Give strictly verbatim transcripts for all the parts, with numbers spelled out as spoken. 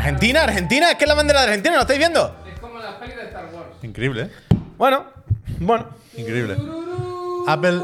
Argentina, Argentina, es que es la bandera de Argentina, ¿lo estáis viendo? Es como las pelis de Star Wars. Increíble, ¿eh? Bueno, bueno. Increíble. Apple,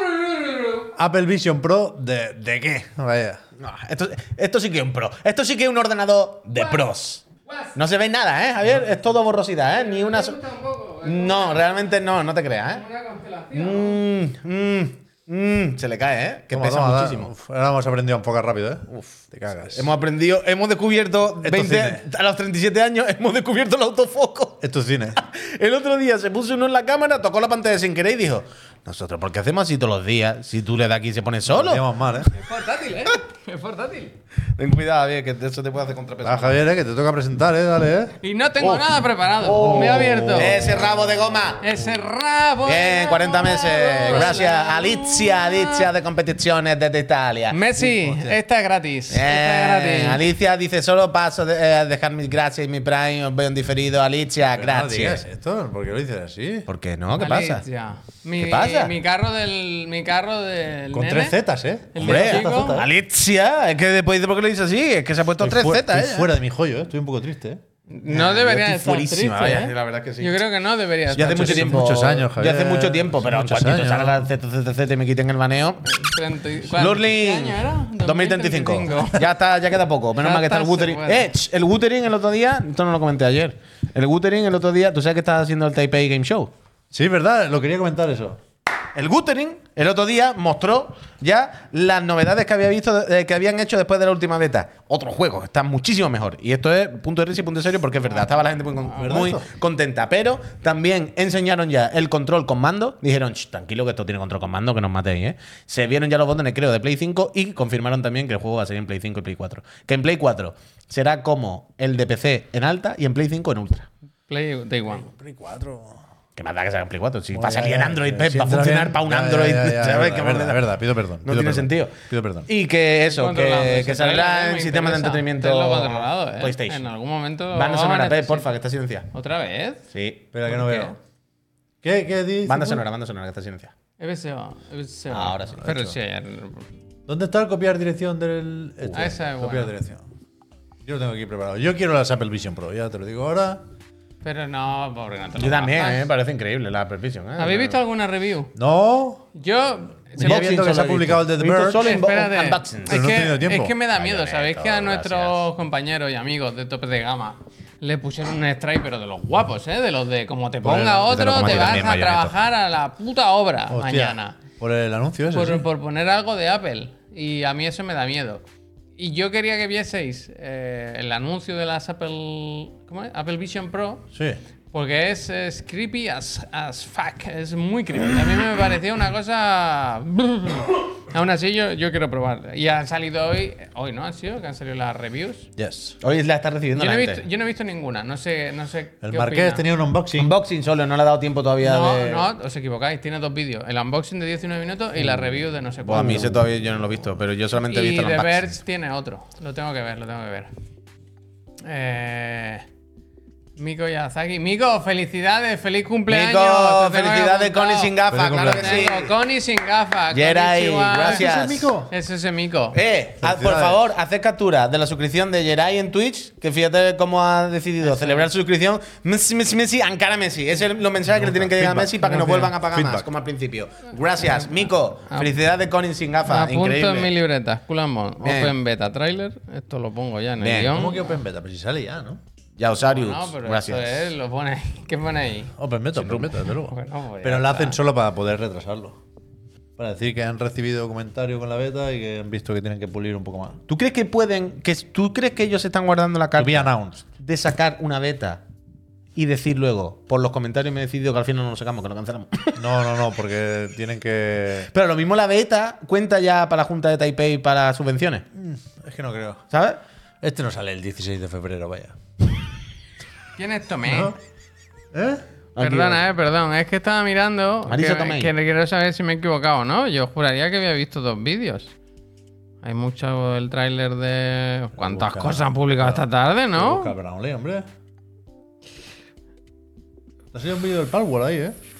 a- Apple Vision Pro, ¿de, de qué? Vaya. No, esto, esto sí que es un pro. Esto sí que es un ordenador de pros. No se ve nada, ¿eh, Javier? Es todo borrosidad, ¿eh? Ni una. ¿Te gusta un poco? No, realmente no, no te creas, ¿eh? Una constelación. Mmm, mmm, mmm. Se le cae, ¿eh? Que Toma, pesa toma, da- muchísimo. uf, ahora hemos aprendido a enfocar rápido, ¿eh? Uf, te cagas. Hemos aprendido, hemos descubierto Esto veinte, cine. a los treinta y siete años, hemos descubierto el autofoco. Esto es cine. El otro día se puso uno en la cámara, tocó la pantalla sin querer y dijo: nosotros, ¿por qué hacemos así todos los días? Si tú le das aquí y se pone solo. Hacíamos mal, ¿eh? Es portátil, ¿eh? Es portátil. Ten cuidado, Javier, que eso te puede hacer contrapeso. Ah, Javier, ¿eh? Que te toca presentar, ¿eh? Dale, ¿eh? Y no tengo Oh. nada preparado. Oh. Me he abierto. Ese rabo de goma. Ese rabo. Bien, cuarenta meses. Gracias, Alicia. Alicia, Alicia de competiciones desde Italia. Messi, esta es gratis. Bien, Esta es gratis. Alicia dice: solo paso de, eh, a dejar mis gracias y mi Prime, os veo en diferido. Alicia, Pero no digas gracias. esto, ¿por qué lo dices así? ¿Por qué no? ¿Qué pasa? Alicia. Mi, ¿Qué pasa? Mi carro del. Mi carro del. Con nene. tres zetas, ¿eh? El Hombre, del chico. Z, ¿eh? Alicia, es que después dice por qué lo dice así, es que se ha puesto Estoy tres fu- zetas, estoy ¿eh? fuera de mi joyo, ¿eh? Estoy un poco triste, ¿eh? No Yo debería estoy estar fuerísima, triste, vaya, ¿eh? la verdad que sí. Yo creo que no debería Yo estar hace mucho triste. tiempo. muchos años, Yo hace Javier. mucho tiempo, pero en Muchos cuantito años. salga el Z Z Z y me quiten el baneo. treinta y- ¿cuál? Lurling, ¿Qué año era? dos mil treinta y cinco. Ya está, ya queda poco. Menos Ya mal que está el está, se Wuthering. puede. Eh, ch, el Wuthering el otro día, esto no lo comenté ayer. El Wuthering el otro día, ¿tú sabes que estás haciendo el Taipei Game Show? Sí, ¿verdad? Lo quería comentar eso. El Wuthering el otro día mostró ya las novedades que había visto, eh, que habían hecho después de la última beta. Otros juegos están muchísimo mejor. Y esto es punto de risa y punto de serio porque es verdad. Estaba la gente muy, con- ¿verdad muy esto? contenta. Pero también enseñaron ya el control con mando. Dijeron: "Ch, tranquilo que esto tiene control con mando, que nos matéis, ¿eh?". Se vieron ya los botones, creo, de Play cinco y confirmaron también que el juego va a ser en Play cinco y Play cuatro. Que en Play cuatro será como el de P C en alta y en Play cinco en ultra. Play Day One. Play cuatro. Que más da que salga en Play cuatro. Si Bueno, va a salir ya, en ya, Android, ya, Pep, si va a entra funcionar bien, para un ya, ya, Android. ya, ya, ¿Sabes? verdad, Qué verdad, mierda. verdad, pido perdón. No pido tiene perdón, sentido. Pido perdón. Y que eso, Controlado, que, ese que saldrá trailer, en me sistemas de interesa. entretenimiento Tenlo controlado, ¿eh? PlayStation. En algún momento. lo Banda vamos a sonora, Pep, necesitar. porfa, que está silenciada. ¿Otra vez? Sí. Espera, que no ¿Por qué? veo. ¿Qué, qué dices? Banda sonora, banda sonora, que está silenciada. E B S O. E B S O. Ahora sí. Pero sí, ayer. ¿Dónde está el copiar dirección del. Este? Ah, esa es Copiar buena. dirección. Yo lo tengo aquí preparado. Yo quiero las Apple Vision Pro, ya te lo digo ahora. Pero no, pobre, no te lo Yo también, bajas. eh, me parece increíble la Apple Vision. ¿eh? ¿Habéis visto alguna review? No. Yo. Venía viendo que se ha publicado el de The He visto Verge. solo inbo- Espérate. unboxings. Pero Es no he que, tenido tiempo. es que me da miedo, Vaya, ¿sabéis que a Beto, nuestros gracias. compañeros y amigos de tope de gama le pusieron un strike, pero de los guapos, ¿eh? De los de como te Por el- ponga de otro, lo como a te ti vas también, a Mayoneto. trabajar a la puta obra Hostia, mañana. Por el anuncio ese. Por, sí. por poner algo de Apple. Y a mí eso me da miedo. Y yo quería que vieseis eh, el anuncio de las Apple. ¿Cómo es? Apple Vision Pro. Sí. Porque es, es creepy as, as fuck. Es muy creepy. A mí me parecía una cosa. Aún así, yo, yo quiero probar. Y han salido hoy. Hoy, ¿no? Han sido que han salido las reviews. Yes. Hoy la está recibiendo Yo no, la he gente. visto, yo no he visto ninguna. No sé. No sé El qué Marqués opina. tenía un unboxing. Unboxing solo, no le ha dado tiempo todavía No, de. no, os equivocáis. Tiene dos vídeos. El unboxing de diecinueve minutos y la review de no sé Pues a cuánto. mí ese todavía yo no lo he visto, pero yo solamente he Y visto el The unboxing. Verge tiene otro. Lo tengo que ver, lo tengo que ver. Eh, Miko Yazaki. Miko, felicidades, feliz cumpleaños. Mico, Te tengo ahí felicidades, apuntado. Connie sin gafas, Feliz claro que sí. Tengo Connie sin gafas. Yeray, Konnichiwa. gracias. ¿Ese es Mico? Es ese Miko. Eh, haz- por Felicidades. favor, haced captura de la suscripción de Jerai en Twitch, que fíjate cómo ha decidido celebrar su suscripción. Messi, Messi, Messi, Ankara Messi. Es el- los mensajes que le tienen que llegar a Feedback. Messi para que nos Feedback. vuelvan a pagar más, Feedback. como al principio. Gracias, Mico. Felicidades, Connie sin gafas. Apunto en mi Increíble. libreta. Skullmon. Bien. Open Beta Trailer. Esto lo pongo ya en el Bien. guión. ¿Cómo que Open Beta? Pues si sale ya, ¿no? Ya, Osarius. No, pero Gracias. eso es, lo pone ahí. ¿Qué pone ahí? Open Beta, Open Beta, desde luego. Bueno, pues Pero ya lo está. hacen solo para poder retrasarlo. Para decir que han recibido comentarios con la beta y que han visto que tienen que pulir un poco más. ¿Tú crees que pueden, que tú crees que ellos se están guardando la To be carta announced. de sacar una beta y decir luego, por los comentarios me he decidido que al final no lo sacamos, que lo cancelamos? No, no, no, porque tienen que. Pero lo mismo la beta cuenta ya para la Junta de Taipei para subvenciones, Es que no creo. ¿sabes? Este no sale el dieciséis de febrero, vaya. ¿Quién es Tomé? ¿Eh? Perdona, eh, perdón. Es que estaba mirando. Marisa que, Tomei. que quiero saber si me he equivocado o no. Yo juraría que había visto dos vídeos. Hay mucho el tráiler de. ¿Cuántas Busca. cosas han publicado esta tarde, no? Busca Brownlee, hombre. Te ha salido un vídeo del Palworld ahí, ¿eh?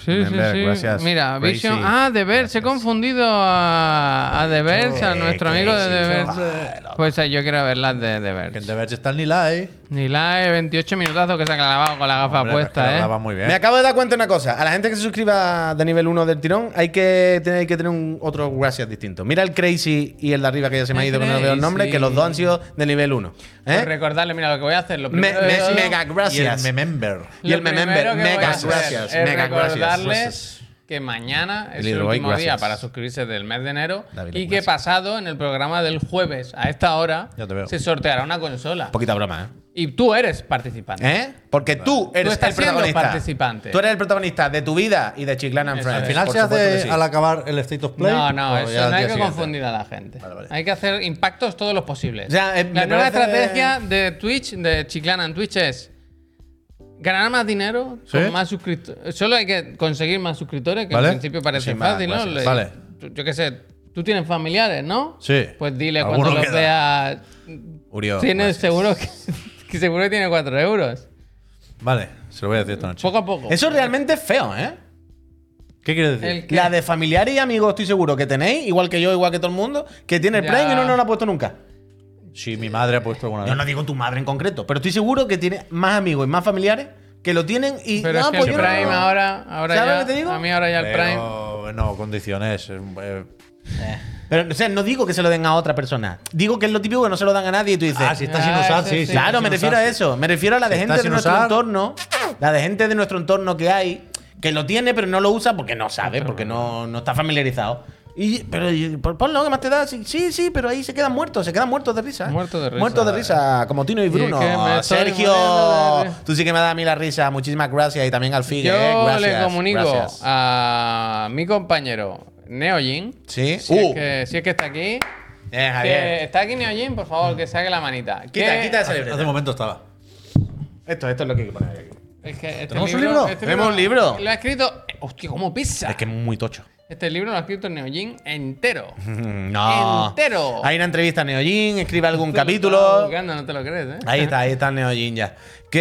Sí, sí, Member, sí. gracias. Mira, Crazy. Vision. Ah, The Verge. He confundido a, a The Verge, a nuestro amigo de The Verge. Pues eh, yo quiero ver las de The Que en Verge. The Verge está el Nilay. Ni la de veintiocho minutazos que se ha clavado con la gafa Hombre, es que puesta, lo ¿eh? graba muy bien. Me acabo de dar cuenta de una cosa. A la gente que se suscriba de nivel uno del tirón, hay que tener, hay que tener un otro gracias distinto. Mira el Crazy y el de arriba que ya se me ha El ido, que no veo el nombre, Crazy. que los dos han sido de nivel uno. Pues ¿Eh? recordarle, mira, lo que voy a hacer. Lo Me- primero me- de todo- mega Y el gracias. Member. Y el Lo Member, primero que voy a mega hacer gracias, es mega gracias. recordarles que mañana es El el Hidroboy, último día gracias. para suscribirse del mes de enero David, y que gracias. pasado en el programa del jueves a esta hora Ya te veo. se sorteará una consola. Poquita broma, ¿eh? Y tú eres participante. ¿Eh? Porque tú eres estás el siendo protagonista. participante. Tú eres el protagonista de tu vida y de Chiclana and Eso Friends. es. Al final Por se supuesto hace que sí. al acabar el State of Play. No, no, o eso ya no al hay día que siguiente. confundir a la gente. Vale, vale. Hay que hacer impactos todos los posibles. O sea, eh, la me nueva parece- estrategia de Twitch, de Chiclana en Twitch es ganar más dinero ¿Sí? con más suscriptores. Solo hay que conseguir más suscriptores, que Vale. en principio parece Sí, más, fácil, ¿no? gracias. Le- Vale. tú- Yo qué sé, tú tienes familiares, ¿no? Sí. Pues dile Alguno cuando los queda. veas. Uriol, Tienes gracias. seguro que, que seguro que tiene cuatro euros. Vale, se lo voy a decir esta noche. Poco a poco. Eso realmente es feo, ¿eh? ¿Qué quieres decir? El que- La de familiares y amigos estoy seguro que tenéis, igual que yo, igual que todo el mundo, que tiene el Ya. Prime y no nos lo ha puesto nunca. Si mi madre ha puesto alguna Yo vez. no digo tu madre en concreto, pero estoy seguro que tiene más amigos y más familiares que lo tienen y. Pero no, es que pues el yo no- Prime ahora, ahora ¿Sabes ya. lo que te digo? A mí ahora ya el Prime. Pero, no, condiciones. eh, Pero, o sea, no digo que se lo den a otra persona. Digo que es lo típico que no se lo dan a nadie y tú dices. Ah, si está sin Ah, usar, eso sí, sí. sí. Claro, está me sin refiero usar, a sí. eso. Me refiero a la de Si está gente de sin nuestro usar- entorno. La de gente de nuestro entorno que hay, que lo tiene, pero no lo usa porque no sabe, porque no, no está familiarizado. Y, pero y, por- ponlo, ¿qué más te da? Sí, sí, sí, pero ahí se quedan muertos, se quedan muertos de risa. Muertos de risa. Muertos de risa, como Tino y es Bruno. que me estoy Sergio, muriendo de risa. tú sí que me das a mí la risa. Muchísimas gracias. Y también al Figue. Yo eh, gracias, le comunico gracias. a mi compañero Neojin. Sí. Si, Uh. es que, si es que está aquí. Eh, Que Javier. está aquí Neojin, por favor, que saque la manita. Quita, Que- quita esa Hace libreta. un momento estaba. Esto, esto es lo que hay que poner aquí. Es que este ¿Tenemos un libro? este ¿Tenemos un libro? Lo ha escrito. Hostia, ¿cómo pisa? Es que es muy tocho. Este libro lo ha escrito Neojin entero. No. Entero. Hay una entrevista a Neojin, escribe algún Estaba capítulo. buscando, no te lo crees, ¿eh? Ahí está, ahí está el Neojin ya.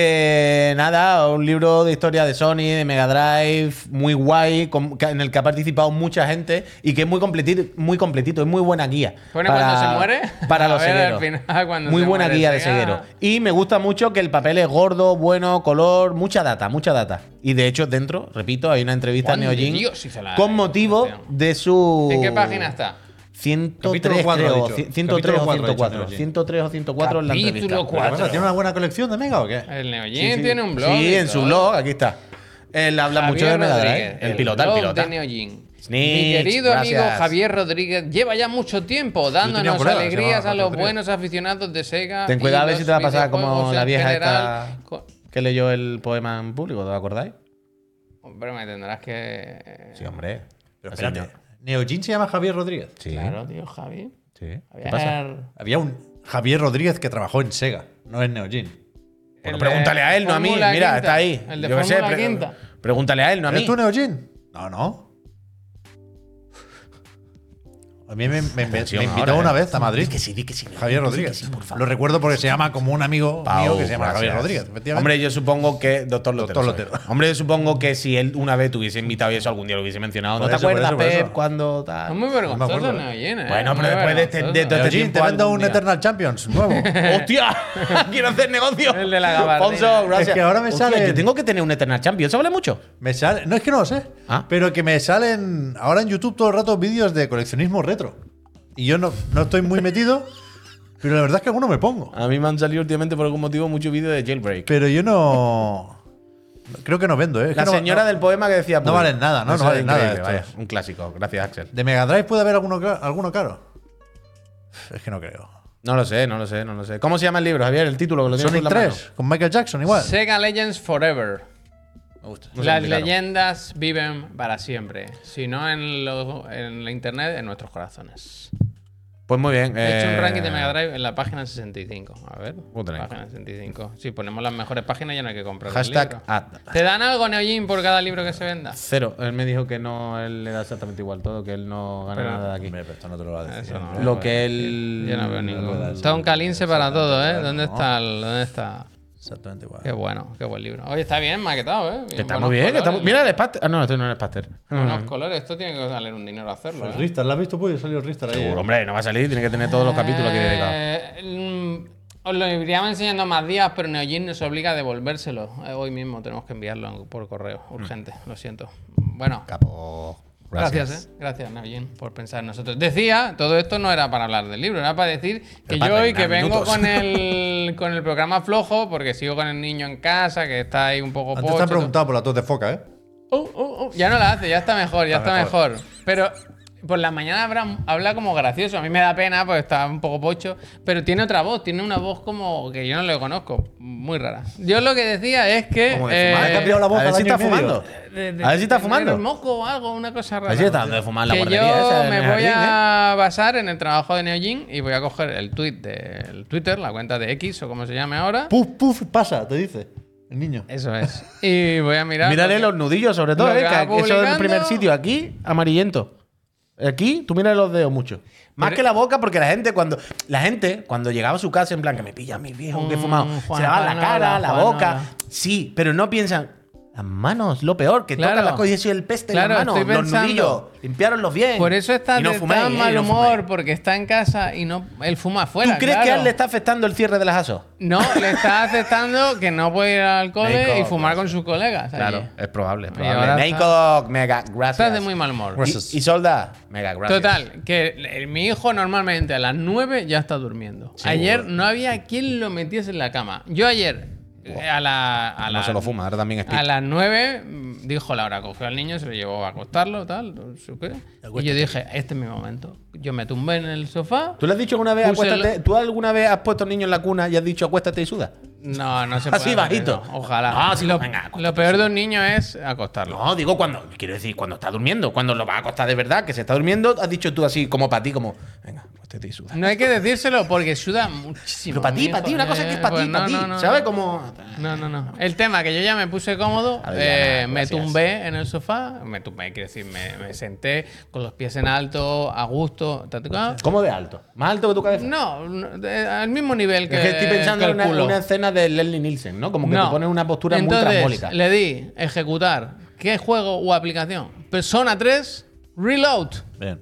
Que nada, un libro de historia de Sony, de Mega Drive, muy guay, con- que- en el que ha participado mucha gente y que es muy completito, muy completito, es muy buena guía. ¿Pone cuando se muere? Para A los ver, al segueros. final, cuando Muy se buena muere, guía de Sega. seguero. Y me gusta mucho que el papel es gordo, bueno, color, mucha data, mucha data. Y de hecho, dentro, repito, hay una entrevista a Juan de Neojin Dios, hizo la- con motivo presentación. de su. ¿En qué página está? ciento tres, Capítulo cuatro, creo. ha dicho. ciento tres Capítulo o cuatro, ha ciento dicho cuatro. Neojin. ciento tres o ciento cuatro en la Capítulo entrevista. cuatro. ¿Qué pasa? ¿Tiene una buena colección de Mega o qué? El Neojin Sí, sí. tiene un blog. Sí, y en su todo. blog, aquí está. Él habla mucho de Javier Mega Drive. Rodríguez, El pilota, el blog pilota. de Neojin. Snitch, Mi querido gracias. amigo Javier Rodríguez lleva ya mucho tiempo tenía un dándonos colega que se alegrías llamaba a los Rodríguez. buenos aficionados de Sega. Ten y cuidado a ver los si te va a pasar como videojuegos la en vieja general. esta Co- que leyó el poema en público, ¿te acordáis? Hombre, me tendrás que. Sí, hombre. Pero Así espérate. no. Neojin se llama Javier Rodríguez. Sí. Claro, tío, Javi. Sí. ¿Qué Javier. pasa? Había un Javier Rodríguez que trabajó en Sega, no en Neojin. Bueno, El pregúntale de a él, no a mí. Fórmula Mira, Quinta. está ahí. El de Yo qué sé, Fórmula pre- Quinta. Pregúntale a él, no a mí. ¿Eres tú Neojin? No, no. A mí me, me- me- Atención me invitó ahora, una eh. vez a Madrid. Di que sí, di que sí. Javier Di que Rodríguez. sí, por favor. Lo recuerdo porque se llama como un amigo Pau, mío que se llama gracias. Javier Rodríguez, efectivamente. Hombre, yo supongo que. Doctor Lotero. Doctor soy. Lotero. Hombre, yo supongo que si él una vez te hubiese invitado y eso algún día lo hubiese mencionado. ¿No Por te eso, por acuerdas, eso, por Pep, eso. cuando tal? Es muy vergonzoso, acuerdo. Neojin, ¿eh? Bueno, Muy pero después de este- de vergonzoso. todo este Neojin, te tiempo vendo algún un día. Eternal Champions nuevo. ¡Hostia! Quiero hacer negocio. El de la gabardina. Ponzo, gracias. Es que ahora me Hostia, sale- Yo tengo que tener un Eternal Champion. ¿Eso vale mucho? Me sale, no es que no lo sé, Ah. pero que me salen ahora en YouTube todo el rato vídeos de coleccionismo retro. Y yo no, no estoy muy metido, pero la verdad es que alguno me pongo. A mí me han salido últimamente por algún motivo muchos vídeos de jailbreak. Pero yo no. Creo que no vendo, ¿eh? Es La que no- señora no- del poema que decía. no Puy. valen nada, ¿no? Eso No es valen nada increíble, estos. vaya. Un clásico. Gracias, Axel. ¿De Mega Drive puede haber alguno, ca- alguno caro? Es que no creo. No lo sé, no lo sé, no lo sé. ¿Cómo se llama el libro, Javier? El título que lo tienes Sonic tú en la mano. tres, con Michael Jackson igual. Sega Legends Forever. Me gusta. No sé Las explicarlo. leyendas viven para siempre. Si no en, lo- en la internet, en nuestros corazones. Pues muy bien. He hecho un eh, ranking de Mega Drive en la página sesenta y cinco. A ver. Puta Página sesenta y cinco. Si ponemos las mejores páginas ya no hay que comprar. Hashtag el libro. ad. ¿Te dan algo, Neojin, por cada libro que se venda? Cero. Él me dijo que no, él le da exactamente igual todo, que él no gana Pero- nada de aquí. Hombre, pero esto no te lo va a decir. Eso no. Lo que él. Yo no veo puedo ningún. dar, Está un calince para todo, ¿eh? claro, ¿Dónde ¿no? está? el- ¿Dónde está? Exactamente igual. Qué bueno, qué buen libro. Oye, está bien maquetado, ¿eh? Que está buenos muy bien. Que está colores, muy- Mira el Spaster. Ah, no, esto no es el Spaster. Buenos colores. Esto tiene que valer un dinero hacerlo, El ¿eh? Ristar, ¿lo has visto? Pues salió el Ristar ahí. Seguro, ¿eh? hombre, no va a salir. Tiene que tener todos los capítulos aquí dedicados. Eh, mm, os lo iríamos enseñando más días, pero Neogin nos obliga a devolvérselo. Eh, hoy mismo tenemos que enviarlo por correo. Urgente, lo siento. Bueno. Capo. Gracias, eh. Gracias, Neogin, por pensar en nosotros. Decía, todo esto no era para hablar del libro, era para decir que Pero para yo hoy que rellenar vengo minutos. con el, con el programa flojo, porque sigo con el niño en casa, que está ahí un poco Antes te pocho. han preguntado por la tos de foca, ¿eh? Oh, oh, oh, ya no la hace, ya está mejor, ya está, Está mejor. Pero por la mañana habrá- habla como gracioso. A mí me da pena porque está un poco pocho. Pero tiene otra voz, tiene una voz como que yo no lo conozco. Muy rara. Yo lo que decía es que. Como de fumar. eh, ¿Ha cambiado la voz A ver al si año está y medio? fumando. de- de- A ver si está de fumando. tener moco o algo, una cosa A rara. ver si está dando de fumar en la que guardería yo esa en me el voy jardín, ¿eh? a basar en el trabajo de Neogin y voy a coger el tweet del Twitter, la cuenta de X o como se llame ahora. Puf, puf, pasa, te dice. El niño. Eso es. Y voy a mirar. Mírale porque- los nudillos, sobre todo, lo ¿eh? que Que va eso es el publicando- primer sitio. Aquí, amarillento. Aquí, tú mírale los dedos mucho. Más Pero- que la boca, porque la gente cuando la gente cuando llegaba a su casa en plan que me pilla mi viejo que he Mm, fumado, Juan se lavaban la Panola, cara, la Juan boca. Panola. Sí, pero no piensan las manos, lo peor, que Claro. tocan las cosas y eso es el peste Claro, en las manos, estoy los pensando- nudillos, limpiarlos bien. Por eso está y no de fuméis, tan ¿eh? mal Y no humor, fuméis. porque está en casa y no él fuma afuera. ¿Tú crees claro. que a él le está afectando el cierre de las ASO? No, le está aceptando que no puede ir al cole México, y fumar con sus colegas. allí. Claro, es probable, es Y probable. ahora México, mega, gracias. Estás de muy mal humor. Gracias. Y, y Solda, mega, gracias. Total, que el- mi hijo normalmente a las nueve ya está durmiendo. Ayer no había quien lo metiese en la cama. Yo ayer eh, a la a No la- se lo fuma, ahora también es A las nueve mm, dijo Laura, cogió al niño, se lo llevó a acostarlo, tal, no sé qué. Y yo dije, este es mi momento. Yo me tumbé en el sofá. ¿Tú le has dicho alguna vez Puse acuéstate? el- ¿Tú alguna vez has puesto al niño en la cuna y has dicho acuéstate y suda? No, no se puede. Así hacer bajito. eso. Ojalá. Ah, sí, lo, venga, acuéstate. lo peor de un niño es acostarlo. No, digo cuando, quiero decir, cuando está durmiendo, cuando lo va a acostar de verdad, que se está durmiendo, has dicho tú así, como para ti, como, venga, acuéstate y suda. No hay que decírselo porque suda muchísimo. Pero para ti, mi para ti, hijo. una cosa que es para pues ti, para no, ti, no, no, ¿sabes? no. Como... No, no, no. El tema que yo ya me puse cómodo, A ver, eh, Diana, me gracias. tumbé en el sofá, me tumbé, quiero decir, me, me senté con los pies en alto, a gusto. ta, ta, ta. ¿Cómo de alto? ¿Más alto que tu cabeza? No, no, de- al mismo nivel que, es que estoy pensando que en el una, culo. una escena de Leslie Nielsen, ¿no? Como que No. te pones una postura Entonces, muy trambólica. le di ejecutar. ¿Qué juego o aplicación? Persona tres, Reload. Bien.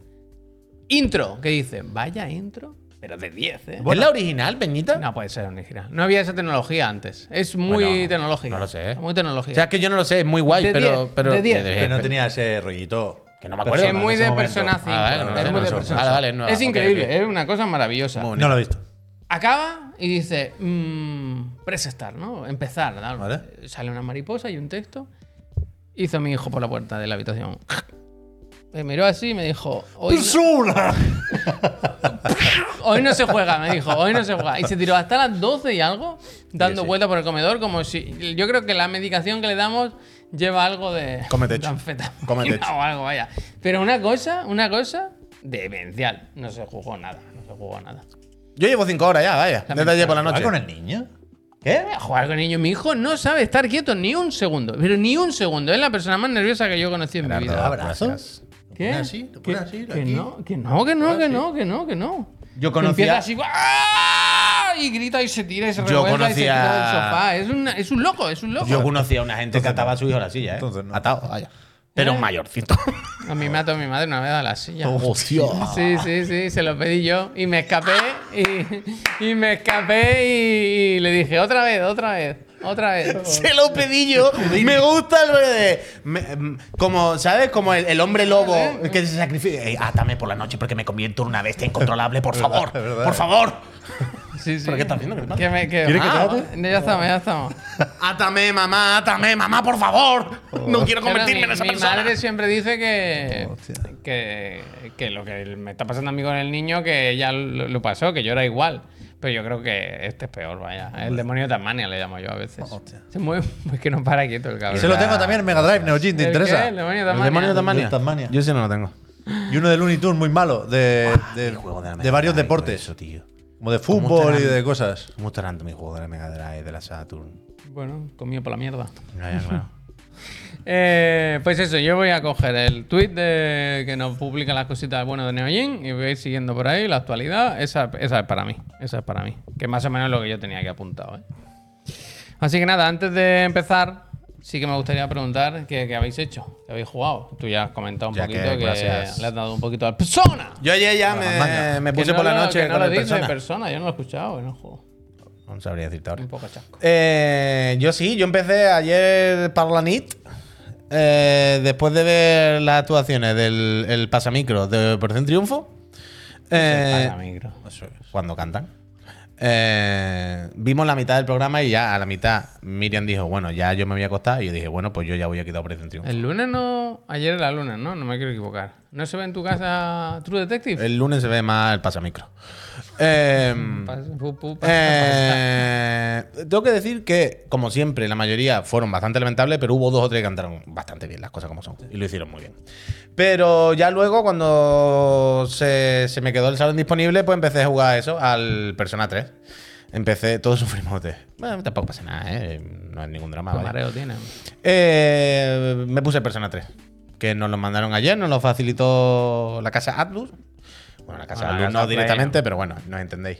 Intro, que dice, vaya intro, pero de diez, ¿eh? ¿Es la original, Peñita? No puede ser original. No había esa tecnología antes. Es muy Bueno, tecnológica. no lo sé, ¿eh? Muy tecnológica. O sea, es que yo no lo sé, es muy guay, De pero, diez, pero. de diez. Que no tenía ese rollito. Que no me acuerdo. es muy en ese de momento. Persona cinco. Ah, vale, no es sé, muy no de sé. Persona Vale, vale, cinco. no, Es ok, increíble, ok. es una cosa maravillosa. Muy No lo he visto. Acaba y dice, mmm, press start, ¿no? Empezar. ¿no? Vale. Sale una mariposa y un texto. Hizo mi hijo por la puerta de la habitación. Me miró así y me dijo, hoy no, ¡Persona! hoy no se juega, me dijo, hoy no se juega. Y se tiró hasta las doce y algo, dando Sí, sí. vueltas por el comedor, como si. Yo creo que la medicación que le damos lleva algo de. Come techo. de anfetamina Come techo. o algo, vaya. Pero una cosa, una cosa demencial. No se jugó nada, no se jugó nada. Yo llevo cinco horas ya, vaya. Desde ayer por la ¿Va noche. con el niño? ¿Qué? A jugar con niños. Mi hijo no sabe estar quieto ni un segundo. Pero ni un segundo. Es la persona más nerviosa que yo conocí en mi vida. ¿Abrazos? ¿Qué? ¿Lo pones así? ¿Lo ¿Qué? pones así? Que aquí? no, que no, que no, que no, que no, que no. Yo Que conocía- empieza así, ¡ah! Y grita y se tira y se Yo revuelve y se conocía- quita del sofá. Es un, es un loco, es un loco. Yo conocía a una gente que ataba a su hijo a la silla, ¿eh? Entonces no. Atado, vaya. Pero un mayorcito. A mí me ató mi madre una vez a la silla. Hostia. Sí, sí, sí, se lo pedí yo. Y me escapé y, y me escapé y, y le dije, otra vez, otra vez, otra vez. Se lo pedí yo. Me gusta el rollo de. me- mm, como, ¿sabes? Como el, el hombre lobo que se sacrifica. Eh, átame por la noche porque me convierto en una bestia incontrolable, por favor. Es verdad. Por favor. Sí, sí. ¿Pero qué estás haciendo? ¿Qué te pasa? ¿Qué me, qué? ¿Quieres que te Ah, ate? Ya estamos, ya estamos. Átame, mamá, átame, mamá, por favor. No quiero Pero convertirme mi, en esa mi persona. madre siempre dice que, Hostia. que, que lo que me está pasando a mí con el niño, que ya lo, lo pasó, que yo era igual. Pero yo creo que este es peor, vaya. El demonio de Tasmania le llamo yo a veces. Hostia. Se mueve, es que no para quieto el cabrón. Se lo tengo también en Mega Drive, Neo Geo, ¿te ¿El interesa? qué? ¿El demonio de ¿El Tasmania? demonio de Tasmania? De Tasmania. Yo ese no lo tengo. Y uno de Looney Tunes muy malo, de, de, Mi juego de la de Mega varios Drive, deportes. Eso, tío. Como de ¿Cómo fútbol y estarán? de cosas. ¿Cómo está tanto mi juego de la Mega Drive, de la Saturn? Bueno, comido por la mierda. Ya, ya, claro. Eh, pues eso, yo voy a coger el tweet de que nos publica las cositas bueno de Neogin y voy a ir siguiendo por ahí la actualidad. Esa, esa es para mí. Esa es para mí. Que más o menos es lo que yo tenía aquí apuntado. ¿eh? Así que nada, antes de empezar, sí que me gustaría preguntar qué, qué habéis hecho, qué habéis jugado. Tú ya has comentado un Ya poquito que, que, gracias. le has dado un poquito al Persona. Yo ayer ya me, me puse Que no por la lo- noche que no con lo el dice persona. persona. Yo no lo he escuchado en el juego. No sabría decirte ahora. Un poco chasco. Eh, yo sí, yo empecé ayer para la nit. eh, después de ver las actuaciones del el pasamicro de Operación Triunfo. eh, Para micro. cuando cantan. Eh, vimos la mitad del programa y ya a la mitad Miriam dijo, bueno, ya yo me voy a acostar. Y yo dije, bueno, pues yo ya voy a quitar Operación Triunfo. El lunes no. Ayer era lunes, ¿no? No me quiero equivocar. ¿No se ve en tu casa True Detective? El lunes se ve más el pasamicro. Eh, Pas- pu- pu- pas- Eh, tengo que decir que, como siempre, la mayoría fueron bastante lamentables, pero hubo dos o tres que cantaron bastante bien las cosas como son. Y lo hicieron muy bien. Pero ya luego, cuando se, se me quedó el salón disponible, pues empecé a jugar eso, al Persona tres. Empecé, todos sufrimos de... Bueno, tampoco pasa nada, ¿eh? No es ningún drama. Qué vaya. mareo tiene. Eh, me puse el Persona tres, que nos lo mandaron ayer, nos lo facilitó la casa Atlus. Bueno, la casa Bueno, la Atlus casa no Play, directamente, pero bueno, no entendéis.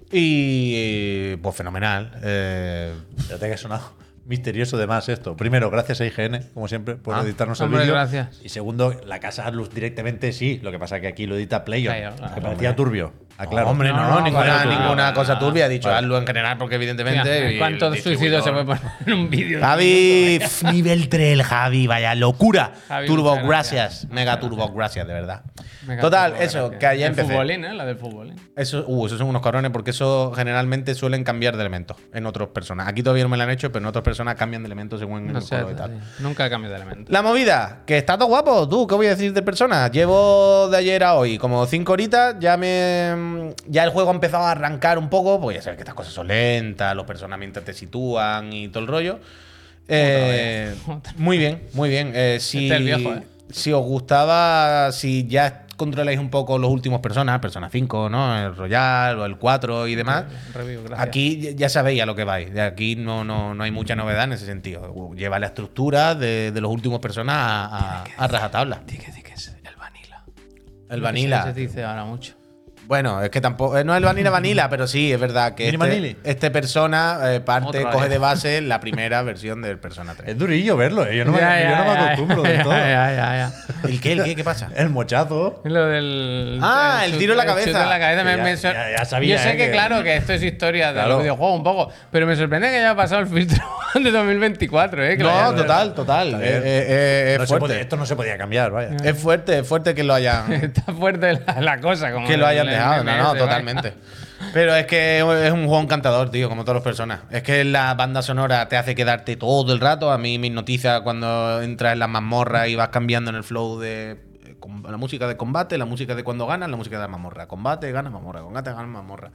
Y pues fenomenal. Eh, Fíjate que ha sonado misterioso de más esto. Primero, gracias a I G N, como siempre, por Ah, editarnos el hombre, vídeo. gracias. Y segundo, la casa Atlus directamente sí. Lo que pasa es que aquí lo edita Player, Player, claro. que parecía turbio. Aclaro. hombre, no, No, no, ninguna, vale, ninguna vale, cosa vale. turbia. Ha dicho Vale. hazlo en general, porque evidentemente. Mira, y ¿cuántos el suicidios se distribuidor- puede poner en un vídeo? Javi, pf, nivel tres, el Javi, vaya locura. Javi, Turbo, muchas gracias. gracias. Mega Muchas turbo, gracias, de verdad. Venga, Total, turbo, eso, gracias. que ayer El empecé. futbolín, ¿eh? La del futbolín. Eso, uh, esos son unos cabrones porque eso generalmente suelen cambiar de elementos en otras personas. Aquí todavía no me lo han hecho, pero en otras personas cambian de elementos según No el sé, juego y tal. sí. Nunca cambio de elemento. La movida, que está todo guapo, tú, ¿qué voy a decir de persona? Llevo de ayer a hoy como cinco horitas, ya me. Ya el juego ha empezado a arrancar un poco, pues ya sabes que estas cosas son lentas, los personajes mientras te sitúan y todo el rollo. Eh, vez. Otra muy bien, muy bien. Eh, si, Este es el viejo, ¿eh? si os gustaba, si ya controláis un poco los últimos personas, Persona cinco, ¿no? El Royal o el cuatro y demás. Review, gracias. Aquí ya sabéis a lo que vais. De aquí no, no, no hay mucha novedad en ese sentido. Lleva la estructura de, de los últimos personas a, a, a rajatabla. Di que, di que es el vanilla. El Se, vanilla. se dice ahora mucho. Bueno, es que tampoco. eh, No es el vanilla vanilla, pero sí, es verdad que Mini este, Vanilli. este persona eh, parte, Otra coge vez. de base la primera versión del Persona tres. Es durillo verlo, ¿eh? Yo no me, Ya, yo ya, no me ya, acostumbro ya, del todo. ya, ya, ya. ¿El qué? ¿El qué? ¿Qué pasa? El mochazo. Lo del. Ah, el chute- tiro en la chute cabeza. en la cabeza me- Ya- me sor- ya- ya sabía, Yo sé eh, que, que- claro, que esto es historia del Claro. videojuego un poco, pero me sorprende que haya pasado el filtro de dos mil veinticuatro, ¿eh? Que lo No, hayan- total, total. Está Eh, bien. eh, eh, No es se fuerte. podía- esto no se podía cambiar, vaya. Es fuerte, es fuerte que lo hayan. Está fuerte la, la cosa. Como Que lo hayan el- el dejado, no, M M no, S, totalmente. Pero es que es un juego encantador, tío, como todas las personas. Es que la banda sonora te hace quedarte todo el rato. A mí me hipnotiza cuando entras en las mazmorras y vas cambiando en el flow de eh, com- la música de combate, la música de cuando ganas, la música de la mazmorra. Combate, ganas, mazmorra. Combate, ganas, mazmorra.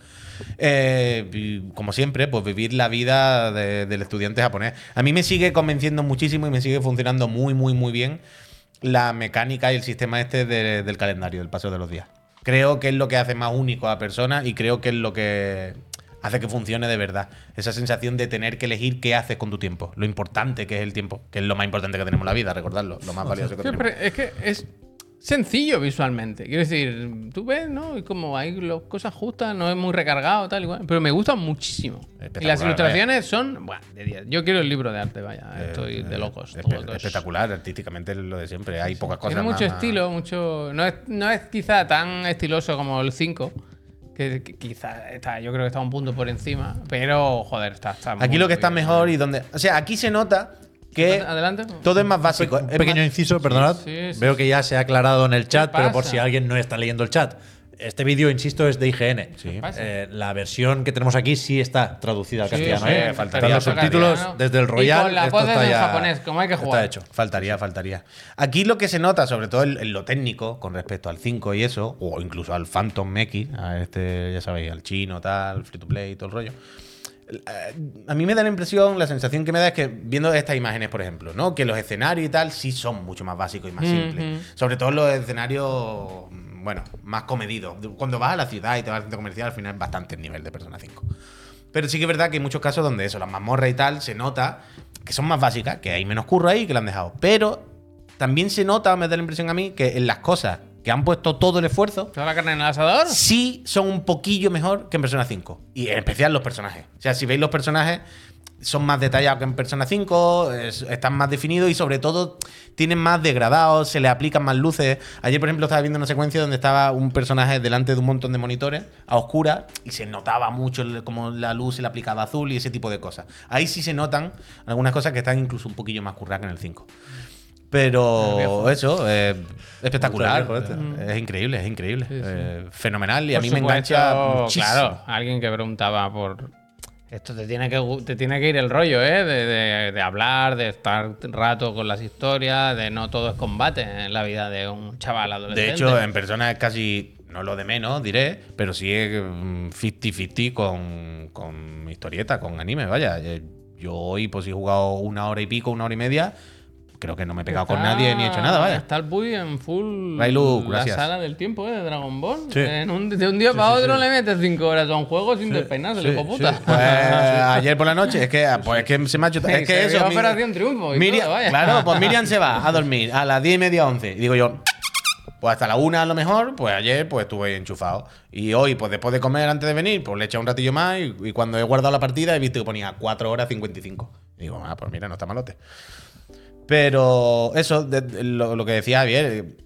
Eh, y como siempre, pues vivir la vida de- del estudiante japonés. A mí me sigue convenciendo muchísimo y me sigue funcionando muy, muy, muy bien la mecánica y el sistema este de- del calendario, del paseo de los días. Creo que es lo que hace más único a personas y creo que es lo que hace que funcione de verdad. Esa sensación de tener que elegir qué haces con tu tiempo. Lo importante que es el tiempo, que es lo más importante que tenemos en la vida, recordadlo. Lo más valioso que Sí, tenemos. pero es que es sencillo visualmente. Quiero decir, tú ves, ¿no? Y como hay las cosas justas, no es muy recargado, tal igual. Pero me gusta muchísimo. Y las Espectacular, ilustraciones son, bueno, de diez. Yo quiero el libro de arte, vaya. Estoy Eh, de locos. espe- todo locos. espectacular, artísticamente es lo de siempre. Hay pocas cosas Tiene mucho más- estilo, mucho. No es, no es quizá tan estiloso como el cinco. Que, que quizá está, yo creo que está un punto por encima. Pero, joder, está. está Aquí muy lo que está bien. mejor y donde. O sea, aquí se nota que Adelante. todo es más básico. Un es pequeño más- inciso, perdonad. sí, sí, Veo que ya se ha aclarado en el chat, pero por pasa? si alguien no está leyendo el chat. Este vídeo, insisto, es de I G N. Sí. pasa? Eh, la versión que tenemos aquí sí está traducida al Sí, castellano. sí, ¿eh? faltaría, Están los faltaría. subtítulos desde el Royal. Y con las esto voces está en ya- japonés, como hay que está jugar. hecho. Faltaría, faltaría. Aquí lo que se nota, sobre todo en, en lo técnico, con respecto al cinco y eso, o incluso al Phantom X, a este, ya sabéis, al chino, tal, free to play y todo el rollo. Eh, A mí me da la impresión, la sensación que me da es que viendo estas imágenes, por ejemplo, ¿no? Que los escenarios y tal sí son mucho más básicos y más simples. Sobre todo los escenarios, bueno, más comedidos. Cuando vas a la ciudad y te vas al centro comercial, al final es bastante el nivel de Persona cinco. Pero sí que es verdad que hay muchos casos donde eso, las mazmorras y tal, se nota que son más básicas, que hay menos curro ahí y que lo han dejado. Pero también se nota, me da la impresión a mí, que en las cosas que han puesto todo el esfuerzo, ¿Toda la carne en el asador? sí son un poquillo mejor que en Persona cinco. Y en especial los personajes. O sea, si veis los personajes, son más detallados que en Persona cinco, es- están más definidos y sobre todo tienen más degradados, se le aplican más luces. Ayer, por ejemplo, estaba viendo una secuencia donde estaba un personaje delante de un montón de monitores a oscuras y se notaba mucho el- como la luz se le aplicaba azul y ese tipo de cosas. Ahí sí se notan algunas cosas que están incluso un poquillo más curradas que en el cinco. Pero eso, eh, espectacular. Ultra viejo este. Eh, Es increíble, es increíble. Sí, sí. Eh, fenomenal y a Por mí me supuesto, engancha muchísimo. Claro, alguien que preguntaba por. Esto te tiene que, gu- te tiene que ir el rollo, ¿eh? De, de- de hablar, de estar rato con las historias, de no todo es combate en la vida de un chaval adolescente. De hecho, en persona es casi, no lo de menos, diré, pero sí es mm, cincuenta cincuenta con, con historieta, con anime, vaya. Eh, Yo hoy pues he jugado una hora y pico, una hora y media. Creo que no me he pegado con Está- nadie ni he hecho nada, vaya. Está el Puy en full Railu, la gracias. sala del tiempo, ¿eh? De Dragon Ball. Sí. En un- de un día para otro le metes cinco horas a un juego sin despeinarse, el sí, hijo puta. sí. Pues ayer por la noche, es que, pues, es que se me ha hecho. Sí, Es que se eso. vio mi- Operación Triunfo y Miriam, todo, vaya. claro, pues Miriam se va a dormir a las diez y media, once. Y digo yo, pues hasta la una a lo mejor, pues ayer pues estuve ahí enchufado. Y hoy, pues después de comer antes de venir, pues le he echado un ratillo más y, y cuando he guardado la partida he visto que ponía cuatro horas cincuenta y cinco. Y digo, ah, pues mira, no está malote. Pero eso, de- de- lo, lo que decía Javier, eh,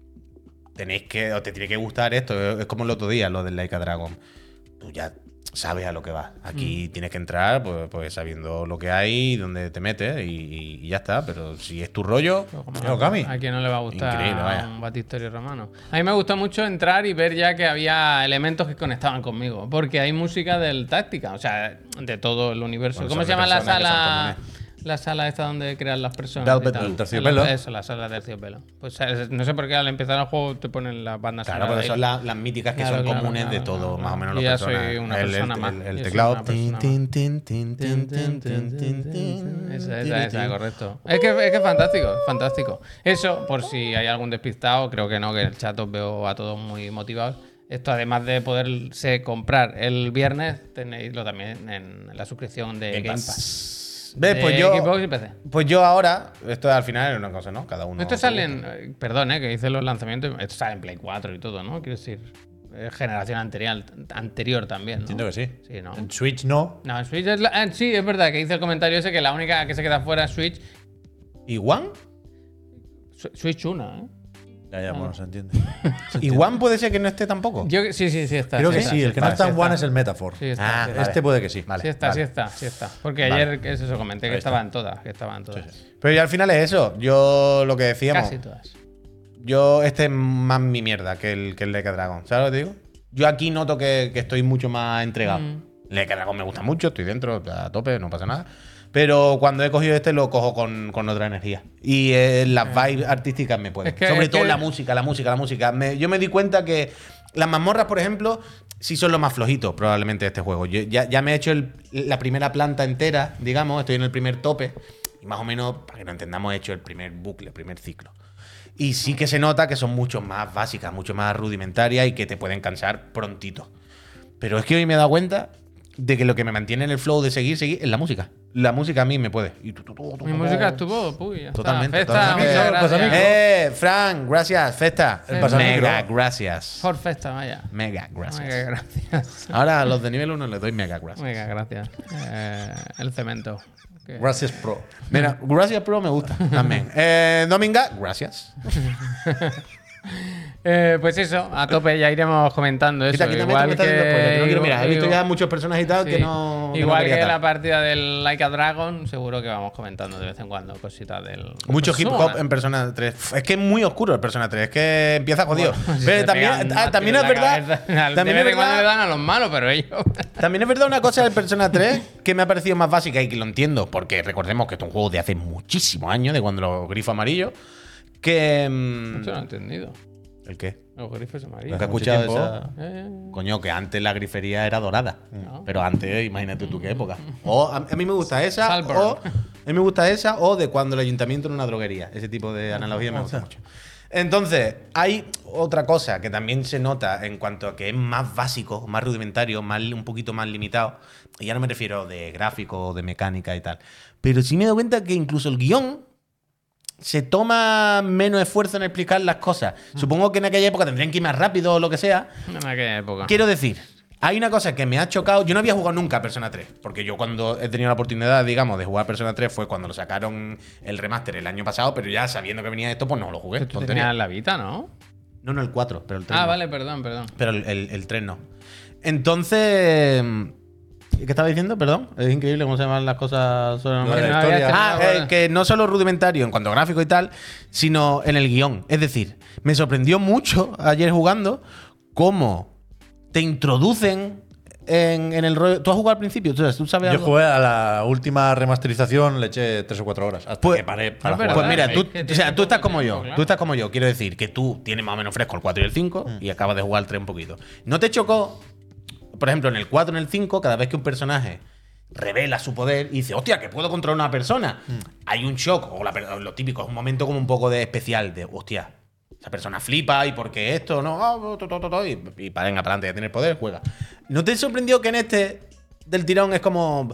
tenéis que, o te tiene que gustar esto. Es como el otro día, lo del Like a Dragon. Tú ya sabes a lo que vas. Aquí Mm. tienes que entrar, pues, pues sabiendo lo que hay, dónde te metes y, y ya está. Pero si es tu rollo, Como Yo, Cami. a quien no le va a gustar Increíble, vaya. un Batistorio romano. A mí me gustó mucho entrar y ver ya que había elementos que conectaban conmigo. Porque hay música del Táctica, o sea, de todo el universo. Bueno, ¿Cómo son se llama la personas que son sala? comunes. La sala esta donde crean las personas. Velvet y tal. el terciopelo. Eso, la sala de terciopelo. Pues eh, no sé por qué al empezar el juego te ponen las bandas claro, sonoras pero ahí. son la- las míticas que Claro, son claro, comunes claro, de todo, claro, más o menos claro. los Yo ya personajes. soy una el, persona el- más. el- el Yo soy teclado. una persona más. Tin, tin, tin, tin, tin, tin, tin, tin, Esa, tin, esa, esa, tin. correcto. Es que, es que es fantástico, es fantástico. Eso, por si hay algún despistado, creo que no, que en el chat os veo a todos muy motivados. Esto, además de poderse comprar el viernes, tenéislo también en la suscripción de Game, Game Pass. Pass. ¿Ves? De Pues yo, Xbox y P C. pues yo ahora, esto al final es una cosa, ¿no? Cada uno. Esto su sale gusto. en. eh, Perdón, eh, que hice los lanzamientos. Esto sale en Play cuatro y todo, ¿no? Quiero decir, eh, generación anterior, anterior también. ¿no? Entiendo que sí. Sí, ¿no? En Switch no. No, en Switch es la- ah, sí, es verdad que hice el comentario ese que la única que se queda fuera es Switch. ¿Y One? Su- Switch uno, ¿eh? Ya, ya, bueno, se entiende. ¿Y One puede ser que no esté tampoco? Yo, sí, sí, sí está. Creo que está, sí, el que no vale, está sí en está. One es el Metaphor. Sí está. Ah, sí, vale. Este puede que sí. Vale, sí está, vale. sí está, sí está. Porque Vale. ayer que es eso comenté que Ahí estaban está. todas, que estaban todas. Pero ya al final es eso. Yo lo que decíamos. Casi todas. Yo, este es más mi mierda que el, que el Like a Dragon. ¿Sabes lo que te digo? Yo aquí noto que, que estoy mucho más entregado. Mm. Like a Dragon me gusta mucho, estoy dentro, a tope, no pasa nada. Pero cuando he cogido este lo cojo con, con otra energía. Y eh, las vibes artísticas me pueden. Es que- Sobre es todo que- la música, la música, la música. Me- yo me di cuenta que las mazmorras, por ejemplo, sí son lo más flojito probablemente de este juego. Yo ya, ya me he hecho el- la primera planta entera, digamos, estoy en el primer tope. Y más o menos, para que lo entendamos, he hecho el primer bucle, el primer ciclo. Y sí que se nota que son mucho más básicas, mucho más rudimentarias y que te pueden cansar prontito. Pero es que hoy me he dado cuenta de que lo que me mantiene en el flow de seguir, seguir, es la música. La música a mí me puede. Y tú, tú, tú, tú, Mi tú, música tú. estuvo, puy, ya está. Totalmente, Festa, totalmente. muchas Pues a mí- gracias. Eh, Fran, gracias. Festa. El pasamicro. Mega gracias. Por festa, vaya. Mega gracias. Mega gracias. Ahora a los de nivel uno les doy mega gracias. Mega gracias. Eh, el cemento. Que- Gracias Pro. Mira, gracias Pro me gusta también. Eh, Dominga, gracias. Eh, pues eso, a tope ya iremos comentando eso. Quita, quítame igual esto que está haciendo spoiler, que no quiero mirar. He visto igual- ya muchos personajes y tal sí. que no. Igual no que, quería la tal. partida del Like a Dragon, seguro que vamos comentando de vez en cuando cositas del. Mucho hip Persona. hop en Persona tres. Uf, es que es muy oscuro el Persona tres. Es que empieza jodido. Bueno, si pero te también, pegan ah, más también tiros es en la verdad. cabeza. También de es vez en cuando le verdad. dan a los malos, pero ellos. También es verdad una cosa del Persona tres que me ha parecido más básica y que lo entiendo, porque recordemos que esto es un juego de hace muchísimos años, de cuando los grifos amarillos. Que. mm, Eso no he entendido. ¿El qué? Los grifos amarillos. ¿Nunca has mucho escuchado tiempo. esa.? Eh, Coño, que antes la grifería era dorada. No. Pero antes, imagínate tú qué época. O a, a mí me gusta esa, Salburn. o a mí me gusta esa, o de cuando el ayuntamiento era una droguería. Ese tipo de analogía me gusta mucho. Entonces, hay otra cosa que también se nota en cuanto a que es más básico, más rudimentario, más, un poquito más limitado. Y ya no me refiero de gráfico, de mecánica y tal. Pero sí me doy cuenta que incluso el guión se toma menos esfuerzo en explicar las cosas. Supongo que en aquella época tendrían que ir más rápido o lo que sea. en aquella época. Quiero decir, Hay una cosa que me ha chocado. Yo no había jugado nunca a Persona tres, porque yo cuando he tenido la oportunidad, digamos, de jugar a Persona tres fue cuando lo sacaron el remaster el año pasado, pero ya sabiendo que venía esto, pues no lo jugué. Tú Tontería. tenías la Vita, ¿no? No, no, el cuatro, pero el tres Ah, no. vale, perdón, perdón. Pero el, el, el tres no. Entonces... ¿Qué estaba diciendo? Perdón. Es increíble cómo se llaman las cosas sobre Lo de la no historia. había hecho Ah, nada, eh, que no solo rudimentario en cuanto a gráfico y tal, sino en el guión. Es decir, me sorprendió mucho ayer jugando cómo te introducen en, en el rollo. ¿Tú has jugado al principio? ¿Tú, tú sabes Yo algo? jugué a la última remasterización, le eché tres o cuatro horas. Hasta Pues- que paré para No, pero jugar. Pues mira, es tú, que o tiene sea, tú estás poco como tiempo, yo. claro. Tú estás como yo. Quiero decir que tú tienes más o menos fresco el cuatro y el cinco y acabas de jugar el tres un poquito. ¿No te chocó? Por ejemplo, en el cuatro, en el cinco, cada vez que un personaje revela su poder y dice, hostia, que puedo controlar a una persona, hay un shock, o la per- lo típico, es un momento como un poco de especial, de, hostia, esa persona flipa y porque esto, no, ah, to, to, to, to, y, y para venga, para adelante, ya tiene el poder, juega. ¿No te sorprendió que en este del tirón es como...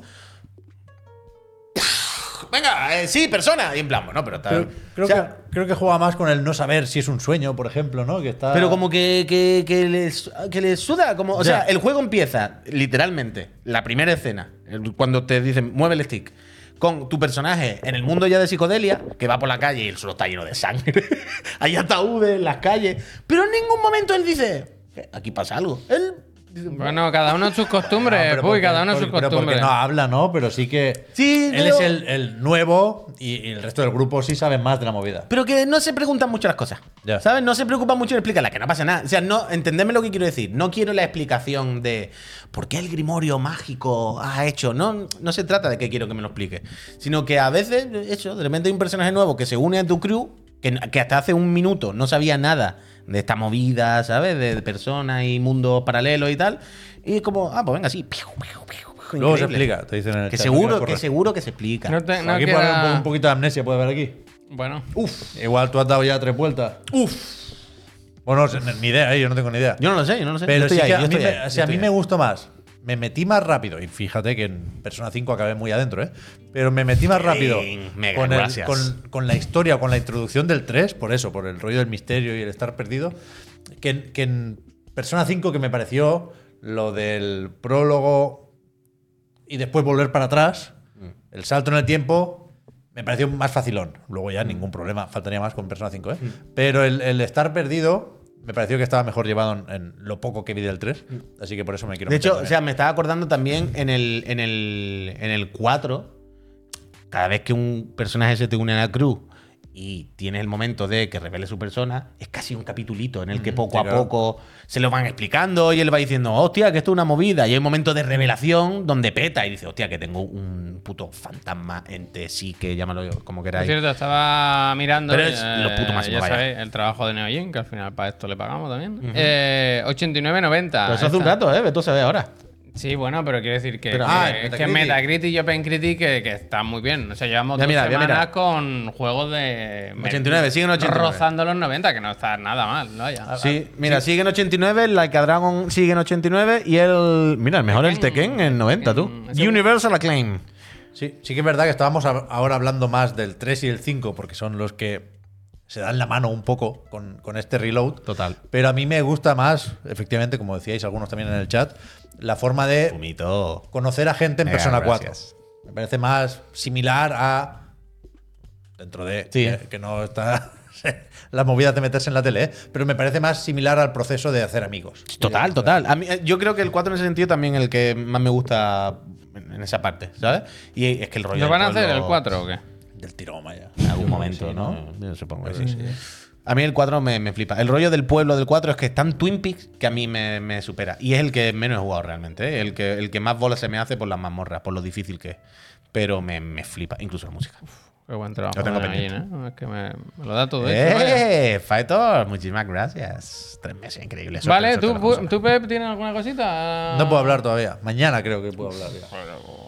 Venga, eh, sí, persona. Y en plan, bueno, pero está. Pero creo, o sea, que, creo que juega más con el no saber si es un sueño, por ejemplo, ¿no? Que está... pero como que, que, que, les, que les suda. Como, o Ya. sea, el juego empieza, literalmente, la primera escena, el- cuando te dicen, mueve el stick, con tu personaje en el mundo ya de psicodelia, que va por la calle y el suelo está lleno de sangre. Hay ataúdes en las calles. Pero en ningún momento él dice, "Eh, aquí pasa algo. Él. dice, Bueno, cada uno en sus costumbres, No, pero Puy, porque- cada uno en sus porque- pero costumbres. porque no habla, ¿no? Pero sí que. Sí, él pero- es el, el nuevo y, y el resto del grupo sí saben más de la movida. Pero que no se preguntan mucho las cosas. Ya. ¿Sabes? No se preocupan mucho en explicarlas, que no pasa nada. O sea, no, entendedme lo que quiero decir. No quiero la explicación de por qué el grimorio mágico ha hecho. No, no se trata de que quiero que me lo explique. Sino que a veces, eso, de repente hay un personaje nuevo que se une a tu crew, que, que hasta hace un minuto no sabía nada de esta movida, ¿sabes? De personas y mundos paralelos y tal. Y es como, ah, pues venga, sí. Piu, piu, piu, piu, Luego se increíble. explica, te dicen en el Que chat, no seguro, quiero que correr. seguro que se explica. No te- no Aquí puede haber un, queda- po- un poquito de amnesia, puede haber aquí. Bueno, Uf. Igual tú has dado ya tres vueltas. Uf. Bueno, ni idea, ¿eh? Yo no tengo ni idea. Yo no lo sé, yo no lo sé. Pero Yo estoy sí ahí, que a yo mí, estoy me, ahí, o yo sea, a mí estoy me ahí. gustó más. Me metí más rápido. Y fíjate que en Persona cinco acabé muy adentro, ¿eh? Pero me metí más rápido Mega, con, el- gracias. con, con la historia, con la introducción del tres, por eso, por el rollo del misterio y el estar perdido. Que, en- que en Persona cinco, que me pareció lo del prólogo y después volver para atrás, el salto en el tiempo, me pareció más facilón. Luego ya ningún problema, faltaría más con Persona cinco, ¿eh? Pero el, el estar perdido me pareció que estaba mejor llevado en, en lo poco que vi del tres. Así que por eso me quiero De meter hecho, o también. sea, me estaba acordando también en el, en el, en el cuatro, cada vez que un personaje se te une a la cruz y tienes el momento de que revele su persona, es casi un capitulito en el que poco sí, a claro. poco se lo van explicando y él va diciendo, hostia, que esto es una movida. Y hay un momento de revelación donde peta y dice, hostia, que tengo un puto fantasma, ente, sí, que llámalo yo, como por queráis. cierto, estaba mirando. Pero es eh, lo puto máximo, Ya vaya. sabéis, el trabajo de Neojin, que al final para esto le pagamos también. eh, ochenta y nueve noventa. Pero eso hace un Esta- rato, ¿eh? Esto se ve ahora. Sí, bueno, pero quiero decir que, Pero- que, ah, que Metacritic. Metacritic y OpenCritic que, que están muy bien. O sea, llevamos Voy a dos mirar, voy a semanas mirar. con juegos de... ochenta y nueve, siguen ochenta y nueve. Rozando los noventa, que no está nada mal, ¿no? Ya. Sí, mira, sigue en ochenta y nueve, Like a Dragon sigue en ochenta y nueve y el. Mira, el mejor el Tekken en noventa, tú. Tekken, ese- Universal Acclaim. Sí, sí que es verdad que estábamos a- ahora hablando más del tres y el cinco, porque son los que se dan la mano un poco con, con este reload. Total. Pero a mí me gusta más, efectivamente, como decíais algunos también en el chat, la forma de Fumito. conocer a gente en Mega Persona cuatro. gracias. Me parece más similar a. Dentro de. Sí. Que, que no está. Las movidas de meterse en la tele, ¿eh? Pero me parece más similar al proceso de hacer amigos. Total, total. A mí, eh, yo creo que el cuatro en ese sentido también es el que más me gusta en en esa parte, ¿sabes? Y es que el rollo. ¿Lo del van a hacer pueblo- el cuatro o qué? Del tirón, vaya. En algún momento, ¿no? Yo supongo que sí. A mí el cuatro me, me flipa. El rollo del pueblo del cuatro es que es tan Twin Peaks que a mí me, me supera. Y es el que menos he jugado realmente, ¿eh? El que, el que más bolas se me hace por las mazmorras, por lo difícil que es. Pero me, me flipa, incluso la música. Qué buen trabajo. Lo tengo de Neojin, pendiente. ¿eh? Es que me, me lo da todo hecho, vaya. ¡Eh! Fighter, muchísimas gracias. Tres meses, increíble. Suerte, Vale, suerte ¿tú, a la consola. ¿tú, Pep, tienes alguna cosita? No puedo hablar todavía. Mañana creo que puedo hablar ya.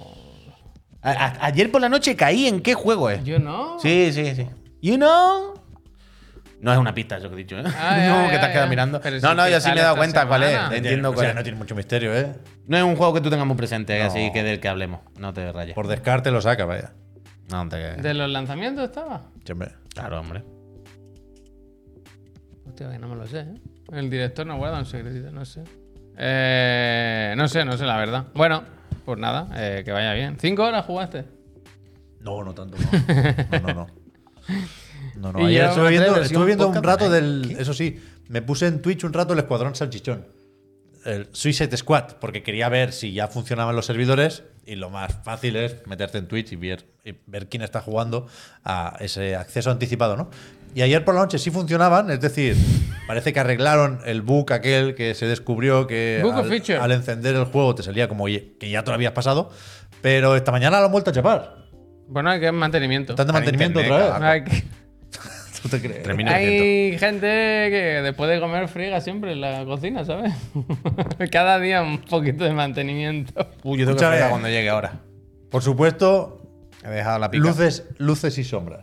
A- a- ayer por la noche caí en qué juego es. Yo no. Sí, sí, sí. You know. No es una pista eso que he dicho, ¿eh? Ah, no, ya, que te ya, has quedado ya. mirando. Pero No, sí no, que yo sí me sale he dado esta cuenta cuál es. semana. Entiendo O cuál sea, es. no tiene mucho misterio, ¿eh? No es un juego que tú tengas muy presente, No. así que del que hablemos. No te rayes. Por descarte lo saca, vaya. No te. ¿De los lanzamientos estaba? Siempre. Claro, hombre. Hostia, que no me lo sé, ¿eh? El director no guarda un secretito, no sé. Eh, no sé, no sé la verdad. Bueno, pues nada, eh, que vaya bien. ¿Cinco horas jugaste? No, no tanto. No, no, no. no. No, no. Y Ayer ya estuve una viendo, versión estuve viendo un podcast rato online. del. Eso sí, me puse en Twitch un rato el Escuadrón Salchichón. El Suicide Squad, porque quería ver si ya funcionaban los servidores. Y lo más fácil es meterte en Twitch y ver, y ver quién está jugando a ese acceso anticipado, ¿no? Y ayer por la noche sí funcionaban, es decir, parece que arreglaron el bug aquel que se descubrió que Bug of al, feature. al encender el juego te salía como ye- que ya te lo habías pasado. Pero esta mañana lo han vuelto a chapar. Bueno, hay que mantenimiento. Están de Para mantenimiento internet, otra vez. Hay, que- ¿Tú te crees? Tres mil novecientos. hay gente que después de comer friega siempre en la cocina, ¿sabes? Cada día un poquito de mantenimiento. Uy, yo tengo que Escúchame. fregar cuando llegue ahora. Por supuesto, He dejado la pica. luces, luces y sombras.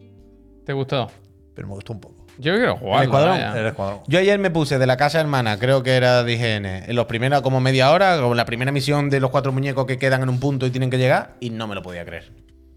¿Te gustó? Pero me gustó un poco. Yo quiero jugar. ¿El escuadrón? El escuadrón. Yo ayer me puse de la casa hermana, creo que era de I G N, en los primeros como media hora, con la primera misión de los cuatro muñecos que quedan en un punto y tienen que llegar, y no me lo podía creer.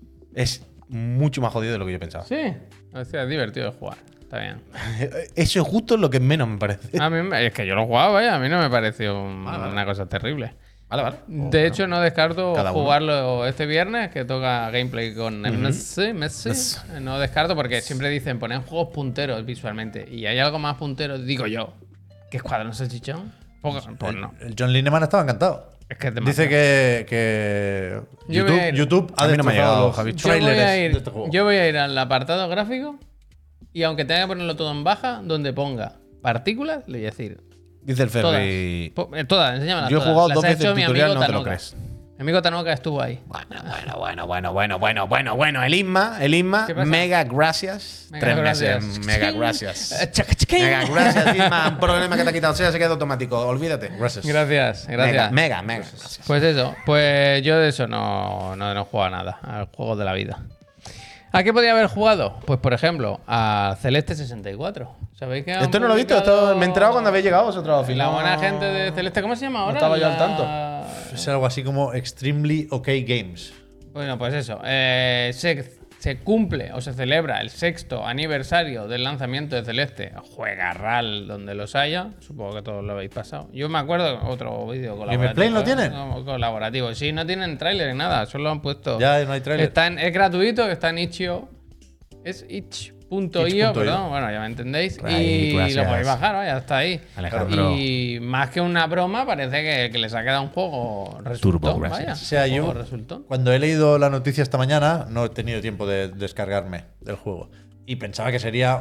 Es mucho más jodido de lo que yo pensaba. Sí. O sea, es divertido de jugar. Está bien. Eso es justo lo que menos me parece. A mí, me- es que yo lo jugaba, vaya. A mí no me pareció un- una cosa terrible. Vale, vale. De hecho, no descarto Cada uno. jugarlo este viernes, que toca gameplay con Messi, Messi. Messi. No descarto porque siempre dicen poner juegos punteros visualmente. Y hay algo más puntero, digo yo. ¿Qué Escuadrón Salchichón? Pues, pues no. El John Lineman estaba encantado. Es que es Dice demasiado. que, que Yo voy a YouTube, ir- YouTube ha A mí no me ha destrozado llegado, los Javi. Yo voy, trailers a de ir, este juego. yo voy a ir al apartado gráfico y aunque tenga que ponerlo todo en baja, donde ponga partículas, le voy a decir Dice el todas. Ferry. Po- eh, Todas, enséñamelas Yo he todas. jugado Las dos ha veces hecho el mi tutorial, amigo no te lo Tanoka. crees. Mi amigo Tanoka estuvo ahí. Bueno, bueno, bueno, bueno, bueno, bueno, bueno, bueno. El Isma, el Isma, ¿Qué pasa? mega gracias. Mega Tres gracias. meses, mega gracias. Eh, chaca, chaquín. Mega gracias, Isma. Un problema que te ha quitado. O sea, se queda automático. Olvídate. Gracias. Gracias, Mega, gracias. mega, mega. Gracias. Pues eso, pues yo de eso no, no, no juego a nada, al juego de la vida. ¿A qué podría haber jugado? Pues por ejemplo, a Celeste sesenta y cuatro. ¿Sabéis que han Esto no lo he visto. publicado- Esto me he enterado cuando habéis llegado vosotros al final. La buena gente de Celeste, ¿cómo se llama ahora? estaba yo al La- tanto. Es algo así como Extremely OK Games. Bueno, pues eso. eh, se, se cumple o se celebra el sexto aniversario del lanzamiento de Celeste. Juega RAL donde los haya. Supongo que todos lo habéis pasado. Yo me acuerdo otro vídeo colaborativo. ¿Gameplay no ¿eh? tienen? No, colaborativo. Sí, no tienen tráiler ni nada. Solo han puesto. Ya no hay trailer. Está en- es gratuito, está en itch.io. Es itch punto itch io, punto io. perdón. Bueno, ya me entendéis. Right, y gracias. lo podéis bajar, vaya, está ahí. Alejandro. Y más que una broma, parece que, que les ha quedado un juego resultón. Turbo, gracias. Vaya, O sea, un yo juego resultón. cuando he leído la noticia esta mañana no he tenido tiempo de descargarme del juego. Y pensaba que sería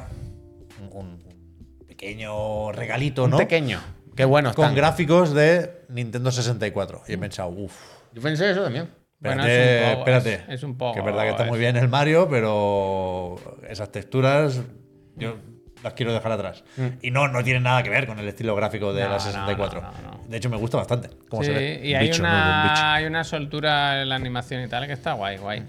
un, un pequeño regalito, Un ¿no? pequeño. Qué bueno Con están. gráficos de Nintendo sesenta y cuatro. Y he pensado, uff. Yo pensé eso también. Bueno, Espérate, es un poco- espérate. es- es un poco Que es verdad que está eso. muy bien el Mario, pero esas texturas yo las quiero dejar atrás. Y no, no tiene nada que ver con el estilo gráfico de No, la sesenta y cuatro. no, no, no. De hecho, me gusta bastante cómo Sí, se ve. y hay, Bicho, una, no, un bicho. hay una soltura en la animación y tal que está guay, guay.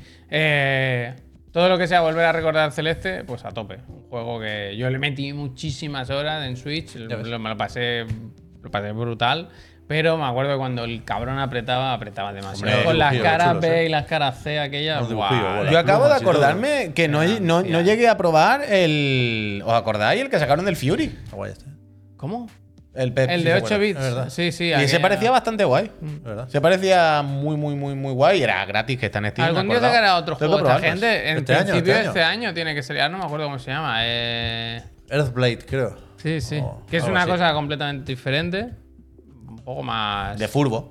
Eh, todo lo que sea volver a recordar Celeste, pues a tope. Un juego que yo le metí muchísimas horas en Switch, ves. lo, me lo pasé, lo pasé brutal. Pero me acuerdo que cuando el cabrón apretaba, apretaba demasiado. Hombre, Con las dibujillos caras chulos, B ¿eh? y las caras C aquellas. Unos guau. dibujillos, bola. Yo acabo de plumas y todo. acordarme que no, no, no llegué a probar el. ¿Os acordáis? El que sacaron del Fury. Está guay este. ¿Cómo? El, Pep- El sí de se ocho acuerda. bits. es verdad. Sí, sí. Y ese aquella- parecía bastante guay. Es verdad. Se parecía muy, muy, muy, muy guay. Era gratis, que está en Steam. me Algún día acordaba. sacará otro Tengo juego que esta probarlos. gente. En Este año, principio este este año. año. tiene que salir. Ah, no me acuerdo cómo se llama. Eh... Earthblade, creo. Sí, sí. O que es algo una así. cosa completamente diferente. Un poco más. De furbo.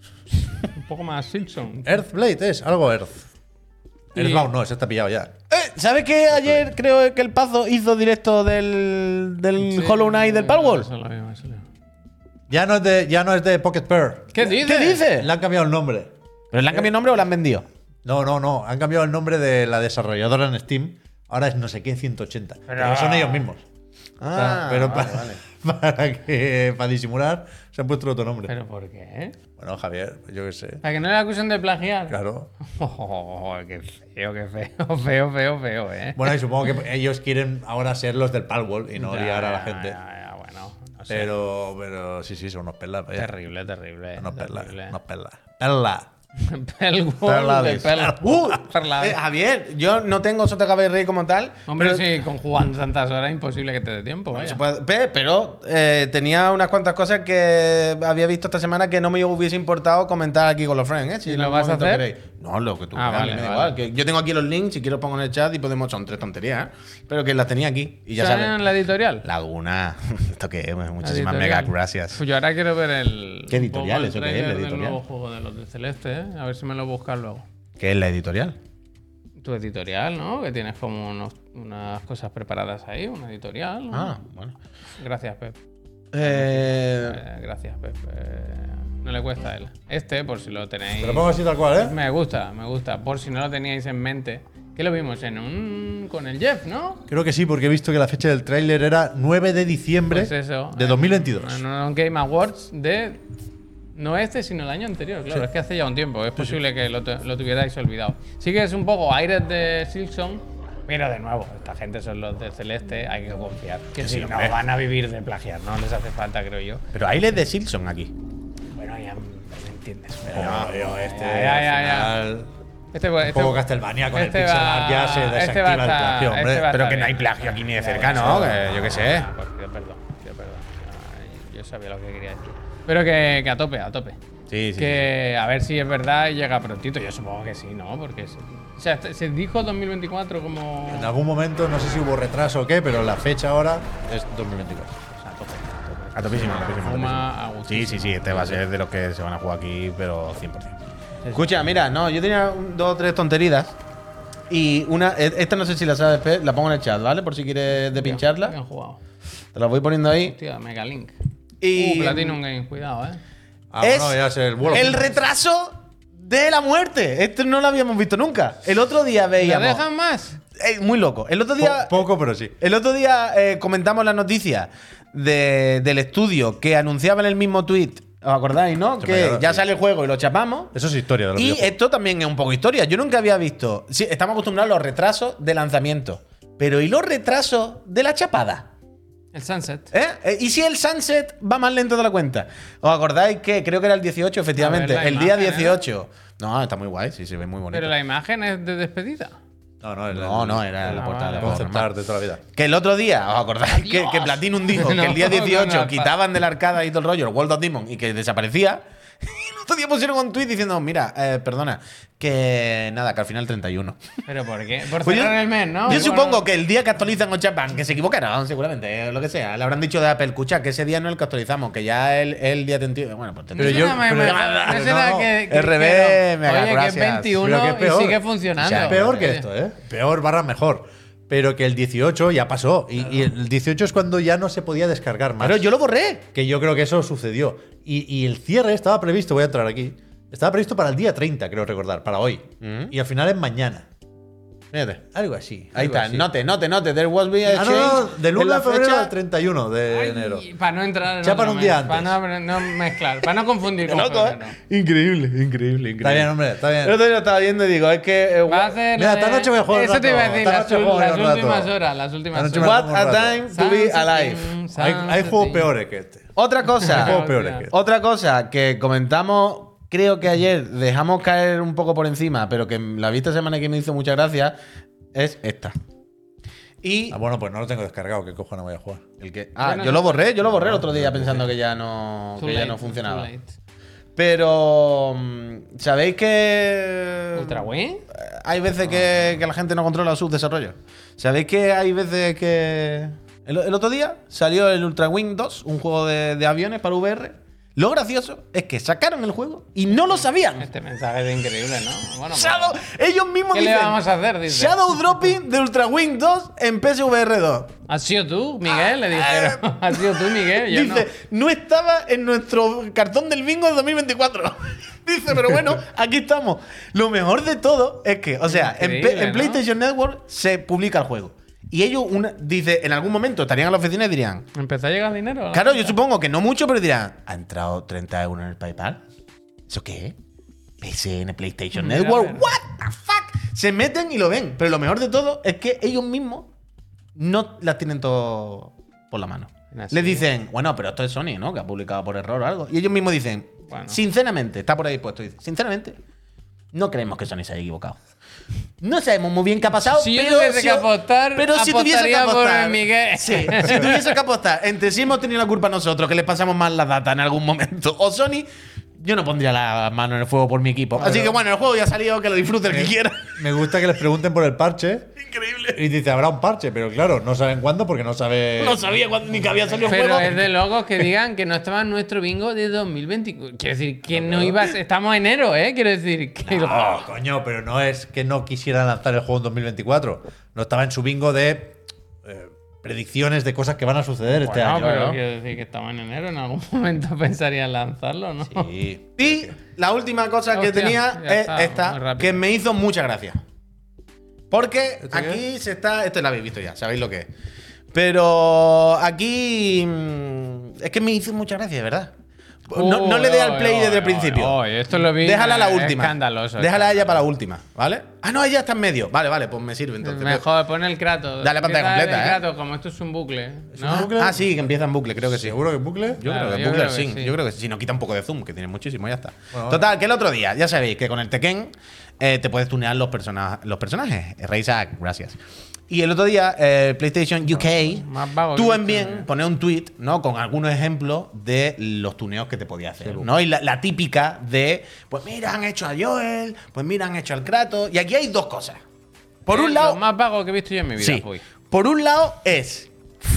Un poco más Simpson. Earthblade es algo Earth. Y- Earthbound no, ese está pillado ya. Eh, ¿Sabes que ayer creo que el Pazo hizo directo del, del Sí, Hollow Knight del Palworld? eso lo mismo, eso lo mismo. Ya no es de, ya no es de Pocket Pearl. ¿Qué dices? ¿Qué dices? Le han cambiado el nombre. ¿Pero le han cambiado el nombre o le han vendido? No, no, no. Han cambiado el nombre de la desarrolladora en Steam. Ahora es no sé qué ciento ochenta. Pero, Pero- son ellos mismos. Ah, pero vale, pa- vale. para que para disimular se han puesto otro nombre. ¿Pero por qué? Bueno, Javier, yo qué sé. Para que no le acusen de plagiar. Claro. Oh, qué feo, qué feo. Feo, feo, feo, eh. Bueno, y supongo que ellos quieren ahora ser los del Palworld y no Ya, liar a la ya, gente. ya, ya, bueno, no sé. Pero, pero sí, sí, son unos perlas. vaya. Terrible, terrible. Unos perlas. terrible. Unos perlas. Perla. Pelwood de Perlavis. Pel- Uh, Perlavis. eh, Javier, yo no tengo Sota Caballo Rey como tal. Hombre, pero- sí, con jugando tantas horas imposible que te dé tiempo. Vaya. Se puede- pe- pero eh, tenía unas cuantas cosas que había visto esta semana que no me hubiese importado comentar aquí con los friends, ¿eh? Si ¿Y en lo algún vas a momento hacer? queréis. No, lo que tú Ah, quieras, vale, me da vale. igual. Que yo tengo aquí los links, si quiero pongo en el chat y podemos. Son tres tonterías, ¿eh? Pero que las tenía aquí. Y ya ¿Está sabes. en la editorial? Laguna. ¿Esto qué es? La Muchísimas editorial. mega gracias. Pues yo ahora quiero ver el. ¿Qué editorial? un poco el ¿Eso qué es, la tráiler del editorial? nuevo juego de los de Celeste, ¿eh? A ver si me lo buscas luego. ¿Qué es la editorial? Tu editorial, ¿no? Que tienes como unos- unas cosas preparadas ahí, una editorial. ¿no? Ah, bueno. Gracias, Pep. Eh, Eh, gracias, Pep. Eh, no le cuesta a él. Este, por si lo tenéis. Te lo pongo así tal cual, ¿eh? Me gusta, me gusta. Por si no lo teníais en mente. Que lo vimos en un. Con el Jeff, ¿no? Creo que sí, porque he visto que la fecha del tráiler era nueve de diciembre Pues eso. de en- dos mil veintidós. En un Game Awards de. No este, sino el año anterior, claro. Sí. Es que hace ya un tiempo. Es posible que lo, tu- lo tuvierais olvidado. Sí que es un poco aires de Silksong. Pero de nuevo, esta gente son los de Celeste, hay que confiar. Que Sí, si no hombre. van a vivir de plagiar, no les hace falta, creo yo. pero hay de Silson aquí. Bueno, ya me entiendes. pero- No, yo, este, Ya, ya, ya, ya. al final, Este, un este- poco Castlevania con este el pixel va- art ya se este va a desactiva el estar- plagio, hombre. este va a Pero estar que no hay bien. plagio aquí ni de Ya, cerca, ya, ¿no? ya. Que yo qué sé. Ah, pues pido perdón, pido perdón. Yo, yo sabía lo que quería decir. Pero que, que a tope, a tope. Sí, sí. Que a ver si es verdad y llega prontito. Yo supongo que sí, ¿no? Porque se, o sea, se dijo dos mil veinticuatro como. En algún momento, no sé si hubo retraso o qué, pero la fecha ahora es dos mil veinticuatro. O sea, a tope, a tope. A topísimo, a topísimo, a Fuma a topísimo. gusto. Sí, sí, sí. Este va a ser de los que se van a jugar aquí, pero cien por cien. Escucha, mira, no, yo tenía un- dos o tres tonterías. Y una, e- esta no sé si la sabes, Pe, la pongo en el chat, ¿vale? Por si quieres de pincharla. Bien jugado. Te la voy poniendo ahí. Hostia, Megalink. Y Uh, Platinum Game, cuidado, eh. Ah, es bueno, ya es el vuelo. el retraso de la muerte. Esto no lo habíamos visto nunca. El otro día ¿Le veíamos. dejan más? Eh, muy loco. El otro día. Po- poco, pero sí. El otro día eh, comentamos la noticia de- del estudio que anunciaba en el mismo tweet. ¿Os acordáis, no? Se Que me ha quedado, ya sí. sale el juego y lo chapamos. Eso es historia de los Y videojuegos. esto también es un poco historia. Yo nunca había visto. Sí, estamos acostumbrados a los retrasos de lanzamiento. Pero ¿y los retrasos de la chapada? El Sunset. ¿Eh? Eh, ¿Y si el Sunset va más lento de la cuenta? ¿Os acordáis que creo que era el dieciocho, efectivamente? A ver la el día imagen, ¿eh? dieciocho. No, está muy guay, sí, se ve muy bonito. Pero la imagen es de despedida. No, no, el, No, no, era la Ah, portada vale. de el la concept normal. art de toda la vida. Que el otro día, ¿os acordáis que, Adiós. que Platinum dijo que No, el día dieciocho no, no, quitaban de la arcada y todo el rollo el World of Demon y que desaparecía? Y el otro día pusieron un tweet diciendo, mira, eh, perdona, que nada, que al final treinta y uno. ¿Pero por qué? Por Pues yo, cerrar el mes, ¿no? yo Bueno, supongo que el día que actualizan o chapan, que se equivocarán seguramente, eh, lo que sea. Le habrán dicho de Apple, escucha, que ese día no es el que actualizamos, que ya el, el día treinta y uno. Bueno, pues No Pero treinta y uno. yo- será, pero- me- no pero será no, que, que R B, dijeron, mega oye, que es gracias. veintiuno Pero que peor. y sigue funcionando. O sea, peor que Oye. esto, ¿eh? Peor barra mejor. Pero que el dieciocho ya pasó. Y, y el dieciocho es cuando ya no se podía descargar más. Pero yo lo borré. Que yo creo que eso sucedió. Y, y el cierre estaba previsto, voy a entrar aquí. Estaba previsto para el día treinta, creo recordar, para hoy. Mm. Y al final es mañana. Fíjate. Algo así. Ahí algo está, así. note, note, note. There was be a Ah, no, change no, del en uno la de febrero fecha. al treinta y uno de Ay, enero. Para no entrar en Chapan otro un día mes, Para antes. no, no mezclar, para no confundir Qué con loco, ¿eh? febrero. Increíble, increíble, increíble. Está bien, hombre, está bien. El otro día lo estaba viendo y digo, es que. eh, Va a hacer. Mira, lo esta de- noche voy a jugar un Eso te iba a rato, decir, esta las, noche ul- juego las un rato. últimas horas. Las últimas Esta noche horas. me What a un rato. time to be alive. Hay, hay juegos peores que este. Otra Hay cosa. juegos peores que este. Otra cosa que comentamos, creo que ayer dejamos caer un poco por encima, pero que la vista semana que me hizo mucha gracia, es esta. Y. Ah, bueno, pues no lo tengo descargado, que cojo no voy a jugar. El que, ah, Bueno, yo lo borré, yo lo borré el otro día pensando que ya no, Too que ya late, no funcionaba. too late. Pero. mm, ¿Sabéis que. ¿Ultra Wii? Eh, Hay veces que, que la gente no controla sus desarrollos. ¿Sabéis que hay veces que. El, el otro día salió el Ultra Wing dos, un juego de, de aviones para V R. Lo gracioso es que sacaron el juego y no lo sabían. Este mensaje es increíble, ¿no? Bueno, pues, Shadow, ellos mismos ¿qué le dicen. vamos a hacer? Dice. Shadow Dropping de Ultra Wing dos en P S V R dos. ¿Has sido tú, Miguel? Le dijeron. ¿Has sido tú, Miguel? Yo Dice, no. estaba en nuestro cartón del bingo de dos mil veinticuatro. Dice, pero bueno, aquí estamos. Lo mejor de todo es que, o sea, en, Increíble, P- en ¿no? PlayStation Network se publica el juego. Y ellos, una, dice, en algún momento estarían en la oficina y dirían, no. ¿Empezó a llegar dinero? claro, yo supongo que no mucho, pero dirán, ¿ha entrado treinta euros en el PayPal? ¿Eso qué? P S N, PlayStation Mira, Network, mira. what the fuck? Se meten y lo ven. Pero lo mejor de todo es que ellos mismos no las tienen todo por la mano. Así. Les dicen, bueno, pero esto es Sony, ¿no? Que ha publicado por error o algo. Y ellos mismos dicen, Bueno. sinceramente, está por ahí puesto, dice, sinceramente, no creemos que Sony se haya equivocado. No sabemos muy bien qué ha pasado, Si yo pero tuviese si, que apostar, pero si tuviese que apostaría por apostar, Miguel. Sí, si tuviese que apostar entre si hemos tenido la culpa nosotros, que les pasamos mal la data en algún momento, o Sony, yo no pondría la mano en el fuego por mi equipo. Así que bueno, el juego ya ha salido, que lo disfrute el que quiera. Me gusta que les pregunten por el parche. Increíble. Y dice, habrá un parche, pero claro, no saben cuándo porque no sabe. No sabía cuándo, ni que había salido el Pero juego. es de locos que digan que no estaba en nuestro bingo de dos mil veinticuatro. Quiero decir, que no ibas. Estamos en enero, ¿eh? Quiero decir que. No, coño, pero no es que no quisieran lanzar el juego en dos mil veinticuatro. No estaba en su bingo de eh, predicciones de cosas que van a suceder este Bueno, año. pero ¿no? quiero decir que estamos en enero. En algún momento pensarían lanzarlo, ¿no? Sí. Y la última cosa que Hostia, tenía ya es está, muy esta, rápido. que me hizo mucha gracia. Porque ¿Esto qué aquí se está. Esto lo habéis visto ya, sabéis lo que es. Pero aquí. mm, Es que me hizo mucha gracia, de verdad. No, no le dé al play Uy, desde el uy, principio. uy, esto lo vi. Déjala a la es última. Escandaloso. Déjala a ella para la última, ¿vale? Ah, no, ella está en medio. Vale, vale, pues me sirve entonces. Mejor pon el Kratos. Dale pantalla ¿Qué tal completa, el ¿eh? Kratos? Como esto es un bucle. un ¿no? bucle? Ah, sí, que empieza en bucle, creo que sí. ¿Seguro que es bucle? Yo Claro, creo que yo bucle creo que sí. sí. Yo creo que sí. Si no quita un poco de zoom, que tiene muchísimo, ya está. Bueno, Total, que el otro día, ya sabéis que con el Tekken eh, te puedes tunear los, persona los personajes. Reisak, gracias. Y el otro día, eh, PlayStation U K Más vago tuvo que en esto, bien eh. poner un tweet, ¿no? Con algunos ejemplos de los tuneos que te podía hacer, ¿no? Y la, la típica de, pues mira, han hecho a Joel, pues mira, han hecho al Kratos. Y aquí hay dos cosas. Por Eh, un lado, Lo más vago que he visto yo en mi vida. sí. Uy. Por un lado es.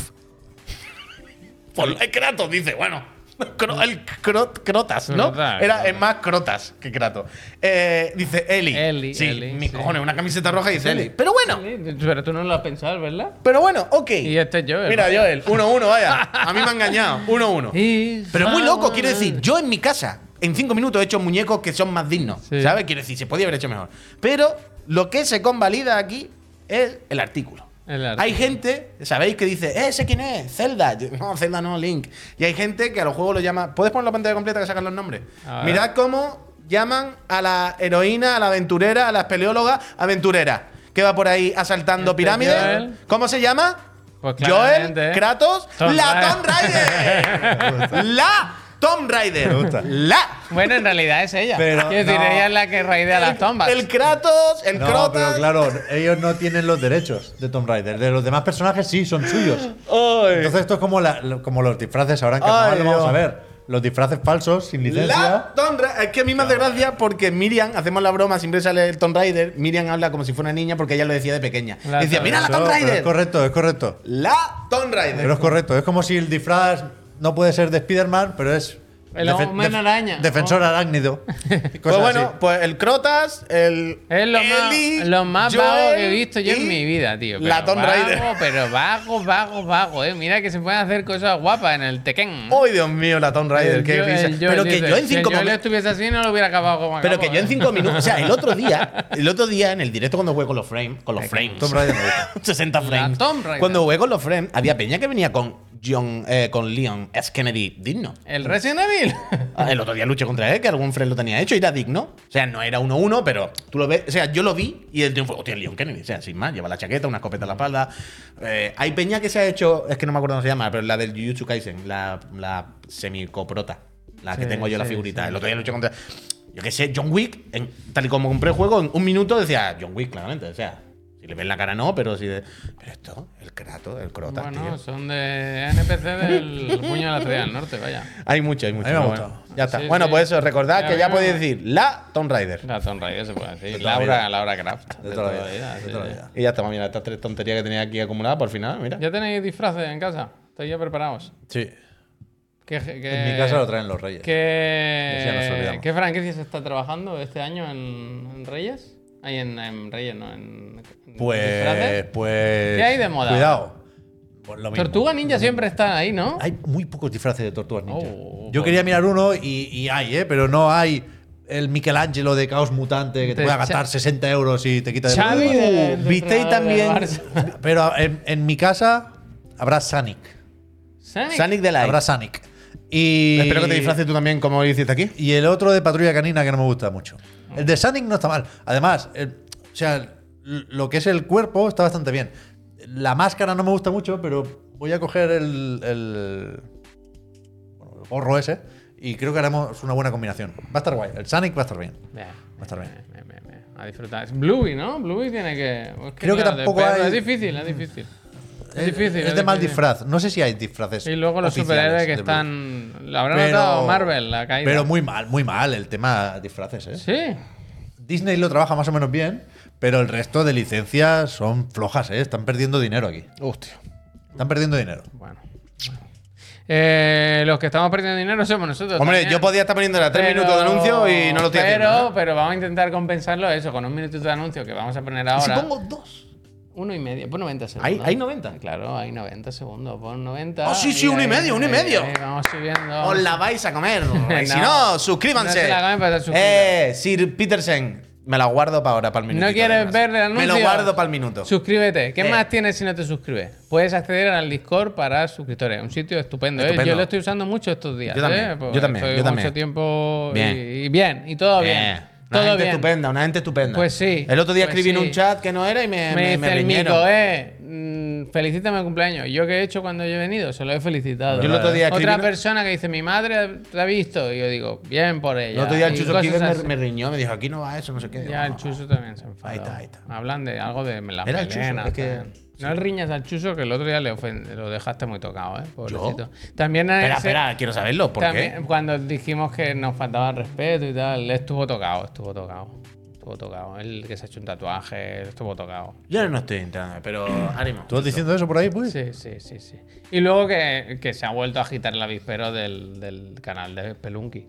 Por el Kratos dice, bueno. Cro- el cro- Crotas, ¿no? Crotas, Era Crotas. es más Crotas que Kratos. Eh, dice Eli. Eli, Sí, Eli, mis sí. cojones, una camiseta roja y dice Eli. Pero bueno, Pero tú no lo has pensado, ¿verdad? pero bueno, ok. Y este es Joel. Mira, Joel, uno uno, vaya. A mí me ha engañado. uno uno. Pero es muy loco, quiero decir, yo en mi casa, en cinco minutos he hecho muñecos que son más dignos. Sí. ¿Sabes? Quiero decir, se podía haber hecho mejor. Pero lo que se convalida aquí es el artículo. El artículo. Hay gente, ¿sabéis? Que dice, ¿eh, ese quién es? Zelda. Yo, no, Zelda no, Link. Y hay gente que a los juegos lo llama. ¿Puedes poner la pantalla completa que sacan los nombres? A ver. Mirad cómo llaman a la heroína, a la aventurera, a la espeleóloga, aventurera. Que va por ahí asaltando Este pirámides. Joel. ¿Cómo se llama? Pues Joel, claramente, ¿eh? Kratos, Tomb la Raider. Tomb Raider. la Tomb Raider. La. Bueno, en realidad es ella. Pero Quiero decir, no. ella es la que raidea las tombas. El Kratos, el No, Crotas. pero claro, ellos no tienen los derechos de Tomb Raider. De los demás personajes sí, son suyos. Ay. Entonces esto es como, la- lo- como los disfraces ahora en carnaval Ay, lo vamos Dios. a ver. Los disfraces falsos, sin licencia. La Tomb Raider. Es que a mí me hace gracia porque Miriam, hacemos la broma, siempre sale el Tomb Raider. Miriam habla como si fuera una niña porque ella lo decía de pequeña. La Decía, Tomb- mira la Eso, Tomb pero es Raider. correcto, es correcto. La Tomb Raider. Pero es correcto. Es como si el disfraz no puede ser de Spider-Man, pero es. El defe- hombre def- araña. Defensor Oh. arácnido. Pues Cosas bueno, así. pues el Crotas, el. Es lo Eli, más, lo más Joel vago que he visto yo y en mi vida, tío. La Pero Tomb Raider. vago, pero vago, vago, vago, eh. Mira que se pueden hacer cosas guapas en el Tekken. ¡Ay, Dios mío, la Tomb Raider! El ¡Qué Joel- risa! el Joel Pero que dice, yo en si el cinco Joel momentos. estuviese así, no lo hubiera acabado como Pero acabó, que yo en eh. cinco minutos. O sea, el otro día, el otro día en el directo cuando jugué con los frames. Con los frames. Tomb Raider me gusta. sesenta La frames. Tomb Raider. Cuando jugué con los frames, había peña que venía con John, eh, con Leon S. Kennedy digno. ¿El Resident Evil? Ah, El otro día luché contra él, que algún friend lo tenía hecho y era digno. O sea, no era uno uno, pero tú lo ves. O sea, yo lo vi y el triunfo, hostia, Leon Kennedy. O sea, sin más, lleva la chaqueta, una escopeta en la espalda. Eh, hay peña que se ha hecho, es que no me acuerdo cómo se llama, pero la del Jujutsu Kaisen, la, la semicoprota. La que Sí, tengo yo, la sí, figurita. sí. El otro día luché contra. Yo qué sé, John Wick, en- tal y como compré el juego, en un minuto decía John Wick, claramente. O sea, si le ves la cara, no, pero si. De, pero esto, el Kratos, el Crotas, Bueno, tío. son de N P C del puño de la estrella del norte, vaya. Hay mucho, hay mucho. A mí me ha pero gustado. bueno, ya está. Sí, bueno, sí. pues eso, recordad Ya, que ya venga. podéis decir la Tomb Raider. La Tomb Raider se puede decir. De toda la Laura, vida. Laura Craft. De toda la vida, sí, de toda la sí. vida. Y ya está, mira, estas tres tonterías que tenía aquí acumuladas por final, mira. ¿Ya tenéis disfraces en casa? ¿Estáis ya preparados? Sí. ¿Qué, qué- En mi casa lo traen los reyes. ¿Qué, Ya nos olvidamos. ¿Qué franquicia se está trabajando este año en, en Reyes? Ahí en, en Reyes, ¿no? En, en Pues. disfraces. Pues. ¿Qué hay de moda? Cuidado. Pues lo mismo. Tortuga Ninja siempre está ahí, ¿no? Hay muy pocos disfraces de tortugas ninja. Oh, Yo pues- quería mirar uno y, y hay, ¿eh? Pero no hay el Michelangelo de Caos Mutante que te De pueda Cha- gastar sesenta euros y te quita de Xavi problema. de- del ¿visteis entrenador del también? Barça. Pero en, en mi casa habrá Sonic. Sonic. Sonic de Light. Habrá Sonic. Y. Espero que te disfraces tú también, como hiciste aquí. Y el otro de Patrulla Canina que no me gusta mucho. El de Sonic no está mal. Además, el- o sea, l- lo que es el cuerpo está bastante bien. La máscara no me gusta mucho, pero voy a coger el, el, bueno, el gorro ese y creo que haremos una buena combinación. Va a estar guay. El Sonic va a estar bien. Bien, Va a estar bien. bien, bien, bien. A disfrutar. Es Bluey, ¿no? Bluey tiene que. pues Creo que claro, tampoco de perro. hay- Es difícil, es difícil. Es difícil. Es de mal difícil. disfraz. No sé si hay disfraces. Y luego los oficiales superhéroes que de Bluey. están. Lo habrá Pero- notado Marvel, la caída. Pero muy mal, muy mal el tema disfraces, ¿eh? Sí. Disney lo trabaja más o menos bien, pero el resto de licencias son flojas, ¿eh? Están perdiendo dinero aquí. Hostia. Están perdiendo dinero. Bueno. bueno. Eh, los que estamos perdiendo dinero somos nosotros. Hombre, también. yo podía estar poniendo tres Pero- minutos de anuncio y no lo estoy pero, haciendo. ¿eh? Pero vamos a intentar compensarlo eso con un minutito de anuncio que vamos a poner ¿Y ahora. si pongo dos? Uno y medio, pon noventa segundos. ¿Hay, ¿Hay noventa? Claro, hay noventa segundos. Pon noventa. Oh, sí, sí, uno y ahí- medio, uno y ahí- medio. ahí vamos subiendo. Os la vais a comer. Y si No. no, suscríbanse. No se la comen para estar eh, Sir Petersen. Me la guardo para ahora, para el minuto. ¿No quieres ver el anuncio? Me lo guardo para el minuto. Suscríbete. ¿Qué Eh. más tienes si no te suscribes? Puedes acceder al Discord para suscriptores. Un sitio estupendo. ¿eh? Estupendo. Yo lo estoy usando mucho estos días. Yo también, ¿eh? Pues yo también, estoy yo mucho también. tiempo Bien. Y, y bien. Y todo bien. Eh, una Todo gente bien. estupenda, una gente estupenda. Pues sí, El otro día pues escribí en sí. un chat que no era y me, Me, me, dice me el riñeron. mico, eh, mm, felicítame el cumpleaños. ¿Yo qué he hecho cuando yo he venido? Se lo he felicitado. Yo el otro día escribí Otra una- persona que dice, mi madre te ha visto. Y yo digo, bien por ella. El otro día el Y Chuso cosas Kiver así. me, me riñó, me dijo, aquí no va eso, no sé qué. Digo, Ya el no, Chuso también se enfadó. Ahí está, ahí está. Hablan de algo de la Era el Chuso, melena, es que- tal. No le riñas al Chuso, que el otro día le ofend- lo dejaste muy tocado, ¿eh? Pobrecito. También Espera, ese- espera, quiero saberlo. ¿Por también, qué? Cuando dijimos que nos faltaba respeto y tal, estuvo tocado, estuvo tocado. Estuvo tocado. Él que se ha hecho un tatuaje, estuvo tocado. Yo no estoy entrando, pero ánimo. ¿Tú vas diciendo eso por ahí, pues? Sí, sí, sí, sí. Y luego que, que se ha vuelto a agitar el avispero del, del canal de Spelunky.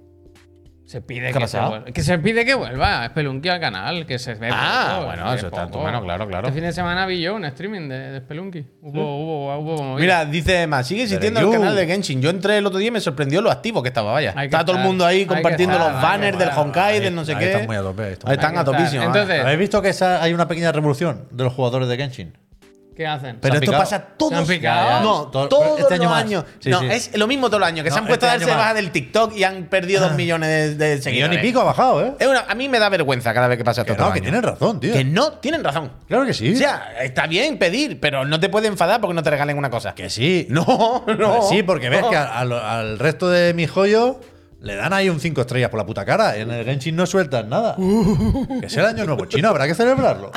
Se pide ¿Qué ha que se, pasado? vuelva, que se pide que vuelva Spelunky al canal, que se ve Ah, poco, bueno, se ve eso está en tu poco. mano, claro, claro. Este fin de semana vi yo un streaming de, de Spelunky. Hubo, hubo, hubo, movida. Mira, dice Emma, sigue existiendo el you. canal de Genshin. Yo entré el otro día y me sorprendió lo activo que estaba, vaya. Hay que Estaba todo el estar, mundo ahí hay que compartiendo estar, los hay que banners del estar. Honkai, del no sé Ahí qué. están muy a tope, ahí están Ahí muy están a a tope. topísimo. Entonces- ¿eh? ¿Habéis visto que esa- hay una pequeña revolución de los jugadores de Genshin? ¿Qué hacen? Pero ¿Se han esto picado? pasa ¿Se han todos picado? Ya, ya. No, Todo- todos este año los más. años. Sí, no, sí. es lo mismo todos los años. Que No, se han puesto este a año darse más. baja del TikTok y han perdido dos millones de, de Millón seguidores. y pico ha bajado, ¿eh? Es una- a mí me da vergüenza cada vez que pasa Que esto. no, todo que el año. tienen razón, tío. Que no, tienen razón. Claro que sí. O sea, está bien pedir, pero no te puedes enfadar porque no te regalen una cosa. Que sí. No, no. Sí, porque ves no. que a- a lo- al resto de mis joyos le dan ahí un cinco estrellas por la puta cara. En el Genshin no sueltan nada. Que es el año nuevo chino, habrá que celebrarlo.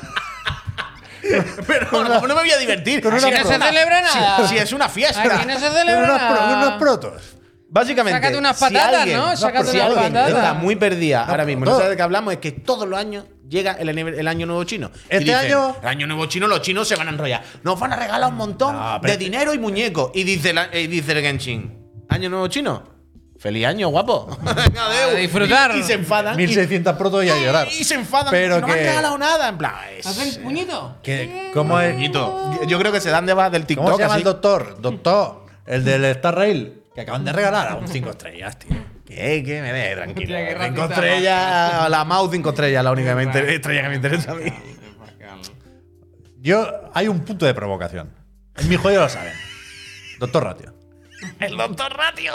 Pero ¿cómo no me voy a divertir? con Si una es no se una- celebra nada. Si, si es una fiesta. Aquí no se Pero celebra unos, pro- nada. unos protos. Básicamente, Sácate unas si patatas, alguien- ¿no? Sácate si unas alguien patatas. está muy perdida ahora mismo, no todo. sabe de qué hablamos, es que todos los años llega el, el año nuevo chino. Y Este dicen, año- El año nuevo chino, los chinos se van a enrollar. Nos van a regalar un montón No, pero de este- dinero y muñecos. Y dice, la- y dice el Genshin, ¿año nuevo chino? ¡Feliz año, guapo! Venga, adeu. A disfrutar. Y, y se enfadan. mil seiscientos protos y a llorar. Y se enfadan. Pero no me que- han regalado nada. En plan, es- ¿Hacen puñito? Que, ¿Cómo es? Poquito. Yo creo que se dan de baja del TikTok. ¿Cómo se llama así. el doctor? Doctor, el del Star Rail, que acaban de regalar a un cinco estrellas, tío. ¿Qué? ¿Qué? Me deje tranquilo. Hostia, qué Cinco racista, estrellas, la mouse cinco estrellas, la única que me inter- estrella que me interesa a mí. Yo, hay un punto de provocación. En mi joyo lo saben. Doctor Ratio. El doctor Ratio.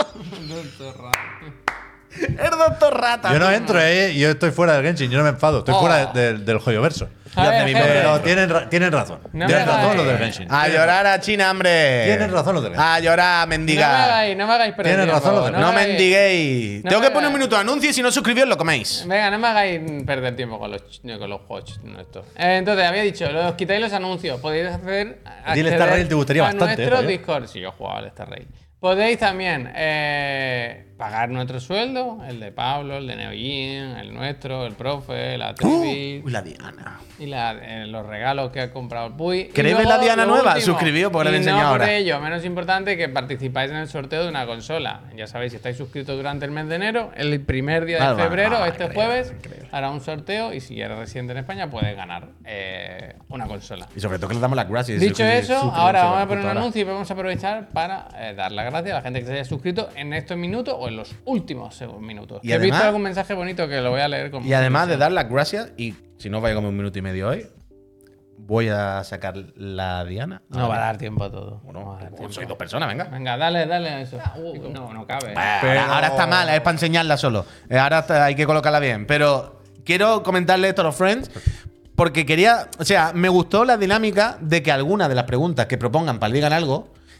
El doctor Rata. Yo no entro, eh. Yo estoy fuera del Genshin, yo no me enfado. Estoy Oh. fuera de- del, del joyo verso. A ver, gente. Pero tienen, ra- tienen razón. No tienen me razón hagáis- los del Genshin. A Tienen llorar a China, hombre. Tienen razón los del Genshin. A llorar, No me mendiga. hagáis, no me hagáis perder Tienen tiempo, razón los de- No, me hagáis- mendiguéis. no Tengo me que poner un hagáis- minuto de anuncio y si no suscribís lo coméis. Venga, no me hagáis perder tiempo con los, ch- con los juegos nuestros. Eh, entonces, había dicho, os quitáis los anuncios. Podéis hacer. A ti el acceder Star Rail te gustaría a bastante, nuestro eh, Javier. Discord. Si yo jugaba al Star Rail. Podéis también eh, pagar nuestro sueldo, el de Pablo, el de Neojin, el nuestro, el profe, la Trivi Uy, la Diana. y la- eh, los regalos que ha comprado el Puy. Y ¿Queréis ver luego, la Diana lo nueva? último, Suscribíos, porque la y he enseñado no por ahora. ello, menos importante, que participáis en el sorteo de una consola. Ya sabéis, si estáis suscritos durante el mes de enero, el primer día de Vale, vale, febrero, vale, este increíble, jueves, increíble. hará un sorteo y si eres residente en España, puedes ganar eh, una consola. Y sobre todo que le damos las gracias. Dicho Suscribir- eso, suscribirse ahora a vamos la a poner un computadora. anuncio y vamos a aprovechar para eh, dar las gracias a la gente que se haya suscrito en estos minutos o en los últimos seg- minutos. Y He además- visto algún mensaje bonito que lo voy a leer con Y además de dar las gracias, y si no vaya como un minuto y medio hoy, voy a sacar la Diana. No va a dar tiempo a todo. Bueno, no va a dar tiempo. soy dos personas, venga. Venga, dale, dale a eso. No, no cabe. Bah, Pero- ahora, ahora está mal, es para enseñarla solo. Eh, Ahora está- hay que colocarla bien. Pero quiero comentarle esto a los friends. Porque quería. O sea, me gustó la dinámica de que algunas de las preguntas que propongan para el digan algo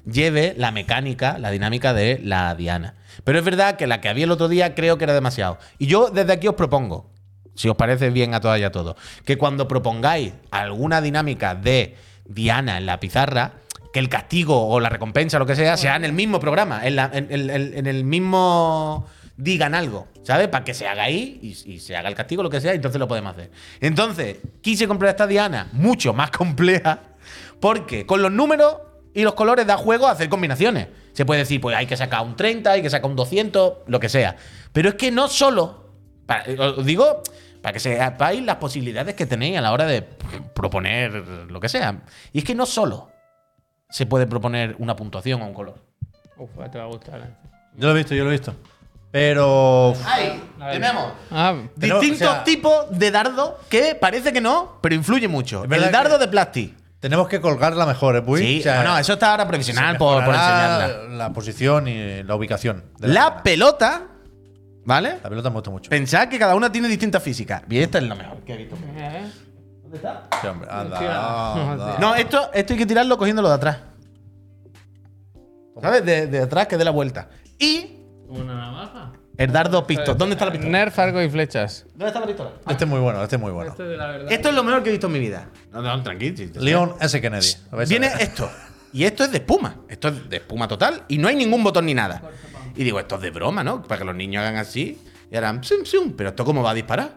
lleve la mecánica, la dinámica de la Diana. Pero es verdad que la que había el otro día creo que era demasiado. Y yo desde aquí os propongo, si os parece bien a todas y a todos, que cuando propongáis alguna dinámica de Diana en la pizarra, que el castigo o la recompensa o lo que sea, sea en el mismo programa, en, la, en, en, en el mismo... digan algo, ¿sabes? Para que se haga ahí y, y se haga el castigo, lo que sea, y entonces lo podemos hacer. Entonces, quise comprar esta Diana mucho más compleja, porque con los números y los colores da juego a hacer combinaciones. Se puede decir, pues hay que sacar un treinta, hay que sacar un doscientos, lo que sea. Pero es que no solo, para, os digo, para que sepáis las posibilidades que tenéis a la hora de proponer lo que sea. Y es que no solo se puede proponer una puntuación o un color. Uf, te va a gustar. ¿eh? Yo lo he visto, yo lo he visto. Pero. Ahí tenemos Ah, Pero, distintos o sea- tipos de dardo que parece que no, pero influye mucho. Es verdad El dardo que- de plastic. Tenemos que colgarla mejor, ¿eh, Puy? Sí, O sea, no, eso está ahora se provisional por, por mejorará enseñarla. la posición y la ubicación. de La la, pelota, ¿vale? la pelota me gusta mucho. Pensad que cada una tiene distintas físicas. Y esta es lo mejor que he visto. ¿eh? ¿Dónde está? Sí, hombre, anda, Hostia. anda. No, esto, esto hay que tirarlo cogiéndolo de atrás. ¿Sabes? De, de atrás que dé la vuelta. Y Una navaja. el dardo pistola. ¿Dónde está la pistola? Nerf, arco y flechas. ¿Dónde está la pistola? Este es muy bueno, este es muy bueno. Esto es de la verdad. Esto es lo mejor que he visto en mi vida. No, no, tranquilo. sí, sí. Leon S. Kennedy. Lo vais a Viene ver. esto. Y esto es de espuma. Esto es de espuma total. Y no hay ningún botón ni nada. Y digo, esto es de broma, ¿no? Para que los niños hagan así. Y harán psum, psum. Pero esto, ¿cómo va a disparar?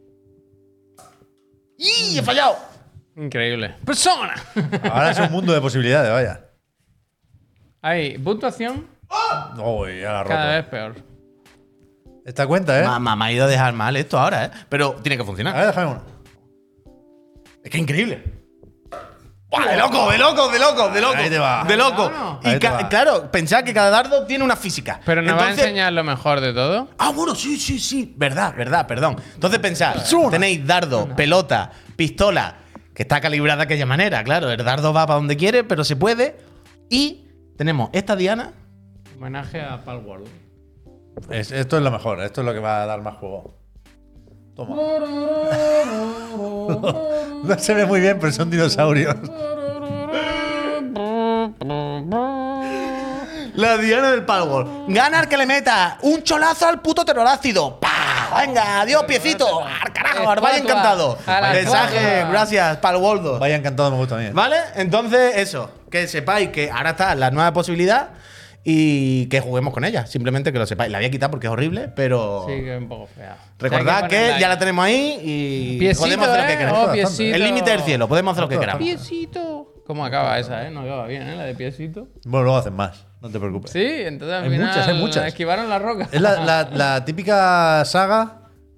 ¡Y! ¡He fallado! Increíble. ¡Persona! Ahora es un mundo de posibilidades, vaya. Hay puntuación Uy, ya la ha cada vez roto. peor. Esta cuenta, ¿eh? Ma- Me ha ido a dejar mal esto ahora, ¿eh? Pero tiene que A funcionar. ver, déjame una. Es que es increíble. ¡Buah, de loco, de loco, de loco, de loco! Ahí te va. De loco. Vámonos. Y Ahí te ca- va. claro, pensad que cada dardo tiene una física. Pero nos va a Entonces- enseñar lo mejor de todo. Ah, bueno, sí, sí, sí. Verdad, verdad, perdón. Entonces pensad, tenéis dardo, pelota, pistola, que está calibrada de aquella manera, claro. El dardo va para donde quiere, pero se puede. Y tenemos esta Diana. Homenaje a Palworld. Es- esto es lo mejor, esto es lo que va a dar más juego. Toma. No se ve muy bien, pero son dinosaurios. La Diana del Palworld. Gana el que le meta un cholazo al puto pterodáctido. ¡Pah! Venga, adiós, piecito. ¡Al carajo! ¡Al vaya Estatua. encantado! A la Mensaje, estatua. gracias, Palworld. Vaya encantado, me gusta a mí. ¿eh? ¿Vale? Entonces, eso. Que sepáis que ahora está la nueva posibilidad y que juguemos con ella. Simplemente que lo sepáis. La voy a quitar porque es horrible, pero. Sí, que es un poco fea. Recordad Hay que, ponerla ya ahí. la tenemos ahí y Piecito, podemos hacer lo que ¿eh? queramos. Oh, piecito. El límite del cielo, podemos hacer lo que queramos. Piecito. ¿Cómo acaba esa, eh? No acaba bien, ¿eh? La de piecito. Bueno, luego hacen más, no te preocupes. Sí, entonces al Hay final muchas, hay muchas. esquivaron la roca. Es la, la- la típica saga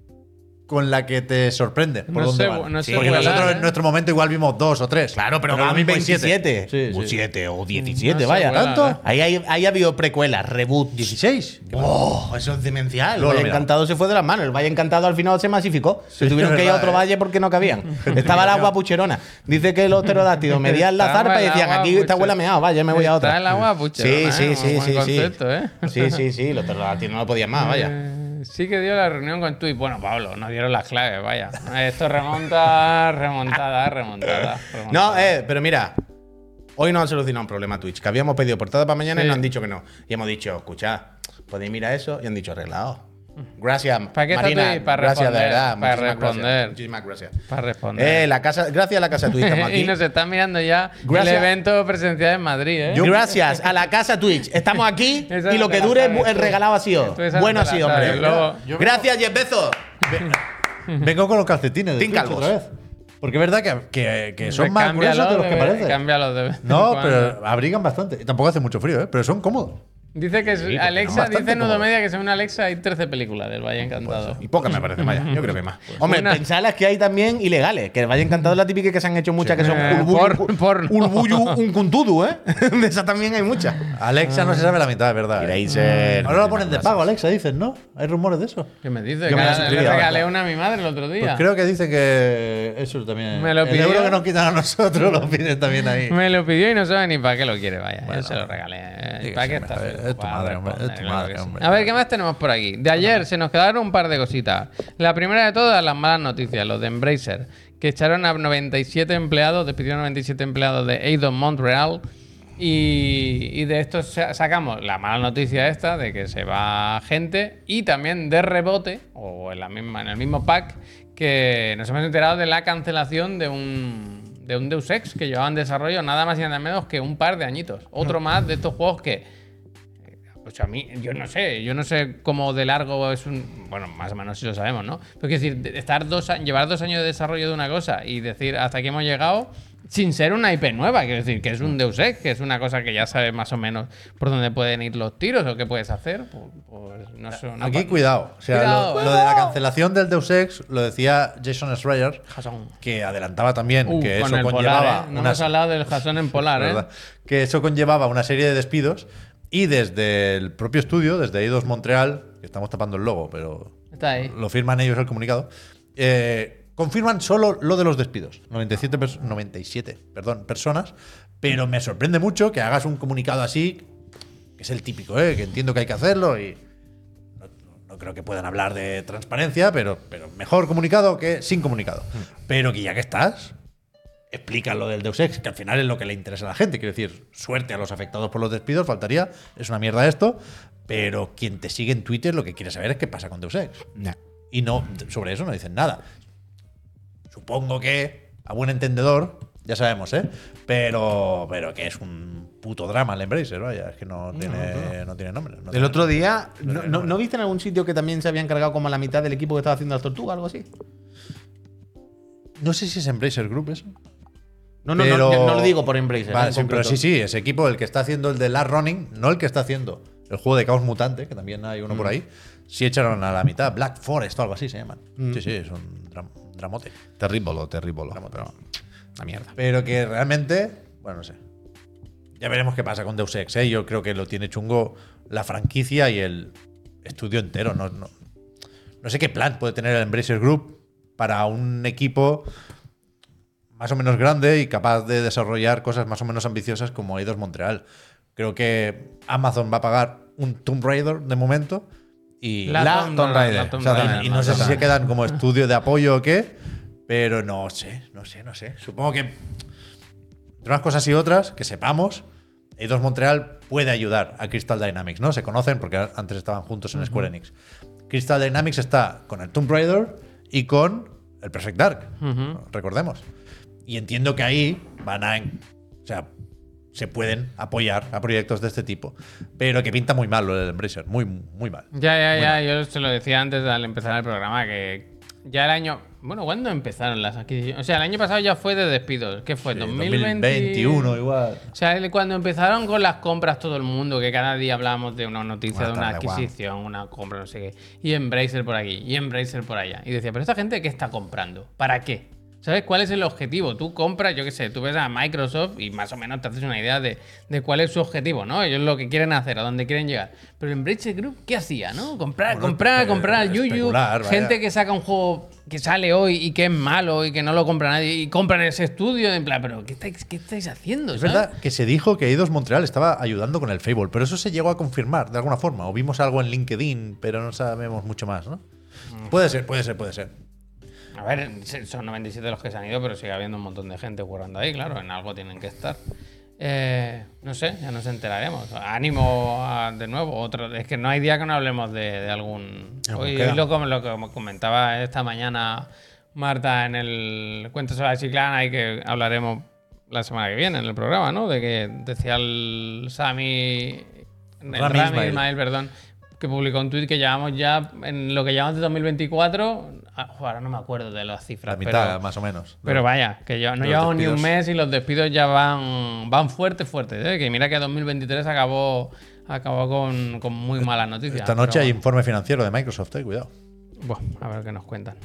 con la que te sorprende por No dónde sé, van. no sé Porque vuelar, nosotros ¿eh? en nuestro momento igual vimos dos o tres. Claro, pero, lo van mismo hay veintisiete. Sí, O sí. siete o diecisiete, No sé vaya. vuelar, ¿Tanto? ¿eh? Ahí, hay- ahí ha habido precuelas, reboot. dieciséis. ¡Oh! Eso es demencial. El Luego lo Valle miramos. Encantado se fue de las manos. El Valle Encantado al final se masificó. se tuvieron es que ir a verdad, otro ¿eh? valle porque no cabían. Estaba el agua pucherona. Dice que los pterodáctidos medían la Estaba zarpa y el decían, agua aquí está puche- huele a meado, vaya, me voy a otra. Está el agua pucherona, Sí, sí, ¿eh? sí, Buen sí, sí. concepto, ¿eh? Sí, sí, sí. Los pterodáctidos no lo podían más, vaya. Eh, sí que dio la reunión con tú y bueno, Pablo, nos dieron las claves, vaya. Esto remonta, remontada, remontada. remontada. No, eh, pero mira, hoy nos han solucionado un problema Twitch, que habíamos pedido portada para mañana Sí. y nos han dicho que no. Y hemos dicho, escuchad, podéis mirar eso y han dicho arreglado. Gracias, ¿Para qué está Marina. Twitch? Para gracias, de responder, verdad. para muchísimas responder. Gracias, muchísimas gracias. Para responder. Eh, la casa, gracias a la casa Twitch estamos aquí. y nos están mirando ya Gracias. el evento presencial en Madrid, ¿eh? Gracias a la casa Twitch. Estamos aquí Esa y no lo te que la dure sabes, el tú. regalado ha sido. Tú esa no Bueno ha te la sido, sabes, hombre. luego- Yo- Gracias, Jeff Bezos. Vengo con los calcetines de Team Twitch Calvos. otra vez. Porque es verdad que, que, que son más Cámbialo gruesos de los que de- parecen. Cámbialo de vez en No, cuando. pero abrigan bastante. Y tampoco hace mucho frío, ¿eh? Pero son cómodos. Dice que es- porque Alexa, son bastante dice Nudo cómodos. Media que según Alexa hay trece películas del Valle Encantado. Y pocas me parecen, vaya. Yo creo que más. Hombre, Una- pensad las que hay también ilegales. Que el Valle Encantado es la típica que se han hecho muchas que son Eh, urbuyu, por- porno. urbuyu un cuntudu, ¿eh? De esas también hay muchas. Alexa no se sabe la mitad, es verdad. ¿eh? Eraser. Ahora lo ponen de pago, Alexa, dicen, ¿no? Hay rumores de eso. ¿Qué me dice? Yo Que me la le suscribí ahora, regalé claro. una a mi madre el otro día. Pues creo que dice que eso también. Me lo el pidió. euro que nos quitan a nosotros lo piden también ahí. Me lo pidió y no sabe ni para qué lo quiere, vaya. Yo se lo regalé. ¿eh? sí que ¿Para sí, qué me está? sabe. feo? Es tu Para madre, hombre, es tu responder, claro madre, que sí. hombre. A ver, ¿qué más tenemos por aquí? De ayer se nos quedaron un par de cositas. La primera de todas, las malas noticias, los de Embracer, que echaron a noventa y siete empleados, despidieron a noventa y siete empleados de Eidos Montreal Y, y de esto sa- sacamos la mala noticia esta de que se va gente y también de rebote, o en, la misma, en el mismo pack, que nos hemos enterado de la cancelación de un, de un Deus Ex que llevaba en desarrollo nada más y nada menos que un par de añitos. Otro más de estos juegos que, pues a mí, yo no sé, yo no sé cómo de largo es un... Bueno, más o menos sí lo sabemos, ¿no? Pero quiero decir, de- estar dos, a- llevar dos años de desarrollo de una cosa y decir hasta aquí hemos llegado sin ser una I P nueva, quiero decir, que es un Deus Ex, que es una cosa que ya sabes más o menos por dónde pueden ir los tiros o qué puedes hacer, pues, pues no sé. No Aquí pa- cuidado. O sea, Cuidado. Lo, lo de la cancelación del Deus Ex lo decía Jason Schreier, Jason. que adelantaba también Uh, que con eso el conllevaba polar, ¿eh? No una- hemos hablado del Jason en polar, ¿eh? ¿verdad? Que eso conllevaba una serie de despidos y desde el propio estudio, desde Eidos Montreal, que estamos tapando el logo, pero Está ahí. lo firman ellos el comunicado, eh, confirman solo lo de los despidos, noventa y siete, pers- noventa y siete perdón, personas, pero me sorprende mucho que hagas un comunicado así, que es el típico, ¿eh? Que entiendo que hay que hacerlo y no, no- no creo que puedan hablar de transparencia, pero, pero mejor comunicado que sin comunicado. Pero que ya que estás, explica lo del Deus Ex, que al final es lo que le interesa a la gente. Quiero decir, suerte a los afectados por los despidos, faltaría, es una mierda esto, pero quien te sigue en Twitter lo que quiere saber es qué pasa con Deus Ex. Nah. Y no, sobre eso no dicen nada. Supongo que, a buen entendedor, ya sabemos, ¿eh? Pero, pero que es un puto drama el Embracer, vaya, es que no tiene, no tiene nombre. no El tiene otro nombre. día, No ¿no, tiene no, nombre. ¿no viste en algún sitio que también se habían cargado como a la mitad del equipo que estaba haciendo las tortugas, algo así? No sé si es Embracer Group eso. No, no, Pero- no, yo no lo digo por Embracer. Vale, en sí, pero concreto. sí, sí, ese equipo, el que está haciendo el de Last Running, no el que está haciendo el juego de Caos Mutante, que también hay uno por ahí, sí echaron a la mitad. Black Forest o algo así se llaman. Sí, sí, es un dram- dramote. Terrible, terrible. Pero, la mierda. Pero que realmente, bueno, no sé. Ya veremos qué pasa con Deus Ex, ¿eh? Yo creo que lo tiene chungo la franquicia y el estudio entero. No, no, no sé qué plan puede tener el Embracer Group para un equipo más o menos grande y capaz de desarrollar cosas más o menos ambiciosas como Eidos Montreal. Creo que Amazon va a pagar un Tomb Raider de momento y, La La Tomb- Tomb Raider. la Tomb O sea, Raider, y no sé si se exactamente. quedan como estudio de apoyo o qué, pero no sé, no sé, no sé. Supongo que entre unas cosas y otras, que sepamos, Eidos Montreal puede ayudar a Crystal Dynamics, ¿no? Se conocen porque antes estaban juntos en Square Enix. Crystal Dynamics está con el Tomb Raider y con el Perfect Dark, Ujú. recordemos. Y entiendo que ahí van a... O sea, se pueden apoyar a proyectos de este tipo. Pero que pinta muy mal lo del Embracer, muy, muy mal. Ya, ya, ya. Yo se lo decía antes al empezar el programa que ya el año. Bueno, ¿cuándo empezaron las adquisiciones? O sea, el año pasado ya fue de despidos. ¿Qué fue? Sí, dos mil veinte... dos mil veintiuno igual. O sea, el- cuando empezaron con las compras todo el mundo, que cada día hablábamos de una noticia, Buena de una tarde, adquisición, una compra, no sé qué. Y Embracer por aquí, y Embracer por allá. Y decía, pero esta gente, ¿qué está comprando? ¿Para qué? ¿Sabes cuál es el objetivo? Tú compras, yo qué sé, tú ves a Microsoft y más o menos te haces una idea de, de cuál es su objetivo, ¿no? Ellos lo que quieren hacer, a dónde quieren llegar. Pero el Embracer Group, ¿qué hacía, no? Comprar, Bueno, comprar, eh, comprar al Yuyu. especular, vaya. Gente que saca un juego que sale hoy y que es malo y que no lo compra nadie y compran ese estudio. En plan, ¿pero qué estáis, qué estáis haciendo? Es ¿sabes? verdad que se dijo que Eidos Montreal estaba ayudando con el Fable, pero eso se llegó a confirmar de alguna forma. O vimos algo en LinkedIn, pero no sabemos mucho más, ¿no? Puede ser, puede ser, puede ser. A ver, son noventa y siete los que se han ido, pero sigue habiendo un montón de gente jugando ahí, claro, en algo tienen que estar. Eh, no sé, ya nos enteraremos. Ánimo a- de nuevo, otro. Es que no hay día que no hablemos de, de algún. No, Hoy, queda. hoy lo, como- lo que comentaba esta mañana Marta en el Cuento sobre la Chiclana y que hablaremos la semana que viene en el programa, ¿no? De que decía el Sami. El Rami Rami Ismail. Ismail, perdón, que publicó un tuit que llevamos ya en lo que llevamos de dos mil veinticuatro. ah, joder, ahora no me acuerdo de las cifras. La mitad, pero, más o menos. pero vaya, que ya no los llevamos ni un despidos. mes y los despidos ya van, van fuerte, fuerte. ¿eh? Que mira que dos mil veintitrés acabó, acabó con, con muy malas noticias. Esta noche pero hay bueno. informe financiero de Microsoft, eh, cuidado. Buah, a ver qué nos cuentan.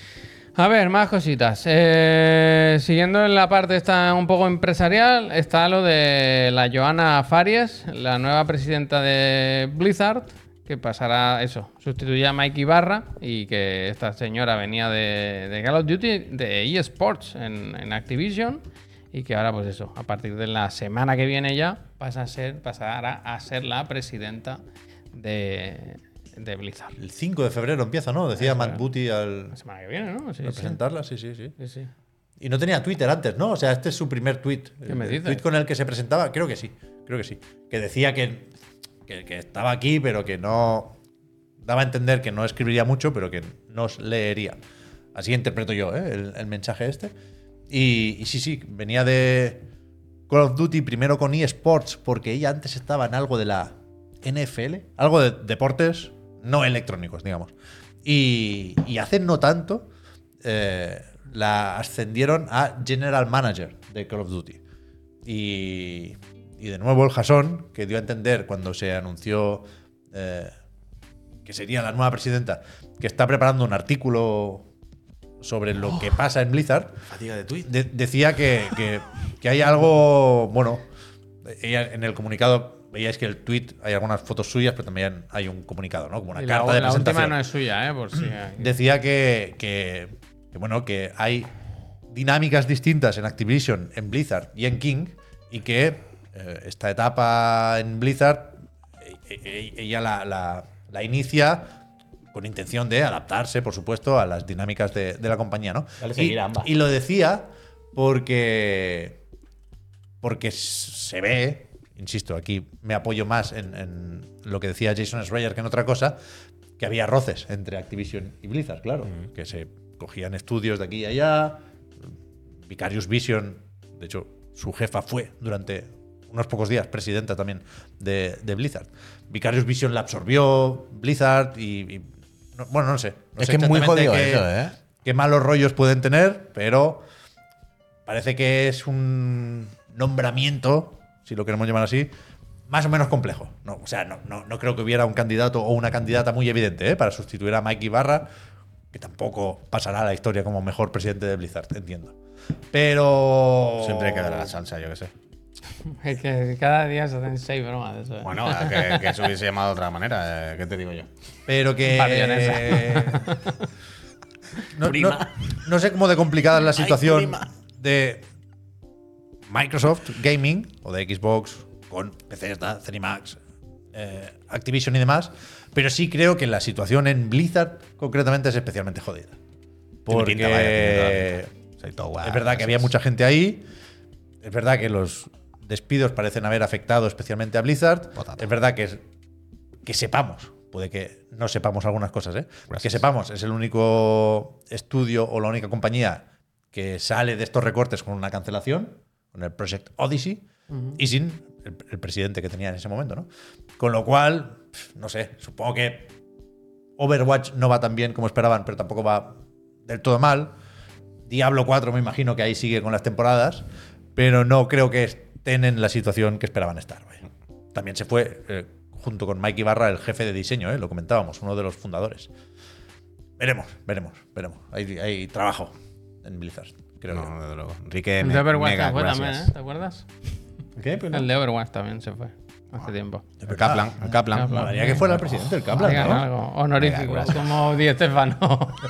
A ver, más cositas. Eh, siguiendo en la parte esta un poco empresarial, está lo de la Johanna Faries, la nueva presidenta de Blizzard, que pasará eso, sustituye a Mike Ibarra y que esta señora venía de, de Call of Duty, de eSports en, en Activision y que ahora pues eso, a partir de la semana que viene ya pasa a ser, pasará a ser la presidenta de, de Blizzard. El cinco de febrero empieza, ¿no? Decía Eso Matt era. Booty al La semana que viene, ¿no? Sí, sí. presentarla, sí, sí, sí. Sí, sí. Y no tenía Twitter antes, ¿no? O sea, este es su primer tweet. ¿Qué me el dices? tweet con el que se presentaba, creo que sí, creo que sí. Que decía que, que, que estaba aquí, pero que no. Daba a entender que no escribiría mucho, pero que nos leería. Así interpreto yo, ¿eh? el, el mensaje este. Y, y sí, sí, venía de Call of Duty primero con eSports, porque ella antes estaba en algo de la N F L, algo de deportes no electrónicos, digamos. Y, y hace no tanto eh, la ascendieron a General Manager de Call of Duty. Y, y de nuevo el Jason, que dio a entender cuando se anunció eh, que sería la nueva presidenta, que está preparando un artículo sobre lo Oh. que pasa en Blizzard, Fatiga de tweet. de- decía que, que, que hay algo, bueno, ella en el comunicado, veíais que el tweet, hay algunas fotos suyas, pero también hay un comunicado, ¿no? Como una Y la, carta de la última presentación. no es suya, ¿eh? Por si. Decía que, que, que, bueno, que hay dinámicas distintas en Activision, en Blizzard y en King, y que eh, esta etapa en Blizzard e- e- ella la, la- la inicia con intención de adaptarse, por supuesto, a las dinámicas de, de la compañía, ¿no? Dale y, seguir a ambas. y lo decía porque porque se ve, insisto, aquí me apoyo más en, en lo que decía Jason Schreier que en otra cosa, que había roces entre Activision y Blizzard, claro, que se cogían estudios de aquí y allá. Vicarious Vision, de hecho, su jefa fue durante unos pocos días presidenta también de, de Blizzard. Vicarious Vision la absorbió Blizzard y, y no- bueno, no sé. No Es sé que es muy exactamente jodido qué- eso, ¿eh? qué malos rollos pueden tener, pero parece que es un nombramiento, si lo queremos llamar así, más o menos complejo. No, o sea, no, no, no creo que hubiera un candidato o una candidata muy evidente, ¿eh? Para sustituir a Mike Ibarra, que tampoco pasará a la historia como mejor presidente de Blizzard, entiendo. Pero. Siempre queda la salsa, yo qué sé. Es que cada día se hacen seis bromas de eso. ¿eh? Bueno, que, que se hubiese llamado de otra manera. eh, ¿Qué te digo yo? Pero que. Pabellonesa. no, no- Prima. no sé cómo de complicada es la situación prima. de Microsoft Gaming o de Xbox con Bethesda, ZeniMax, eh, Activision y demás, pero sí creo que la situación en Blizzard concretamente es especialmente jodida. Porque Tiene pinta, vaya, tiene toda la pinta. Soy todo guay, es verdad que había así es. mucha gente ahí, es verdad que los despidos parecen haber afectado especialmente a Blizzard, Potato. es verdad que, es, que sepamos, puede que no sepamos algunas cosas, ¿eh? Gracias. que sepamos, es el único estudio o la única compañía que sale de estos recortes con una cancelación, con el Project Odyssey, y sin el, el presidente que tenía en ese momento, ¿no? Con lo cual, pf, no sé, supongo que Overwatch no va tan bien como esperaban, pero tampoco va del todo mal. Diablo cuatro me imagino que ahí sigue con las temporadas, pero no creo que estén en la situación que esperaban estar. Vaya. También se fue, eh, junto con Mike Ibarra, el jefe de diseño, ¿eh? Lo comentábamos, uno de los fundadores. Veremos, veremos, veremos. Hay, hay trabajo en Blizzard, creo yo. No, desde luego. Enrique, El me- de Overwatch mega se fue también, gracias. ¿eh? ¿Te acuerdas? ¿Qué? Pero El de Overwatch también se fue hace tiempo. El Kaplan, el Kaplan. Kaplan. Molaría que fuera el presidente del Kaplan, Digan ¿no? algo honorífico, Venga, gracias. como Di Stefano.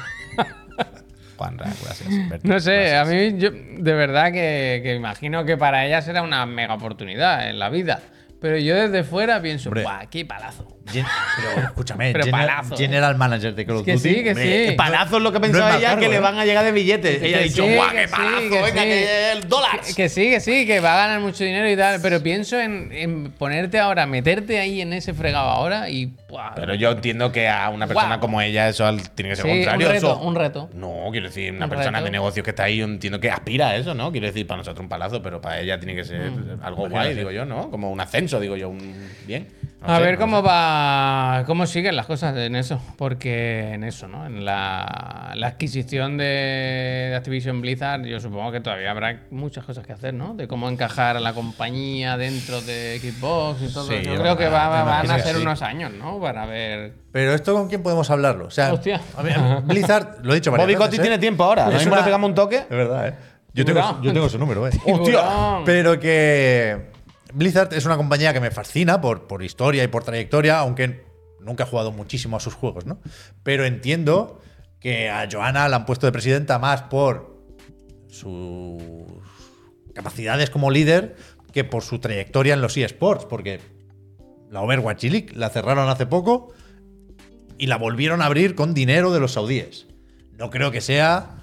Juan, gracias. No sé, Gracias. a mí yo de verdad que, que imagino que para ella será una mega oportunidad en la vida. Pero yo desde fuera pienso, Hombre. ¡guau, qué palazo! Gen- pero escúchame, Pero General, palazo. General Manager de Call of Que Duty. sí, que hombre, sí. Palazo es lo que No es pensaba mal ella, cargo, que le ¿eh? van a llegar de billetes. Ella ha Que dicho, sí, ¡guau, que qué sí, palazo! que Venga, sí. que el dólar. Que, que sí, que sí, que va a ganar mucho dinero y tal, pero pienso en, en ponerte ahora, meterte ahí en ese fregado ahora y... ¡buah! Pero yo entiendo que a una persona Guau. como ella eso al- tiene que ser Sí, contrario. un reto, eso- un reto. No, quiero decir, una Un persona reto. de negocios que está ahí, yo entiendo que aspira a eso, ¿no? Quiero decir, para nosotros un palazo, pero para ella tiene que ser Mm. algo guay, digo yo, ¿no? Como un ascenso, digo yo, un bien. No A sé, ver no cómo sé. va, cómo siguen las cosas en eso, porque en eso, ¿no? En la, la adquisición de, de Activision Blizzard, yo supongo que todavía habrá muchas cosas que hacer, ¿no? De cómo encajar a la compañía dentro de Xbox y todo. Sí, yo yo creo que va, me va- van imagino a que ser sí. unos años, ¿no? Para ver. Pero esto con quién podemos hablarlo. O sea, Hostia. a mí- a mí Blizzard, lo he dicho varias Bobby veces. Kotick ¿eh? tiene tiempo ahora. Es ¿No mismo una- le pegamos un toque? Es verdad, ¿eh? Yo tengo, Tiburón. yo tengo su número, ¿eh? Tiburón. Pero que Blizzard es una compañía que me fascina por, por historia y por trayectoria, aunque nunca he jugado muchísimo a sus juegos, ¿no? Pero entiendo que a Johanna la han puesto de presidenta más por sus capacidades como líder que por su trayectoria en los eSports, porque la Overwatch League la cerraron hace poco y la volvieron a abrir con dinero de los saudíes. No creo que sea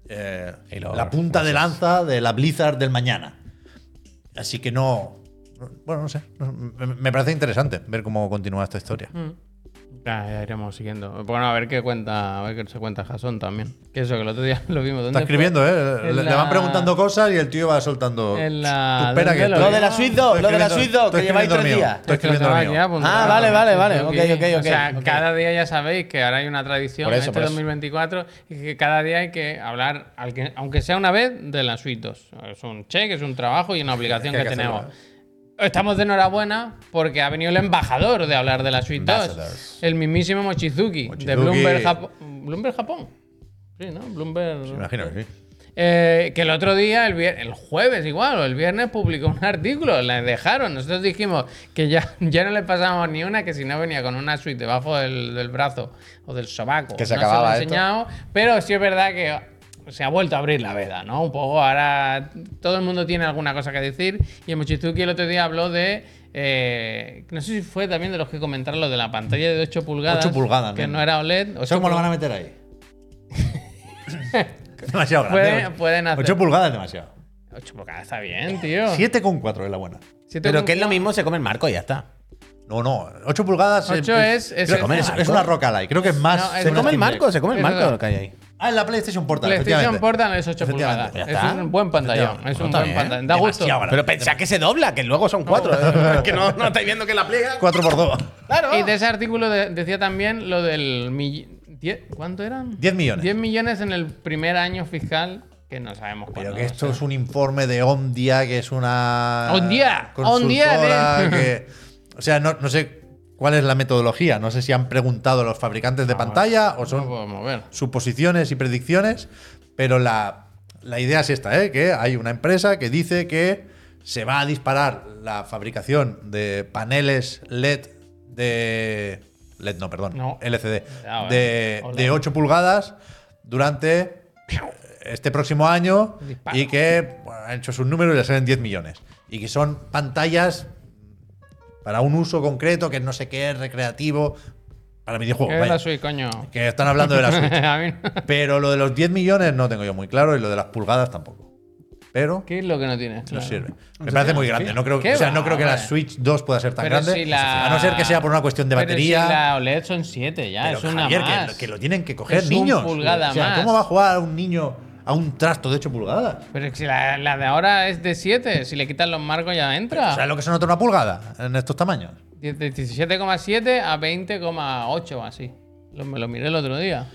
eh, Halo la punta de lanza de la Blizzard del mañana. Así que no. Bueno, no sé. no- me, me parece interesante ver cómo continúa esta historia. Mm. Ya, ya iremos siguiendo. Bueno, a ver qué cuenta, a ver qué se cuenta Jason también. Que eso, que el otro día lo vimos. ¿Dónde Está fue? escribiendo, ¿eh? En Le, le la- van preguntando cosas y el tío va soltando. En la- Tú espera ¿dónde que lo estoy- Lo de la Suite dos, estoy lo de la escribiendo- Suite dos, estoy que lleváis escribiendo tres el mío, días. Estoy escribiendo Estaba el aquí mío. apuntado. Ah, vale, vale, vale. Sí, Ok, sí. ok, ok. O sea, ok. cada día ya sabéis que ahora hay una tradición Por eso, en este por eso. dos mil veinticuatro y que cada día hay que hablar, al que- aunque sea una vez, de la Suite dos. Es un cheque, es un trabajo y una obligación Que que, hay que tenemos. hacerlo, Estamos de enhorabuena porque ha venido el embajador de hablar de la Suite dos, Ambassadors. el mismísimo Mochizuki, de Mochizuki. Bloomberg, Japo- Bloomberg Japón. Sí, ¿no? Bloomberg. Me imagino que sí. Eh, que el otro día, el, vier- el jueves igual, o el viernes, publicó un artículo, le dejaron. Nosotros dijimos que ya, ya no le pasábamos ni una, que si no venía con una suite debajo del, del brazo o del sobaco. Que se no acababa lo he esto. enseñado, pero sí es verdad que se ha vuelto a abrir la veda, ¿no? Un poco ahora todo el mundo tiene alguna cosa que decir. Y el Mochizuki el otro día habló de. eh, no sé si fue también de los que comentaron lo de la pantalla de ocho pulgadas. ocho pulgadas, que ¿no? no era O L E D. ¿Eso ocho cómo lo van a pulgadas. meter ahí? Demasiado grande. Pueden, pueden hacer. ocho pulgadas es demasiado. ocho pulgadas está bien, tío. siete coma cuatro es la buena. Siete Pero con que es lo cuatro. mismo, se come el marco y ya está. No, no. ocho pulgadas ocho es- es creo- el es, marco. es una Rock Ally. Creo que es más. No, es Se una come el Steam marco, Deck. se come el Eso marco es. lo que hay ahí. Ah, en la PlayStation Portal. PlayStation efectivamente. Portal es ocho pulgadas. Efectivamente. Ya Es está. un buen pantallón. Efectivamente. Es un Está buen bien. pantallón. Da gusto. Demasiado grande. Pero pensad que se dobla, que luego son cuatro. ¿eh? que no, no estáis viendo que la pliega. cuatro por dos. Claro. Y de ese artículo de- decía también lo del. mill- die- ¿Cuánto eran? diez millones. diez millones en el primer año fiscal, que no sabemos cuándo. Pero que va a esto ser. es un informe de Ondia, que es una. Ondia, consultora Ondia, que. O sea, no, no sé cuál es la metodología. No sé si han preguntado a los fabricantes de pantalla o No son podemos ver. suposiciones y predicciones, pero la, la idea es esta, ¿eh? Que hay una empresa que dice que se va a disparar la fabricación de paneles L E D de... L E D no, perdón, No. L C D, Cuidado, de, eh. O L E D. de ocho pulgadas durante este próximo año Disparo. y que bueno, han hecho sus números y le salen diez millones. Y que son pantallas para un uso concreto, que no sé qué es recreativo, para videojuegos. ¿Qué es vaya. la Switch, coño? Que están hablando de la Switch. A mí no. Pero lo de los diez millones no tengo yo muy claro y lo de las pulgadas tampoco. Pero ¿Qué es lo que no tienes? nos Claro. sirve. Me parece muy grande. No creo, ¿Qué o sea, va, no creo que la hombre? Switch dos pueda ser tan Pero grande. si la- A no ser que sea por una cuestión de Pero batería. si la O L E D son siete ya, Pero, es una Javier, más. que, que lo tienen que coger Es un niños. pulgada o sea, más. ¿cómo va a jugar un niño a un trasto de ocho pulgadas? Pero si la, la de ahora es de siete, si le quitan los marcos ya entra. ¿Sabes lo que se nota una pulgada en estos tamaños? De diecisiete coma siete a veinte coma ocho o así. Lo, me lo miré el otro día.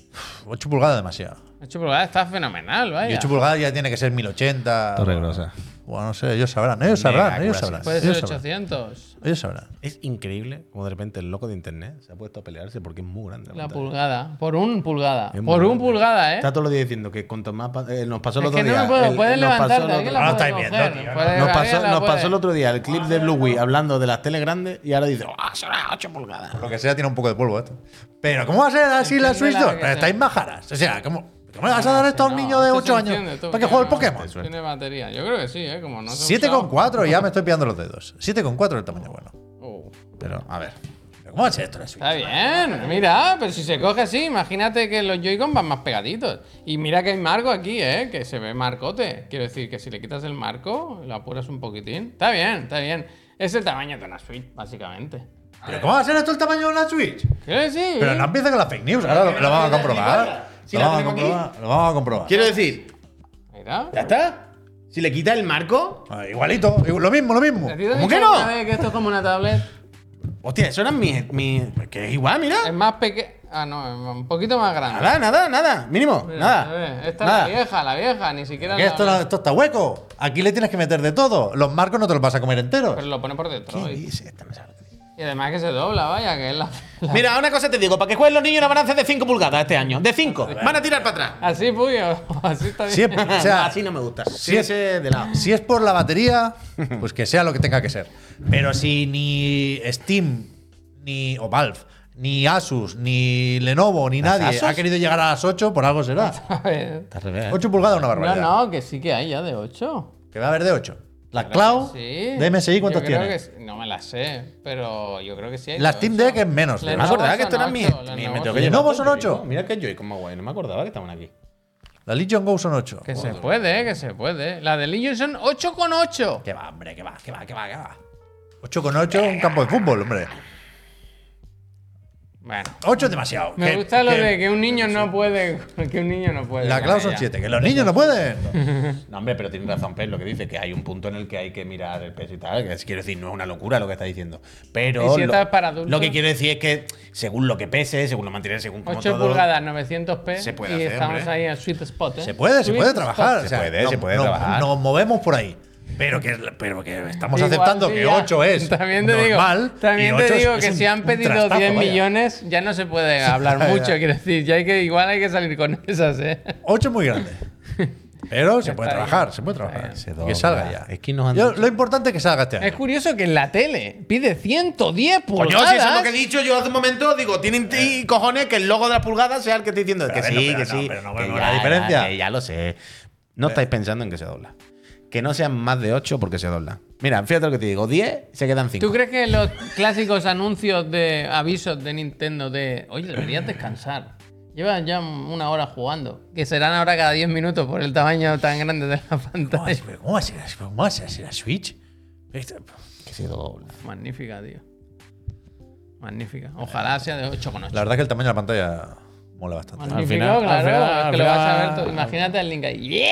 ocho pulgadas demasiado. ocho pulgadas está fenomenal, vaya. Y ocho pulgadas ya tiene que ser mil ochenta. Torre grosa. Bueno, no sé, ellos sabrán, ellos sabrán, Mega ellos clásico. sabrán. Puede ser ellos sabrán. ochocientos. Ellos sabrán. Es increíble como de repente el loco de internet se ha puesto a pelearse porque es muy grande. La pantalla. pulgada. Por un pulgada. Es muy Por un grande. pulgada, ¿eh? Está todos los días diciendo que cuanto más. pa- eh, nos pasó el Es otro que no día. me puedo. el- Puedes nos pasó el levantarte. otro- Aquí la No lo puedes estáis viendo, coger. tío, Puedes- Nos aquí pasó, la nos puedes- pasó el otro día el clip de Bluey hablando de las teles grandes y ahora dice, ¡ah, será ocho pulgadas! Lo que sea tiene un poco de polvo esto. Pero ¿cómo va a ser así la Entiende Switch la dos? que Pero sea. estáis majaras. O sea, ¿cómo, ¿cómo le vas a dar esto a un No, niño de esto ocho se años enciende, esto para que juegue al tiene- Pokémon? Tiene batería. Yo creo que sí, ¿eh? Como no se ha siete coma usado. cuatro, ya me estoy pillando los dedos. siete coma cuatro es el tamaño bueno. Oh. Pero, a ver. ¿Pero ¿Cómo va a ser esto la Switch? Está bien, mira, pero si se coge así, imagínate que los Joy-Con van más pegaditos. Y mira que hay marco aquí, ¿eh? Que se ve marcote. Quiero decir que si le quitas el marco, lo apuras un poquitín. Está bien, está bien. Es el tamaño de una Switch, básicamente. ¿Pero cómo va a ser esto el tamaño de una Switch? Creo que sí. Pero no empieza con las fake news, ahora lo, lo vamos a comprobar. Si Lo la vamos a tenemos aquí. comprobar. Lo vamos a comprobar. Quiero decir, Mira. ¿ya está? Si le quita el marco. Ah, igualito, igual- lo mismo, lo mismo. ¿A ti te ¿Cómo han que dicho no? alguna vez que esto es como una tablet? Hostia, eso eran mis. mis que es igual, mira. Es más pequeño. Ah, no, es un poquito más grande. Nada, nada, nada. Mínimo. Mira, nada. a ver, esta nada. es la vieja, la vieja, ni siquiera Que la- esto, no- esto está hueco. Aquí le tienes que meter de todo. Los marcos no te los vas a comer enteros. Pero lo pone por dentro. ¿Qué ¿eh? dice esta? No sabe lo que dice. Y además que se dobla, vaya, que es la. la- Mira, una cosa te digo, para que jueguen los niños una balanza de cinco pulgadas este año. De cinco. Van a tirar para atrás. Así, Puyo. Así está bien. Si es, o sea, así no me gusta. si Sí, es- ese de lado. si es por la batería, pues que sea lo que tenga que ser. Pero si ni Steam, ni o Valve, ni Asus, ni Lenovo, ni ¿Las nadie Asus? ha querido llegar a las ocho, por algo será. A ver. Está al revés. ¿eh? ocho pulgadas es una No, barbaridad. no, que sí que hay ya de ocho. Que va a haber de ocho. La Cloud Sí. de M S I, ¿cuántos Yo creo tiene? que sí. No me la sé, pero yo creo que sí hay. La de Steam ocho. Deck es menos. Lenovo Me acordaba que son esto eran mis. ocho, mis- Lenovo me tengo son que ¿Lenovo llevar son todo, ocho? chico. Mira que Joy-Con más guay. No me acordaba que estaban aquí. La Legion Go son ocho. Que se puede, que se puede. La de Legion son ocho coma ocho. Que va, hombre, que va, que va, que va, que va. ocho con ocho, un campo de fútbol, hombre. Bueno. ocho es demasiado. Me Que- gusta lo que de que un niño no puede. Que un niño no puede. La con clave son ella. siete, que los niños no pueden. No, hombre, pero tiene razón Pep lo que dice, que hay un punto en el que hay que mirar el peso y tal. Que es, quiero decir, no es una locura lo que está diciendo. Pero ¿Y si lo, esta es para adultos? lo que quiero decir es que según lo que pese, según lo mantiene, según como ocho todo, pulgadas, novecientos p. Se puede y hacer, estamos hombre. ahí al sweet spot, ¿eh? Se puede, se Sweet puede spot. trabajar. Se o sea, puede, no- se puede no- trabajar. Nos movemos por ahí. Pero que, pero que estamos Igual aceptando sí, que ya. ocho es También te normal. digo, también y te ocho es- digo es que un- si han un pedido trastazo, diez vaya. millones, ya no se puede hablar mucho. Quiero decir, ya hay que, igual hay que salir con esas, ¿eh? ocho es muy grande. Pero se Está puede bien. trabajar, se puede Está trabajar. bien. Se Y dobla. que salga ya. Es que nos han Yo- dicho- lo importante es que salga este año. Es curioso que en la tele pide ciento diez pulgadas. Coño, si eso es lo que he dicho yo hace un momento, digo, tienen y cojones que el logo de las pulgadas sea el que estoy diciendo. Pero que a ver, sí, no, que pero no, sí. pero no, que pero ya, la diferencia. Que ya lo sé. No estáis pensando en que se dobla. Que no sean más de ocho porque se dobla. Mira, fíjate lo que te digo. diez se quedan cinco. ¿Tú crees que los clásicos anuncios de avisos de Nintendo de oye, deberías descansar? Llevas ya una hora jugando. Que serán ahora cada diez minutos por el tamaño tan grande de la ¿Cómo va a pantalla. ser- ¿Cómo va a ser cómo va a ser así la Switch? Esto- Que se dobla. Magnífica, tío. Magnífica. Ojalá sea de ocho con ocho. La verdad es que el tamaño de la pantalla mola bastante. Magnífico, final- al claro. final- es al que lo vas a final- ver todo. Imagínate el link ahí. ¡Yeah!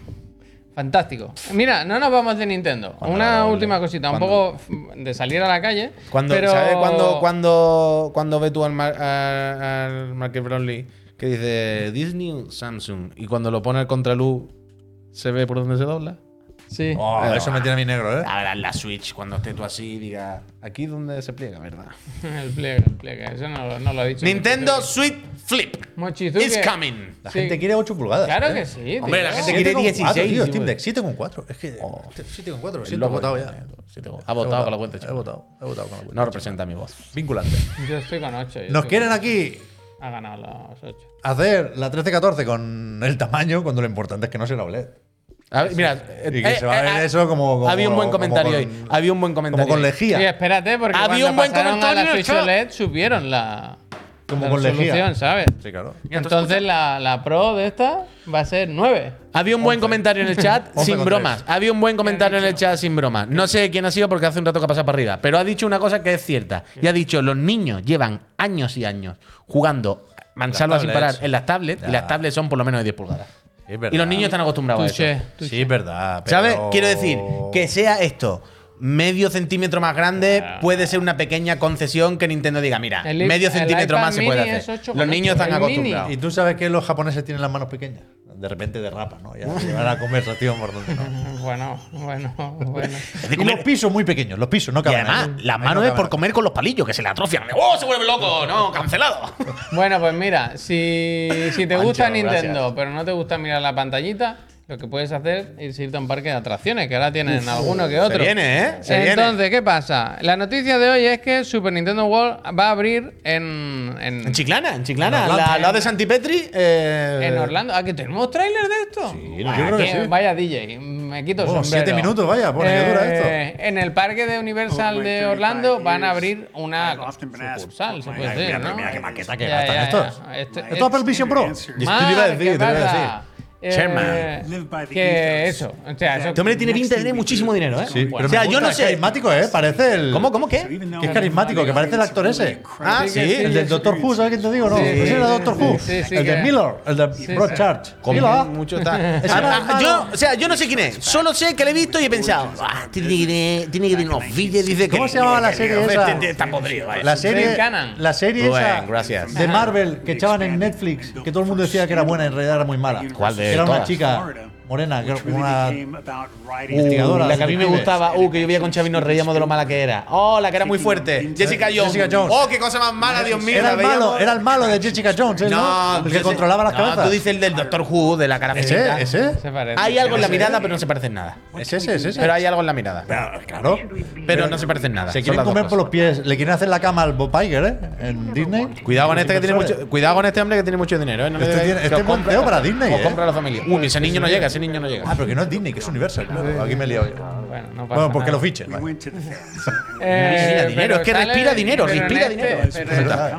Fantástico. Mira, no nos vamos de Nintendo. Cuando Una la doble. última cosita, un Cuando- poco f- de salir a la calle. Cuando, pero... ¿Sabes cuando, cuando, cuando ve tú al, Mar- a- al Market Brownlee que dice Disney Samsung y cuando lo pone al contraluz se ve por dónde se dobla? Sí. Oh, Pero- eso me tiene a mi negro, ¿eh? Ahora en la Switch, cuando estés tú así, diga aquí donde se pliega, ¿verdad? El pliegue, el pliegue. Eso no, no lo he dicho. Nintendo Switch Flip. Mochizuki. It's coming. La Sí. gente quiere ocho pulgadas. Claro ¿eh? que sí. tío. Hombre, la gente siete quiere con cuatro, dieciséis, tío, sí, Steam pues. Deck, siete con cuatro. Es que Oh. siete con cuatro, lo El siento, he logo, votado ya. eh, sí, tengo- He Ha votado con la cuenta, He chaval. votado, he votado con la cuenta. No representa mi voz. Vinculante. Yo estoy con ocho. Nos quieren aquí Ha ganado los ocho. hacer la trece catorce con el tamaño cuando lo importante es que no sea la O L E D. A ver, mira, Y que se va a ver eso como- como- había un buen como comentario con- hoy. Había un buen comentario. Como con hoy. lejía. Sí, espérate, porque Había cuando un buen pasaron a comentario la en el Switch chat. O L E D subieron la, Como la con lejía. resolución, ¿sabes? Sí, claro. Entonces la, la Pro de esta va a ser nueve. Había un buen comentario en el chat once sin con bromas. Había un buen comentario en el chat sin bromas. No sé quién ha sido porque hace un rato que ha pasado para arriba. Pero ha dicho una cosa que es cierta. Y ha dicho: los niños llevan años y años jugando mansalva sin tablets. parar en las tablets. Ya. Y las tablets son por lo menos de diez pulgadas. Sí, es verdad. Y los niños están acostumbrados a eso. Touché, touché. Sí, es verdad. ¿Sabes? pero- Quiero decir, que sea esto medio centímetro más grande puede ser una pequeña concesión que Nintendo diga, mira, El i- medio el centímetro iPad más se puede mini es hacer. ocho Los con niños ocho, están el mini. acostumbrados. Y tú sabes que los japoneses tienen las manos pequeñas. De repente derrapan, ¿no? Ya lleva la conversación por donde no. Bueno, bueno, bueno. Es de Y comer- los pisos muy pequeños, los pisos no Y caben. además, ahí. las Ahí manos no es caben. por comer con los palillos, que se le atrofian. ¡Oh, se vuelve loco! ¡No, cancelado! Bueno, pues mira, si, si te Pancho, gusta Nintendo, gracias. pero no te gusta mirar la pantallita, lo que puedes hacer es irte a un parque de atracciones, que ahora tienen alguno que otro. Se viene, ¿eh? Se viene. Entonces, ¿qué pasa? La noticia de hoy es que Super Nintendo World va a abrir en, en, En Chiclana, en Chiclana. En Orlando. la, la de Santipetri. Eh, en Orlando. ¿Ah, que tenemos tráiler de esto? Sí, no, yo creo que qué- sí. Vaya D J, me quito el Oh, sombrero. siete minutos, vaya, pone que dura esto. Eh, En el parque de Universal de Orlando van a abrir una sucursal, se puede Mira, decir, mira, ¿no? mira qué maqueta que Ya, gastan ya, estos. ya. Este- ¿Esto es Apple Vision Pro? Yo te lo iba a decir, ¿qué te lo iba a pasa? decir. Eh, Chairman. Que eso. O sea, eso Este hombre tiene pinta de tener muchísimo dinero, ¿eh? Sí, pero o sea, me yo gusta, no es sé. carismático, ¿eh? Parece el. ¿Cómo, cómo, qué? Que es carismático, que parece el actor ese. Ah, Sí, sí. que sí. El del Doctor Who, ¿sabes quién te digo? No, Sí, ese sí, era Doctor sí, Who. sí, sí, el de que- Miller, el de sí. Broadchurch. Con Miller. mucho tal. Ese Ah, era el ah, malo. yo, o sea, yo no sé quién es. Solo sé que le he visto y he pensado, ah, tiene que tener, tiene que tener unos billetes. Dice ¿Cómo que- se llamaba la que- serie que- esa? que- Está podrido, vaya. La serie, Green Cannon. la serie Rubén, esa gracias. de Marvel que echaban en Netflix, que todo el mundo decía que era buena y en realidad era muy mala. ¿Cuál de Que era una todas? chica morena, que era una Uh, investigadora. la que a mí me detective. gustaba, uh, que yo veía con Xavi y nos reíamos de lo mala que era. Oh, la que era muy fuerte. Jessica Jones. Jessica Jones. Oh, qué cosa más mala, Dios mío. Era la el malo, veíamos. era el malo de Jessica Jones, ¿eh? No, El que ese- controlaba las no, cabezas. tú dices el del Doctor Who, de la cara finita. Ese, ese. Se parece. Hay algo en la Ese. mirada, pero no se parece en nada. Es ese, es ese. Pero hay algo en la mirada. Pero, claro. Pero no se parece en nada. Se Son quieren las dos comer por cosas. los pies. Le quieren hacer la cama al Bob Iger, ¿eh? En Disney. Cuidado con este que tiene Inversores. mucho, cuidado con este hombre que tiene mucho dinero, ¿eh? No le Este debéis- tiene- que este os es buen compra- C E O para Disney, os ¿eh? compra la familia. Uy, ese niño no llega, ese niño no llega. Ah, pero que no es Disney, que es Universal. Claro, aquí me he liado yo. Bueno, no pasa Bueno, pues que nada. lo fichen. vale. Eh, Respira dinero, pero es que sale- respira dinero, pero en respira este- dinero. pero- Es verdad, ¿eh?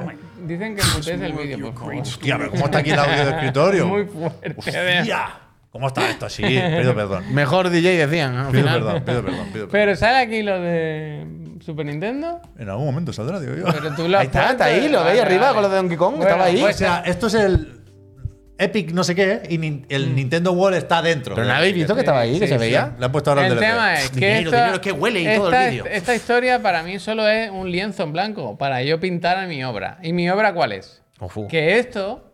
Dicen que mutees el vídeo, por favor. Hostia, pero ¿cómo está aquí el audio de escritorio? Muy fuerte. Hostia. ¿Cómo está esto así? Pido perdón. Mejor D J decían, ¿no? Al Pido final. perdón, pido perdón, pido perdón. Pero ¿sale aquí lo de Super Nintendo? En algún momento saldrá, digo yo. Pero tú lo has Ahí está, está puesto. ahí, lo Vale, veis arriba vale. con lo de Donkey Kong, Bueno, estaba ahí. O sea, esto es el Epic no sé qué y nin- el Nintendo World está dentro. Pero no habéis visto que estaba ahí, Sí, que se sí. veía. Le han puesto ahora el, El D L C. tema es que Dinero, esta, dinero, es que huele y todo el esta, vídeo. esta historia para mí solo es un lienzo en blanco para yo pintar a mi obra. ¿Y mi obra cuál es? Ofu. Que esto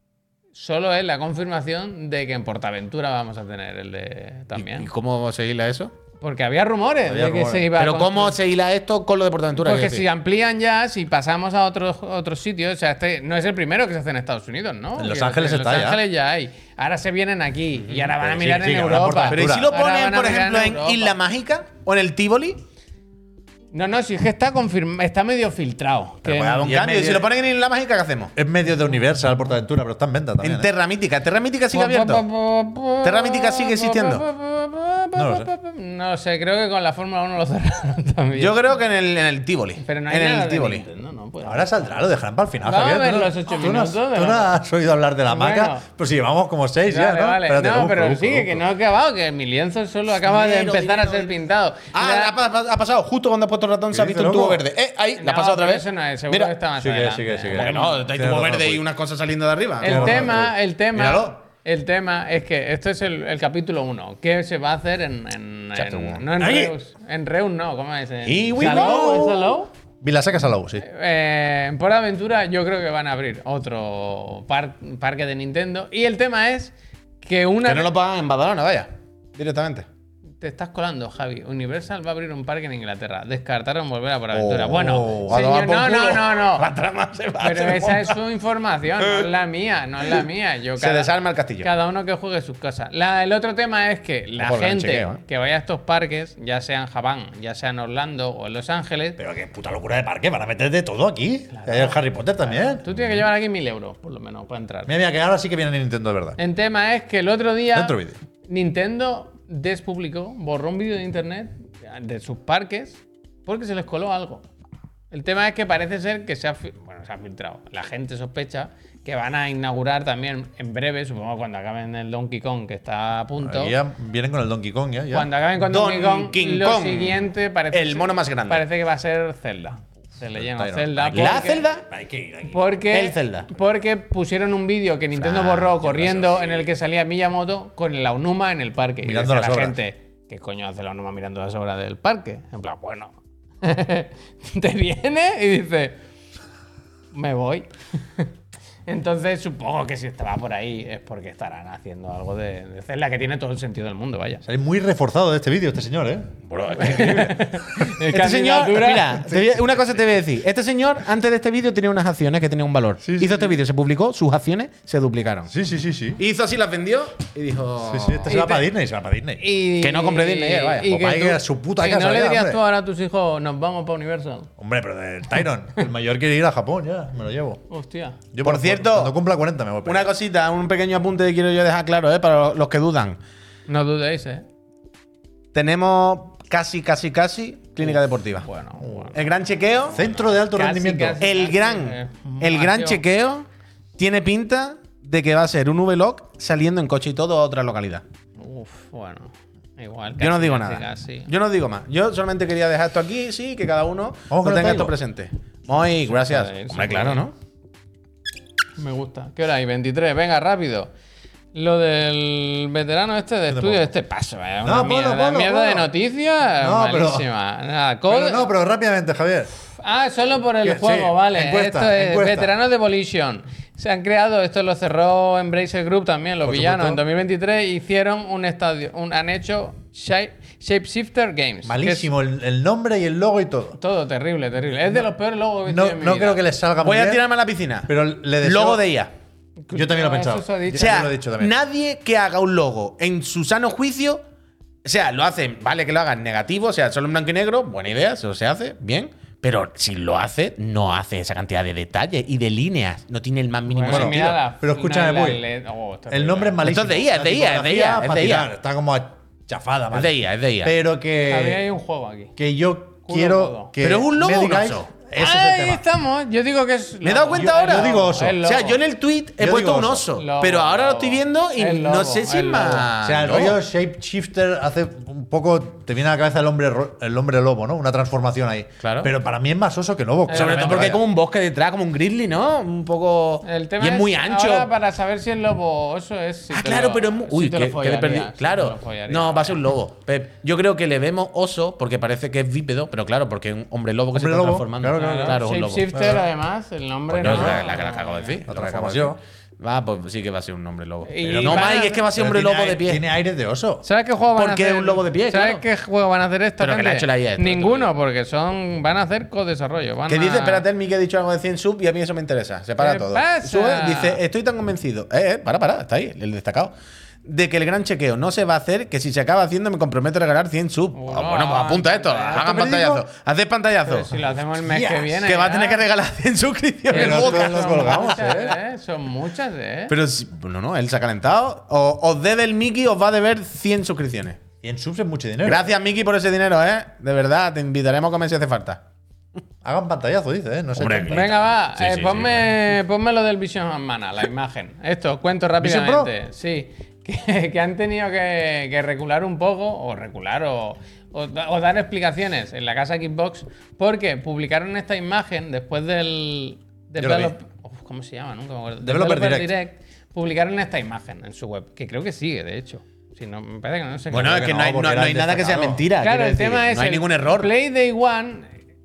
solo es la confirmación de que en Portaventura vamos a tener el de ¿Y también. cómo se hila eso? Porque había rumores Había de que rumores. se iba a Pero ¿cómo construir. se hila esto con lo de Portaventura? Porque Quiero si decir. amplían ya, si pasamos a otros otros sitios, o sea, este no es el primero que se hace en Estados Unidos, ¿no? En Los Quiero Ángeles decir, está en ya. Los Ángeles ya hay. Ahora se vienen aquí y ahora van a Sí, mirar sí, en que habrá Europa. Portaventura. Pero ¿y si lo Ahora ponen, van a por mirar ejemplo, en Europa. Isla Mágica o en el Tivoli? No, no, si es que está confirmado, está medio filtrado. Pero que- puede haber un y en cambio. ¿Y medio- si lo ponen en Isla Mágica, qué hacemos? Es medio de Universal Portaventura, pero está en venta también. En ¿eh? Terra Mítica. ¿Terra Mítica sigue abierto? ¿Terra Mítica sigue existiendo? No lo sé. No sé, creo que con la Fórmula uno lo cerraron también. Yo creo que en el, en el Tivoli. Pero no hay en nada el de Tivoli. Nintendo, no puede. Ahora saldrá, lo dejarán para el final. Vamos a Javier. ver ¿Tú no- los ocho tú no has- minutos de ¿Tú no la- has oído hablar de la Bueno. maca? Pues si llevamos como seis ya, Vale, ¿no? vale. Espérate, no, busco, pero busco, sigue, busco. que no ha acabado, que mi lienzo solo acaba de Dinero, empezar a dinero, ser pintado. Ah, Ya- ha, pa- ha pasado. Justo cuando has puesto el ratón se ha ¿Qué visto un dice, tubo loco? verde. Eh, ahí, la No, ha pasado otra pero vez. Eso no es, seguro Mira. que está más Sigue, adelante. sigue, sigue. ¿Cómo que no? Hay Tiene tubo razón, verde y Puy. unas cosas saliendo de arriba. El Tiene razón, tema, Puy. el tema, Míralo. el tema es que esto es el, el capítulo uno. ¿Qué se va a hacer en, en, Chapter en- one. no en Ahí. Reus? En Reus no, ¿cómo es? En Here we Salou, go. ¿es Salou? Vilaseca Salou, sí. Eh, en Por Aventura yo creo que van a abrir otro par- parque de Nintendo. Y el tema es que una... Que no lo pagan en Badalona, vaya. Directamente. Te estás colando, Javi. Universal va a abrir un parque en Inglaterra. Descartaron volver a Por Aventura. Oh, bueno, a señor, tomar por no, no, culo. no, no. La trama se va. Pero se esa monta. es su información, no es la mía, no es la mía. Yo Se desarma el castillo. Cada uno que juegue sus cosas. La- el otro tema es que la Ojo, el gran gente chequeo, ¿eh? que vaya a estos parques, ya sea en Japón, ya sea en Orlando o en Los Ángeles, Pero qué puta locura de parque, van a meter de todo aquí. Que hay el Harry Potter también. tú tienes que llevar aquí mil euros, por lo menos, para entrar. Mira, mira, que ahora sí que viene Nintendo de verdad. El tema es que el otro día Dentro vídeo. Nintendo despublicó, borró un vídeo de internet de sus parques porque se les coló algo. El tema es que parece ser que se ha, fi- bueno, se ha filtrado. La gente sospecha que van a inaugurar también en breve, supongo cuando acaben el Donkey Kong, que está a punto. Aquí ya vienen con el Donkey Kong, ya. ya. Cuando acaben con Donkey Kong, Donkey lo Kong. siguiente parece El ser- mono más grande. Parece que va a ser Zelda. Se le llama Tyron. Zelda. ¿La porque- Zelda? Hay que ir, hay que ir. Porque, El Zelda. porque pusieron un vídeo que Nintendo Ah, borró qué corriendo pasó, en el que salía Miyamoto con el Aonuma en el parque. Mirando y decía las la obras. gente, ¿qué coño hace la Aonuma mirando las obras del parque? En plan, bueno. Te viene y dice, me voy. Entonces supongo que si estaba por ahí es porque estarán haciendo algo de, de Zelda, que tiene todo el sentido del mundo, vaya. Sale muy reforzado de este vídeo, este señor, ¿eh? Este señor, Candidatura- mira, te voy a- una cosa te voy a decir. Este señor, antes de este vídeo, tenía unas acciones que tenían un valor. Sí, sí, Hizo este sí. vídeo, se publicó, sus acciones se duplicaron. Sí, sí, sí, sí. Hizo así, las vendió y dijo. Sí, sí, este Y se va te- para Disney, se va para Disney. Y- Que no compre Disney, eh, vaya. y Pues que vaya tú- a su puta y casa no le ya, dirías hombre. tú ahora a tus hijos, nos vamos para Universal. Hombre, pero del Tyron. El mayor quiere ir a Japón ya, me lo llevo. Hostia. Yo Por cierto, cuando cumpla cuarenta me voy para Una allá. cosita, un pequeño apunte que quiero yo dejar claro, ¿eh? Para los que dudan. No dudéis, eh. Tenemos casi, casi, casi clínica deportiva. Bueno, bueno. El gran chequeo. Centro de alto Casi, rendimiento. casi. El eh, gran, el gran demasiado. chequeo tiene pinta de que va a ser un V-Log saliendo en coche y todo a otra localidad. Uf, bueno. Igual. Yo no casi, digo casi, nada. casi. Yo no digo más. Yo solamente quería dejar esto aquí, sí, que cada uno Vamos lo con el tenga esto Tailo. presente. Muy, gracias. puede ir, se Hombre, puede claro, ir. ¿no? Me gusta. ¿Qué hora hay? veintitrés. Venga, rápido. Lo del veterano este de estudio, este paso, eh, una No, mierda, ponlo, ponlo, mierda de ponlo. noticias No, pero- malísima. Nada, Pero code- no, pero rápidamente, Javier. Ah, solo por el Que- juego, sí, vale. encuesta, esto es encuesta. Veteranos de Volition. Se han creado, esto lo cerró Embracer Group también, los Por villanos. supuesto. En dos mil veintitrés hicieron un estadio, un, han hecho Shape, Shapeshifter Games. que Malísimo, el, el nombre y el logo y todo. es todo terrible, terrible. Es de los peores logos que he visto No, en mi no vida. creo que les salga muy Voy a bien, tirarme a la piscina. pero le deseo- Logo de I A. Yo también lo he Eso pensado. se ha dicho. Yo O sea, también lo he dicho también. nadie que haga un logo en su sano juicio, o sea, lo hacen, vale que lo hagan negativo, o sea, solo en blanco y negro, buena idea, eso se hace, bien. Pero si lo hace, no hace esa cantidad de detalles y de líneas. No tiene el más mínimo Bueno, sentido. mira la- pero escúchame, la- Puy. la- oh, está El terrible. nombre es malísimo. Esto es de I A, es de I A, es de I A, La es tipografía de I A. pa' tirar, está como chafada, Es mal. de I A, es de I A. Pero Había ahí que, un juego aquí. que yo Culo quiero todo. que Pero es un logo me o un digáis- oso. Ese es el Ahí tema. estamos. Yo digo que es. ¿Me he dado lobo. cuenta Yo- ahora? yo digo oso. Es O sea, lobo. yo en el tweet he Yo puesto digo un oso. oso. Lobo, pero ahora lo estoy lobo. viendo y El no lobo, sé si es el lobo. más. O sea, el lobo. rollo Shapeshifter hace un poco. Te viene a la cabeza el hombre, ro- el hombre lobo, ¿no? Una transformación ahí. Claro. Pero para mí es más oso que lobo. Sobre claramente, todo porque hay vaya. como un bosque detrás, como un grizzly, ¿no? Un poco. El tema y es muy es ancho. ahora para saber si el lobo o oso es. si Ah, te claro, lo- pero es muy. si Uy, te lo que, que le perdí. follarías, si te Claro. lo follarías. No, va a ser un lobo. Pep. Yo creo que le vemos oso porque parece que es bípedo, pero claro, porque es un hombre lobo que Hombre se está lobo, transformando. claro, claro, claro, es un lobo. Shapeshifter, además, el nombre Coño, no. es la, la que la acabo de decir. Otra Lo que acabo más de yo. decir. Va, pues sí que va a ser un hombre lobo. Y Pero no, van a- Mike, es que va a ser Pero hombre tiene lobo de aire- pie. Tiene aires de oso. ¿Sabes qué juego van a Porque hacer? es un lobo de pie, ¿Sabes claro. qué juego van a hacer esta Pero que le ha gente? hecho la I A esto, Ninguno, porque son van a hacer co-desarrollo. van ¿Qué a- dice? Espérate, el Miki ha dicho algo de cien sub y a mí eso me interesa. Se para ¿Qué todo. pasa? Sube, dice, estoy tan convencido. Eh, eh, para, para, está ahí, el destacado. De que el gran chequeo no se va a hacer, que si se acaba haciendo me comprometo a regalar cien sub. Uno, Ah, bueno, pues apunta esto, hagan periódico? pantallazo. Haced pantallazo. Pero si lo hacemos el mes Yes. que viene. Que va a ya. tener que regalar cien suscripciones. Pero luego, todos que- nos Son colgamos, muchas, ¿eh? ¿eh? Son muchas, ¿eh? Pero si- no, no, él se ha calentado. O, os debe el Miki, os va a deber cien suscripciones. Y en subs es mucho dinero. Gracias, Miki, por ese dinero, ¿eh? De verdad, te invitaremos a comer si hace falta. Hagan pantallazo, dice, ¿eh? No sé. Hombre, qué- Venga, va, Sí, eh, sí, ponme, ponme lo del Vision Mana, la imagen. Esto, cuento ¿Vision Pro? rápidamente. Sí, que, que han tenido que, que recular un poco, o recular, o, o da- o dar explicaciones en la casa Xbox, porque publicaron esta imagen después del. Yo lo vi. develop- Uf, ¿Cómo se llama? Nunca me acuerdo. Developer Direct. Publicaron esta imagen en su web, que creo que sigue, de hecho. Si no, me parece que no sé. Bueno, creo es que que no, no hay, porque no- era no hay el nada que sea destacado. mentira. Claro, quiero el decir. tema es no hay el ningún error. Play Day One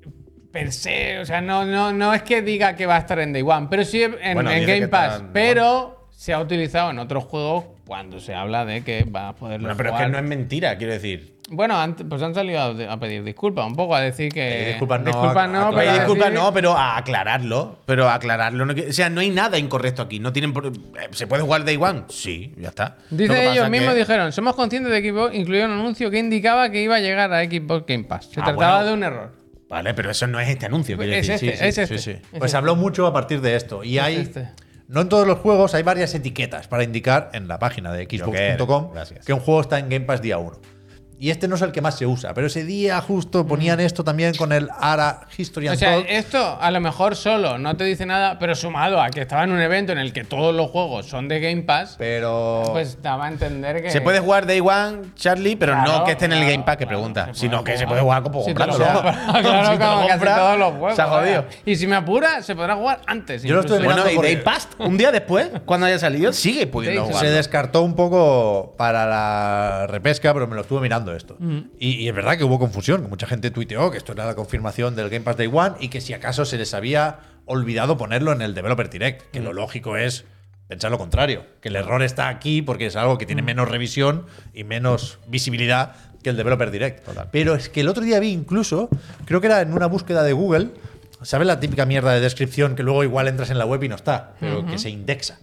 per se, o sea, no, no, no es que diga que va a estar en Day One, pero sí en, Bueno, en dice que Game está Pass, en Day pero se ha utilizado en otros juegos cuando se habla de que va a poder Bueno, pero es jugar. que no es mentira, quiero decir. Bueno, han- pues han salido a, a pedir disculpas, un poco a decir que Pedir disculpas no, disculpas a- no, a- pero Oye, a disculpa, decir- no, pero a aclararlo. Pero a aclararlo. no que- o sea, no hay nada incorrecto aquí. No tienen por- eh, ¿Se puede jugar Day One? Sí, ya está. Lo que Dice pasa ellos que- mismos dijeron, somos conscientes de que Xbox incluyó un anuncio que indicaba que iba a llegar a Xbox Game Pass. Se Ah, trataba bueno. de un error. Vale, pero eso no es este anuncio. quiero Es decir. este, Sí, es sí, este. sí, sí. Es Pues este. habló mucho a partir de esto. Y hay. este. No en todos los juegos hay varias etiquetas para indicar en la página de xbox punto com Gracias. que un juego está en Game Pass día uno. Y este no es el que más se usa, pero ese día justo ponían esto también con el A R A History O and sea, Told. esto a lo mejor solo no te dice nada, pero sumado a que estaba en un evento en el que todos los juegos son de Game Pass, Pero. pues daba a entender que. Se puede jugar Day One, Charlie, pero Claro, no que esté en el claro, Game Pass que claro, pregunta. se Sino puede que se jugar. puede jugar como Si te lo comprándolo. compras, claro, Si te lo como casi compras, todos los juegos. se ha jodido. vaya. Y si me apura, se podrá jugar antes. Yo lo estoy incluso. mirando Bueno, y porque- Day Pass, un día después, cuando haya salido, sigue pudiendo Day- jugar. Se descartó un poco para la repesca, pero me lo estuve mirando esto. Mm. Y, y es verdad que hubo confusión, que mucha gente tuiteó que esto era la confirmación del Game Pass Day One y que si acaso se les había olvidado ponerlo en el Developer Direct, que lo Mm. lógico es pensar lo contrario, que el error está aquí porque es algo que Mm. tiene menos revisión y menos visibilidad que el Developer Direct. Pero es que el otro día vi incluso, creo que era en una búsqueda de Google, ¿sabes la típica mierda de descripción que luego igual entras en la web y no está, pero que se indexa?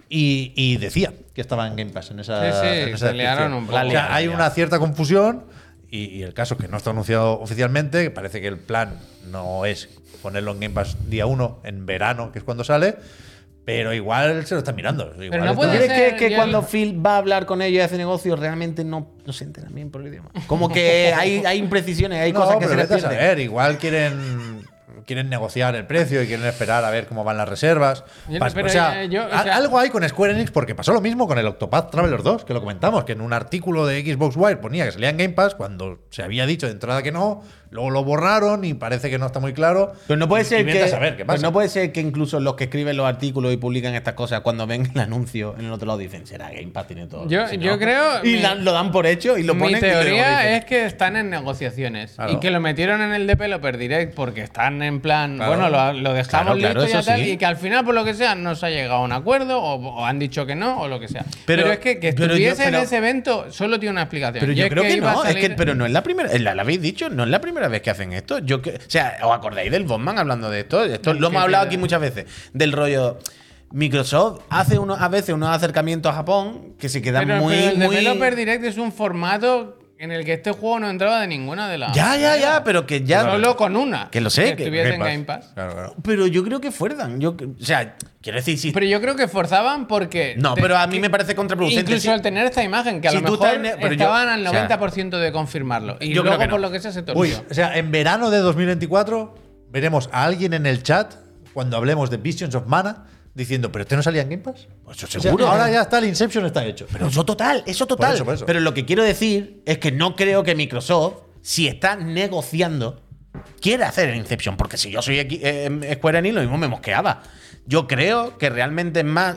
Y, y decía que estaba en Game Pass en esa, Sí, sí, en esa se liaron descripción. un poco. O sea, La liaron, hay ya. una cierta confusión y, y el caso es que no está anunciado oficialmente, que parece que el plan no es ponerlo en Game Pass día uno, en verano, que es cuando sale, pero igual se lo están mirando. Igual no esto- ¿Tú puede crees ser, que, que yo- cuando Phil va a hablar con ellos y hace negocio realmente no, no se enteran bien por el idioma? Como que hay, hay imprecisiones, hay No, cosas que pero se les vete a pierden. saber, igual quieren quieren negociar el precio y quieren esperar a ver cómo van las reservas. Yo- Pas- pero, o sea, eh, yo- o a- sea- algo hay con Square Enix porque pasó lo mismo con el Octopath Traveler dos, que lo comentamos, que en un artículo de Xbox Wire ponía que salía en Game Pass cuando se había dicho de entrada que no, luego lo borraron y parece que no está muy claro. Pero no puede Y- ser y vete que a saber qué pero pasa. no puede ser que incluso los que escriben los artículos y publican estas cosas cuando ven el anuncio en el otro lado dicen será Game Pass tiene todo. Yo- Si yo no- creo- y mi- la- lo dan por hecho y lo Mi ponen. y luego teoría dicen, es que están en negociaciones Claro. y que lo metieron en el Developer Direct porque están en plan, Claro. bueno, lo, lo dejamos Claro, claro, listo y eso tal, sí. y que al final, por lo que sea, no se ha llegado a un acuerdo o, o han dicho que no o lo que sea. Pero, Pero- es que que pero yo- estuviese pero- en ese evento solo tiene una explicación. Pero Y yo es creo que, iba a no, es que, salir- pero no es la primera, la, la habéis dicho, no es la primera vez que hacen esto. Yo que, o sea, ¿os acordáis del Bosman hablando de esto? Esto ¿Del lo qué hemos hablado tiene? aquí muchas veces. Del rollo. Microsoft hace uno, a veces unos acercamientos a Japón que se quedan pero, muy. pero el muy... Developer Direct es un formato en el que este juego no entraba de ninguna de las. Ya, ya, ya, pero que ya. Solo con una. Que lo sé, Que que- estuviese en Pass. Game Pass. Claro, claro. Pero yo creo que fuerzan. Yo, o sea, quiero decir, sí. Pero yo creo que forzaban porque. No, te- pero a mí que- me parece contraproducente. Incluso Sí. al tener esta imagen, que a Si lo tú mejor estás en- pero yo- estaban al o sea, noventa por ciento de confirmarlo. Y yo creo luego, que no. por lo que sea, se torció. Uy, o sea, en verano de dos mil veinticuatro veremos a alguien en el chat cuando hablemos de Visions of Mana diciendo, ¿pero este no salía en Game Pass? Pues eso O sea, seguro. ahora ya está, el Inception está hecho. Pero eso total, eso total. Por eso, por eso. Pero lo que quiero decir es que no creo que Microsoft, si está negociando, quiera hacer el Inception. Porque si yo soy equi- eh, Square Enix, lo mismo me mosqueaba. Yo creo que realmente es más.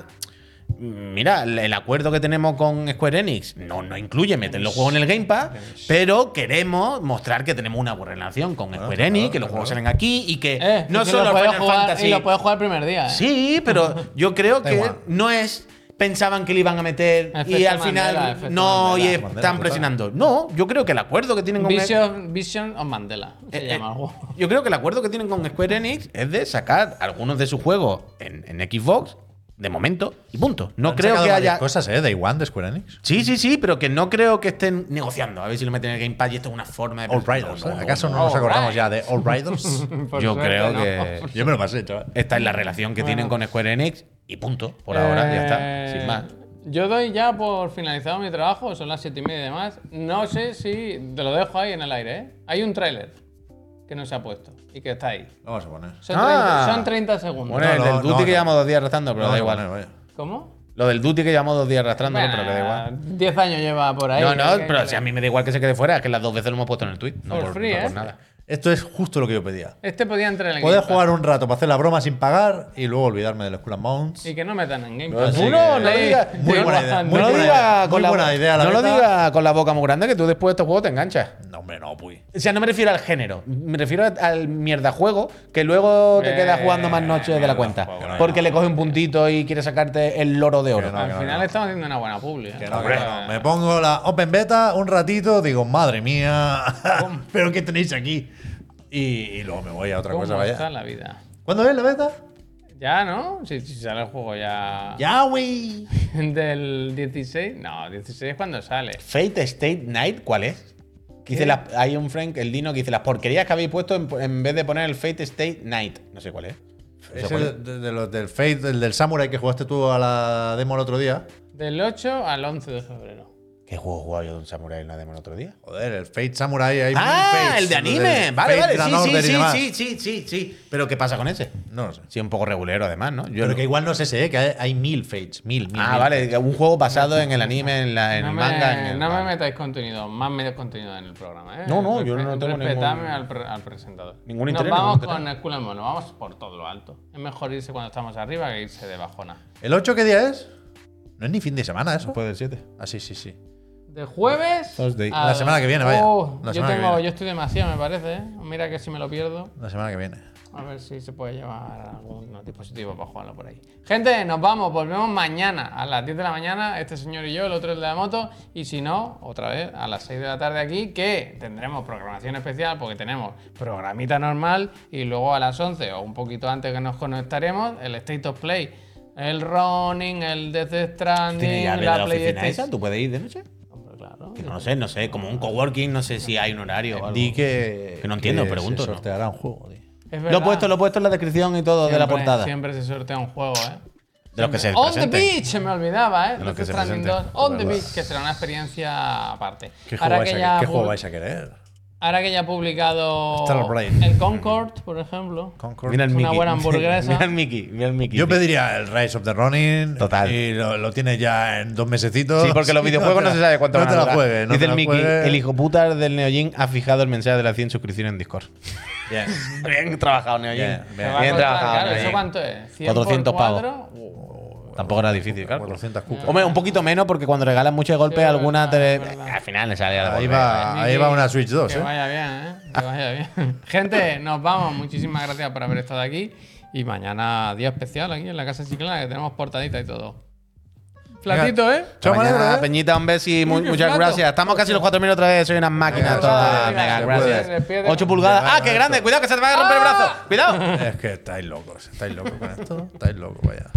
Mira, el el acuerdo que tenemos con Square Enix no, no incluye meter los juegos en el Game Pass, pero queremos mostrar que tenemos una buena relación con Square claro, Enix, que claro, los juegos claro. salen aquí y que Eh, no y que solo lo puedes Final jugar, Fantasy. Y lo puedes jugar el primer día. ¿eh? Sí, pero yo creo Da que igual. no es. Pensaban que le iban a meter y Efecto al final Mandela, efecto no Mandela. y Mandela, están total. presionando. No, yo creo que el acuerdo que tienen con Vision, Vision of Mandela. Se eh, llama eh, el juego. yo creo que el acuerdo que tienen con Square Enix es de sacar algunos de sus juegos en, en Xbox de momento y punto. No Han creo sacado que varias haya. cosas, ¿eh? Day One de Square Enix. Sí, sí, sí, pero que no creo que estén negociando. A ver si lo meten en el Game Pass y esto es una forma de. All Riders. No, no, ¿eh? ¿Acaso no, no. nos acordamos All ya de All Riders? Por Yo suerte, creo no. que Yo me lo pasé, chaval. esta es la relación que Bueno. tienen con Square Enix y punto. Por ahora, ya está. Eh, Sin más. Yo doy ya por finalizado mi trabajo, son las siete y media y demás. No sé si. Te lo dejo ahí en el aire, ¿eh? Hay un tráiler que no se ha puesto y que está ahí. Vamos a poner. Son, Ah. treinta, son treinta segundos. Bueno, No, el no, del Duty no, que no. llevamos dos días arrastrándolo, pero No, da no, igual. no, vaya. ¿Cómo? Lo del Duty que llevamos dos días arrastrándolo, pero que da igual. diez años lleva por ahí. No, no, que- pero que- si a mí me da igual que se quede fuera, es que las dos veces lo hemos puesto en el tweet. No For por, free, no por ¿eh? nada. Esto es justo lo que yo pedía. Este podía entrar en el Poder Game Pass. jugar un rato para hacer la broma sin pagar y luego olvidarme de los Skull and Bones. Y que no metan en Game No, Pass. tú no, no lo Ahí, digas. Muy sí, buena idea, bastante. muy no lo buena digas idea, con muy la, buena idea, la no lo verdad. digas con la boca muy grande, que tú después de estos juegos te enganchas. No, hombre, no, puy. O sea, no me refiero al género, me refiero al mierda juego que luego te Eh, quedas jugando más noches de la cuenta. juego, no, Porque no, le coge un puntito y quiere sacarte el loro de oro. Que no, Al que final no. estamos haciendo una buena publi. ¿eh? Que no, que no. Me pongo la Open Beta un ratito, digo, madre mía, pero ¿qué tenéis aquí? Y, y luego me voy a otra ¿Cómo cosa, está vaya. la vida? ¿Cuándo es la beta? Ya, ¿no? Si, si sale el juego ya. Ya, güey. ¿Del dieciséis? No, dieciséis es cuando sale. Fate State Night, ¿cuál es? Que dice ¿Qué? las- hay un Frank, el Dino, que dice las porquerías que habéis puesto en, en vez de poner el Fate State Night. No sé cuál es. Es el de, de los del Fate, el del Samurai que jugaste tú a la demo el otro día. Del ocho al once de febrero. ¿Qué juego jugaba yo de un Samurai en la demo el otro día? Joder, el Fate Samurai. Hay Ah, mil Fates, el de los anime. del Vale, Fate vale. Grand Sí, sí, Order y sí, demás. sí, sí, sí, sí. Pero ¿qué pasa con ese? No lo sé. Sí, un poco regulero además, ¿no? Yo Pero no- que igual no es ese, ¿eh? Que hay, hay mil Fates. Mil, mil. Ah, mil vale, Fates. que un juego basado en el anime, en, la, en no el me, manga. en el- no me vale. metáis contenido, más medios contenido en el programa. ¿eh? No, no, yo no Respe- tengo Respetadme ningún- al, pre- al presentador. Ningún Nos interés, vamos ningún con interés. el culo en mono, vamos por todo lo alto. Es mejor irse cuando estamos arriba que irse de bajona. ¿El ocho qué día es? No es ni fin de semana eso. Después del siete. Ah, sí, sí, sí. De jueves. Thursday. a- La semana que viene, vaya. Oh, La yo, semana que tengo, viene. yo estoy demasiado, me parece. ¿eh? Mira que si me lo pierdo. La semana que viene. A ver si se puede llevar algún dispositivo para jugarlo por ahí. Gente, nos vamos. Volvemos mañana a las diez de la mañana. Este señor y yo, el otro el de la moto. Y si no, otra vez a las seis de la tarde aquí, que tendremos programación especial porque tenemos programita normal. Y luego a las once o un poquito antes que nos conectaremos, el State of Play. El Running, el Death Stranding, ¿Tiene llave de la la oficina esa? PlayStation. ¿Tú puedes ir de noche? Hombre, claro. Que no lo sé, no sé. Como un coworking, no sé si hay un horario o algo. Di que. Que no entiendo, pregunto, Se ¿no? sorteará un juego, di. Es Lo he verdad. puesto, lo he puesto en la descripción y todo de la Siempre- portada. Siempre se sortea un juego, ¿eh? De los que se On the presenten. Beach, se me olvidaba, ¿eh? De los que Death se Stranding presenten. dos, On the Verdad. Beach, que será una experiencia aparte. ¿Qué, Ahora juego que, vais ya a, ¿qué pu- juego vais a querer? ahora que ya ha publicado Starblade. el Concord, por ejemplo. Concord. Mira el Una Mickey. buena hamburguesa. Mira el Mickey, mira el Mickey. Yo pediría el Rise of the Ronin. Total. Y lo, lo tienes ya en dos mesecitos. Sí, porque los Y videojuegos no, te se la- sabe cuánto no van a te la durar. juegues. No Dice te el la Mickey, juegues. el hijo puta del Neojin ha fijado el mensaje de las cien suscripciones en Discord. Bien. Bien trabajado, Neojin. Bien, Me bien. va a Bien costar, trabajado, claro, Neojin. ¿eso cuánto es? ¿cien cuatrocientos por pavos. cuatro? Uh, Tampoco era difícil, claro. cuatrocientas cucas. Hombre, un poquito menos porque cuando regalas mucho de golpe, Sí, alguna te. verdad, verdad. Al final le sale a la Ahí golpe. va, ahí va una Switch dos, Que ¿eh? vaya bien, ¿eh? Que vaya bien. Gente, nos vamos. Muchísimas gracias por haber estado aquí. Y mañana día especial aquí en la Casa Chiclana, que tenemos portadita y todo. Flatito, ¿eh? Chao, Mañana, Manero, ¿eh? Peñita, un beso y mu- Uy, qué muchas flaco. gracias. Estamos casi los cuatro mil otra vez. Soy unas máquinas Venga, todas. venga, Venga, se gracias. puede. Despide. ocho pulgadas. Venga, ¡Ah, qué grande! esto. Cuidado que se te va a romper el brazo. ¡Cuidado! Es que estáis locos. Estáis locos con esto. Estáis locos, vaya.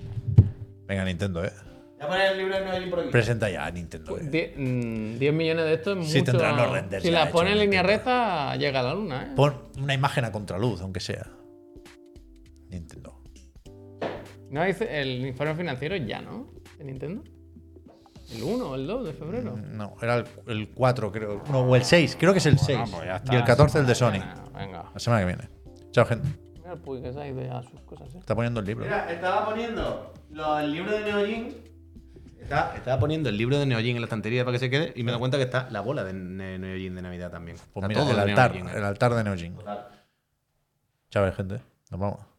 Venga, Nintendo, ¿eh? Voy a poner el libro de Noel por aquí. Presenta ya, Nintendo. ¿eh? Die- mm, diez millones de estos es Sí, mucho. tendrán los renders Si ya las pone en hechos, línea Nintendo. recta, llega a la luna, ¿eh? Pon una imagen a contraluz, aunque sea. Nintendo. No hay ce- el informe financiero ya, ¿no? De Nintendo. El uno o el dos de febrero. No, era el, el cuatro, creo. No, o el seis. Creo que es el seis. pues ya está. Y el catorce el de Sony. Venga. La semana que viene. Chao, gente. Mira el Puy que se ha ido ya a sus cosas, ¿eh? Está poniendo el libro. Mira, estaba poniendo lo- el libro de Neojin. Estaba, estaba poniendo el libro de Neojin en la estantería para que se quede y me he dado cuenta que está la bola de Ne- Neojin de Navidad también. Pues Está mira, todo el de altar, Neojin, ¿eh? el altar de Neojin. Total. Chao, gente. Nos vamos.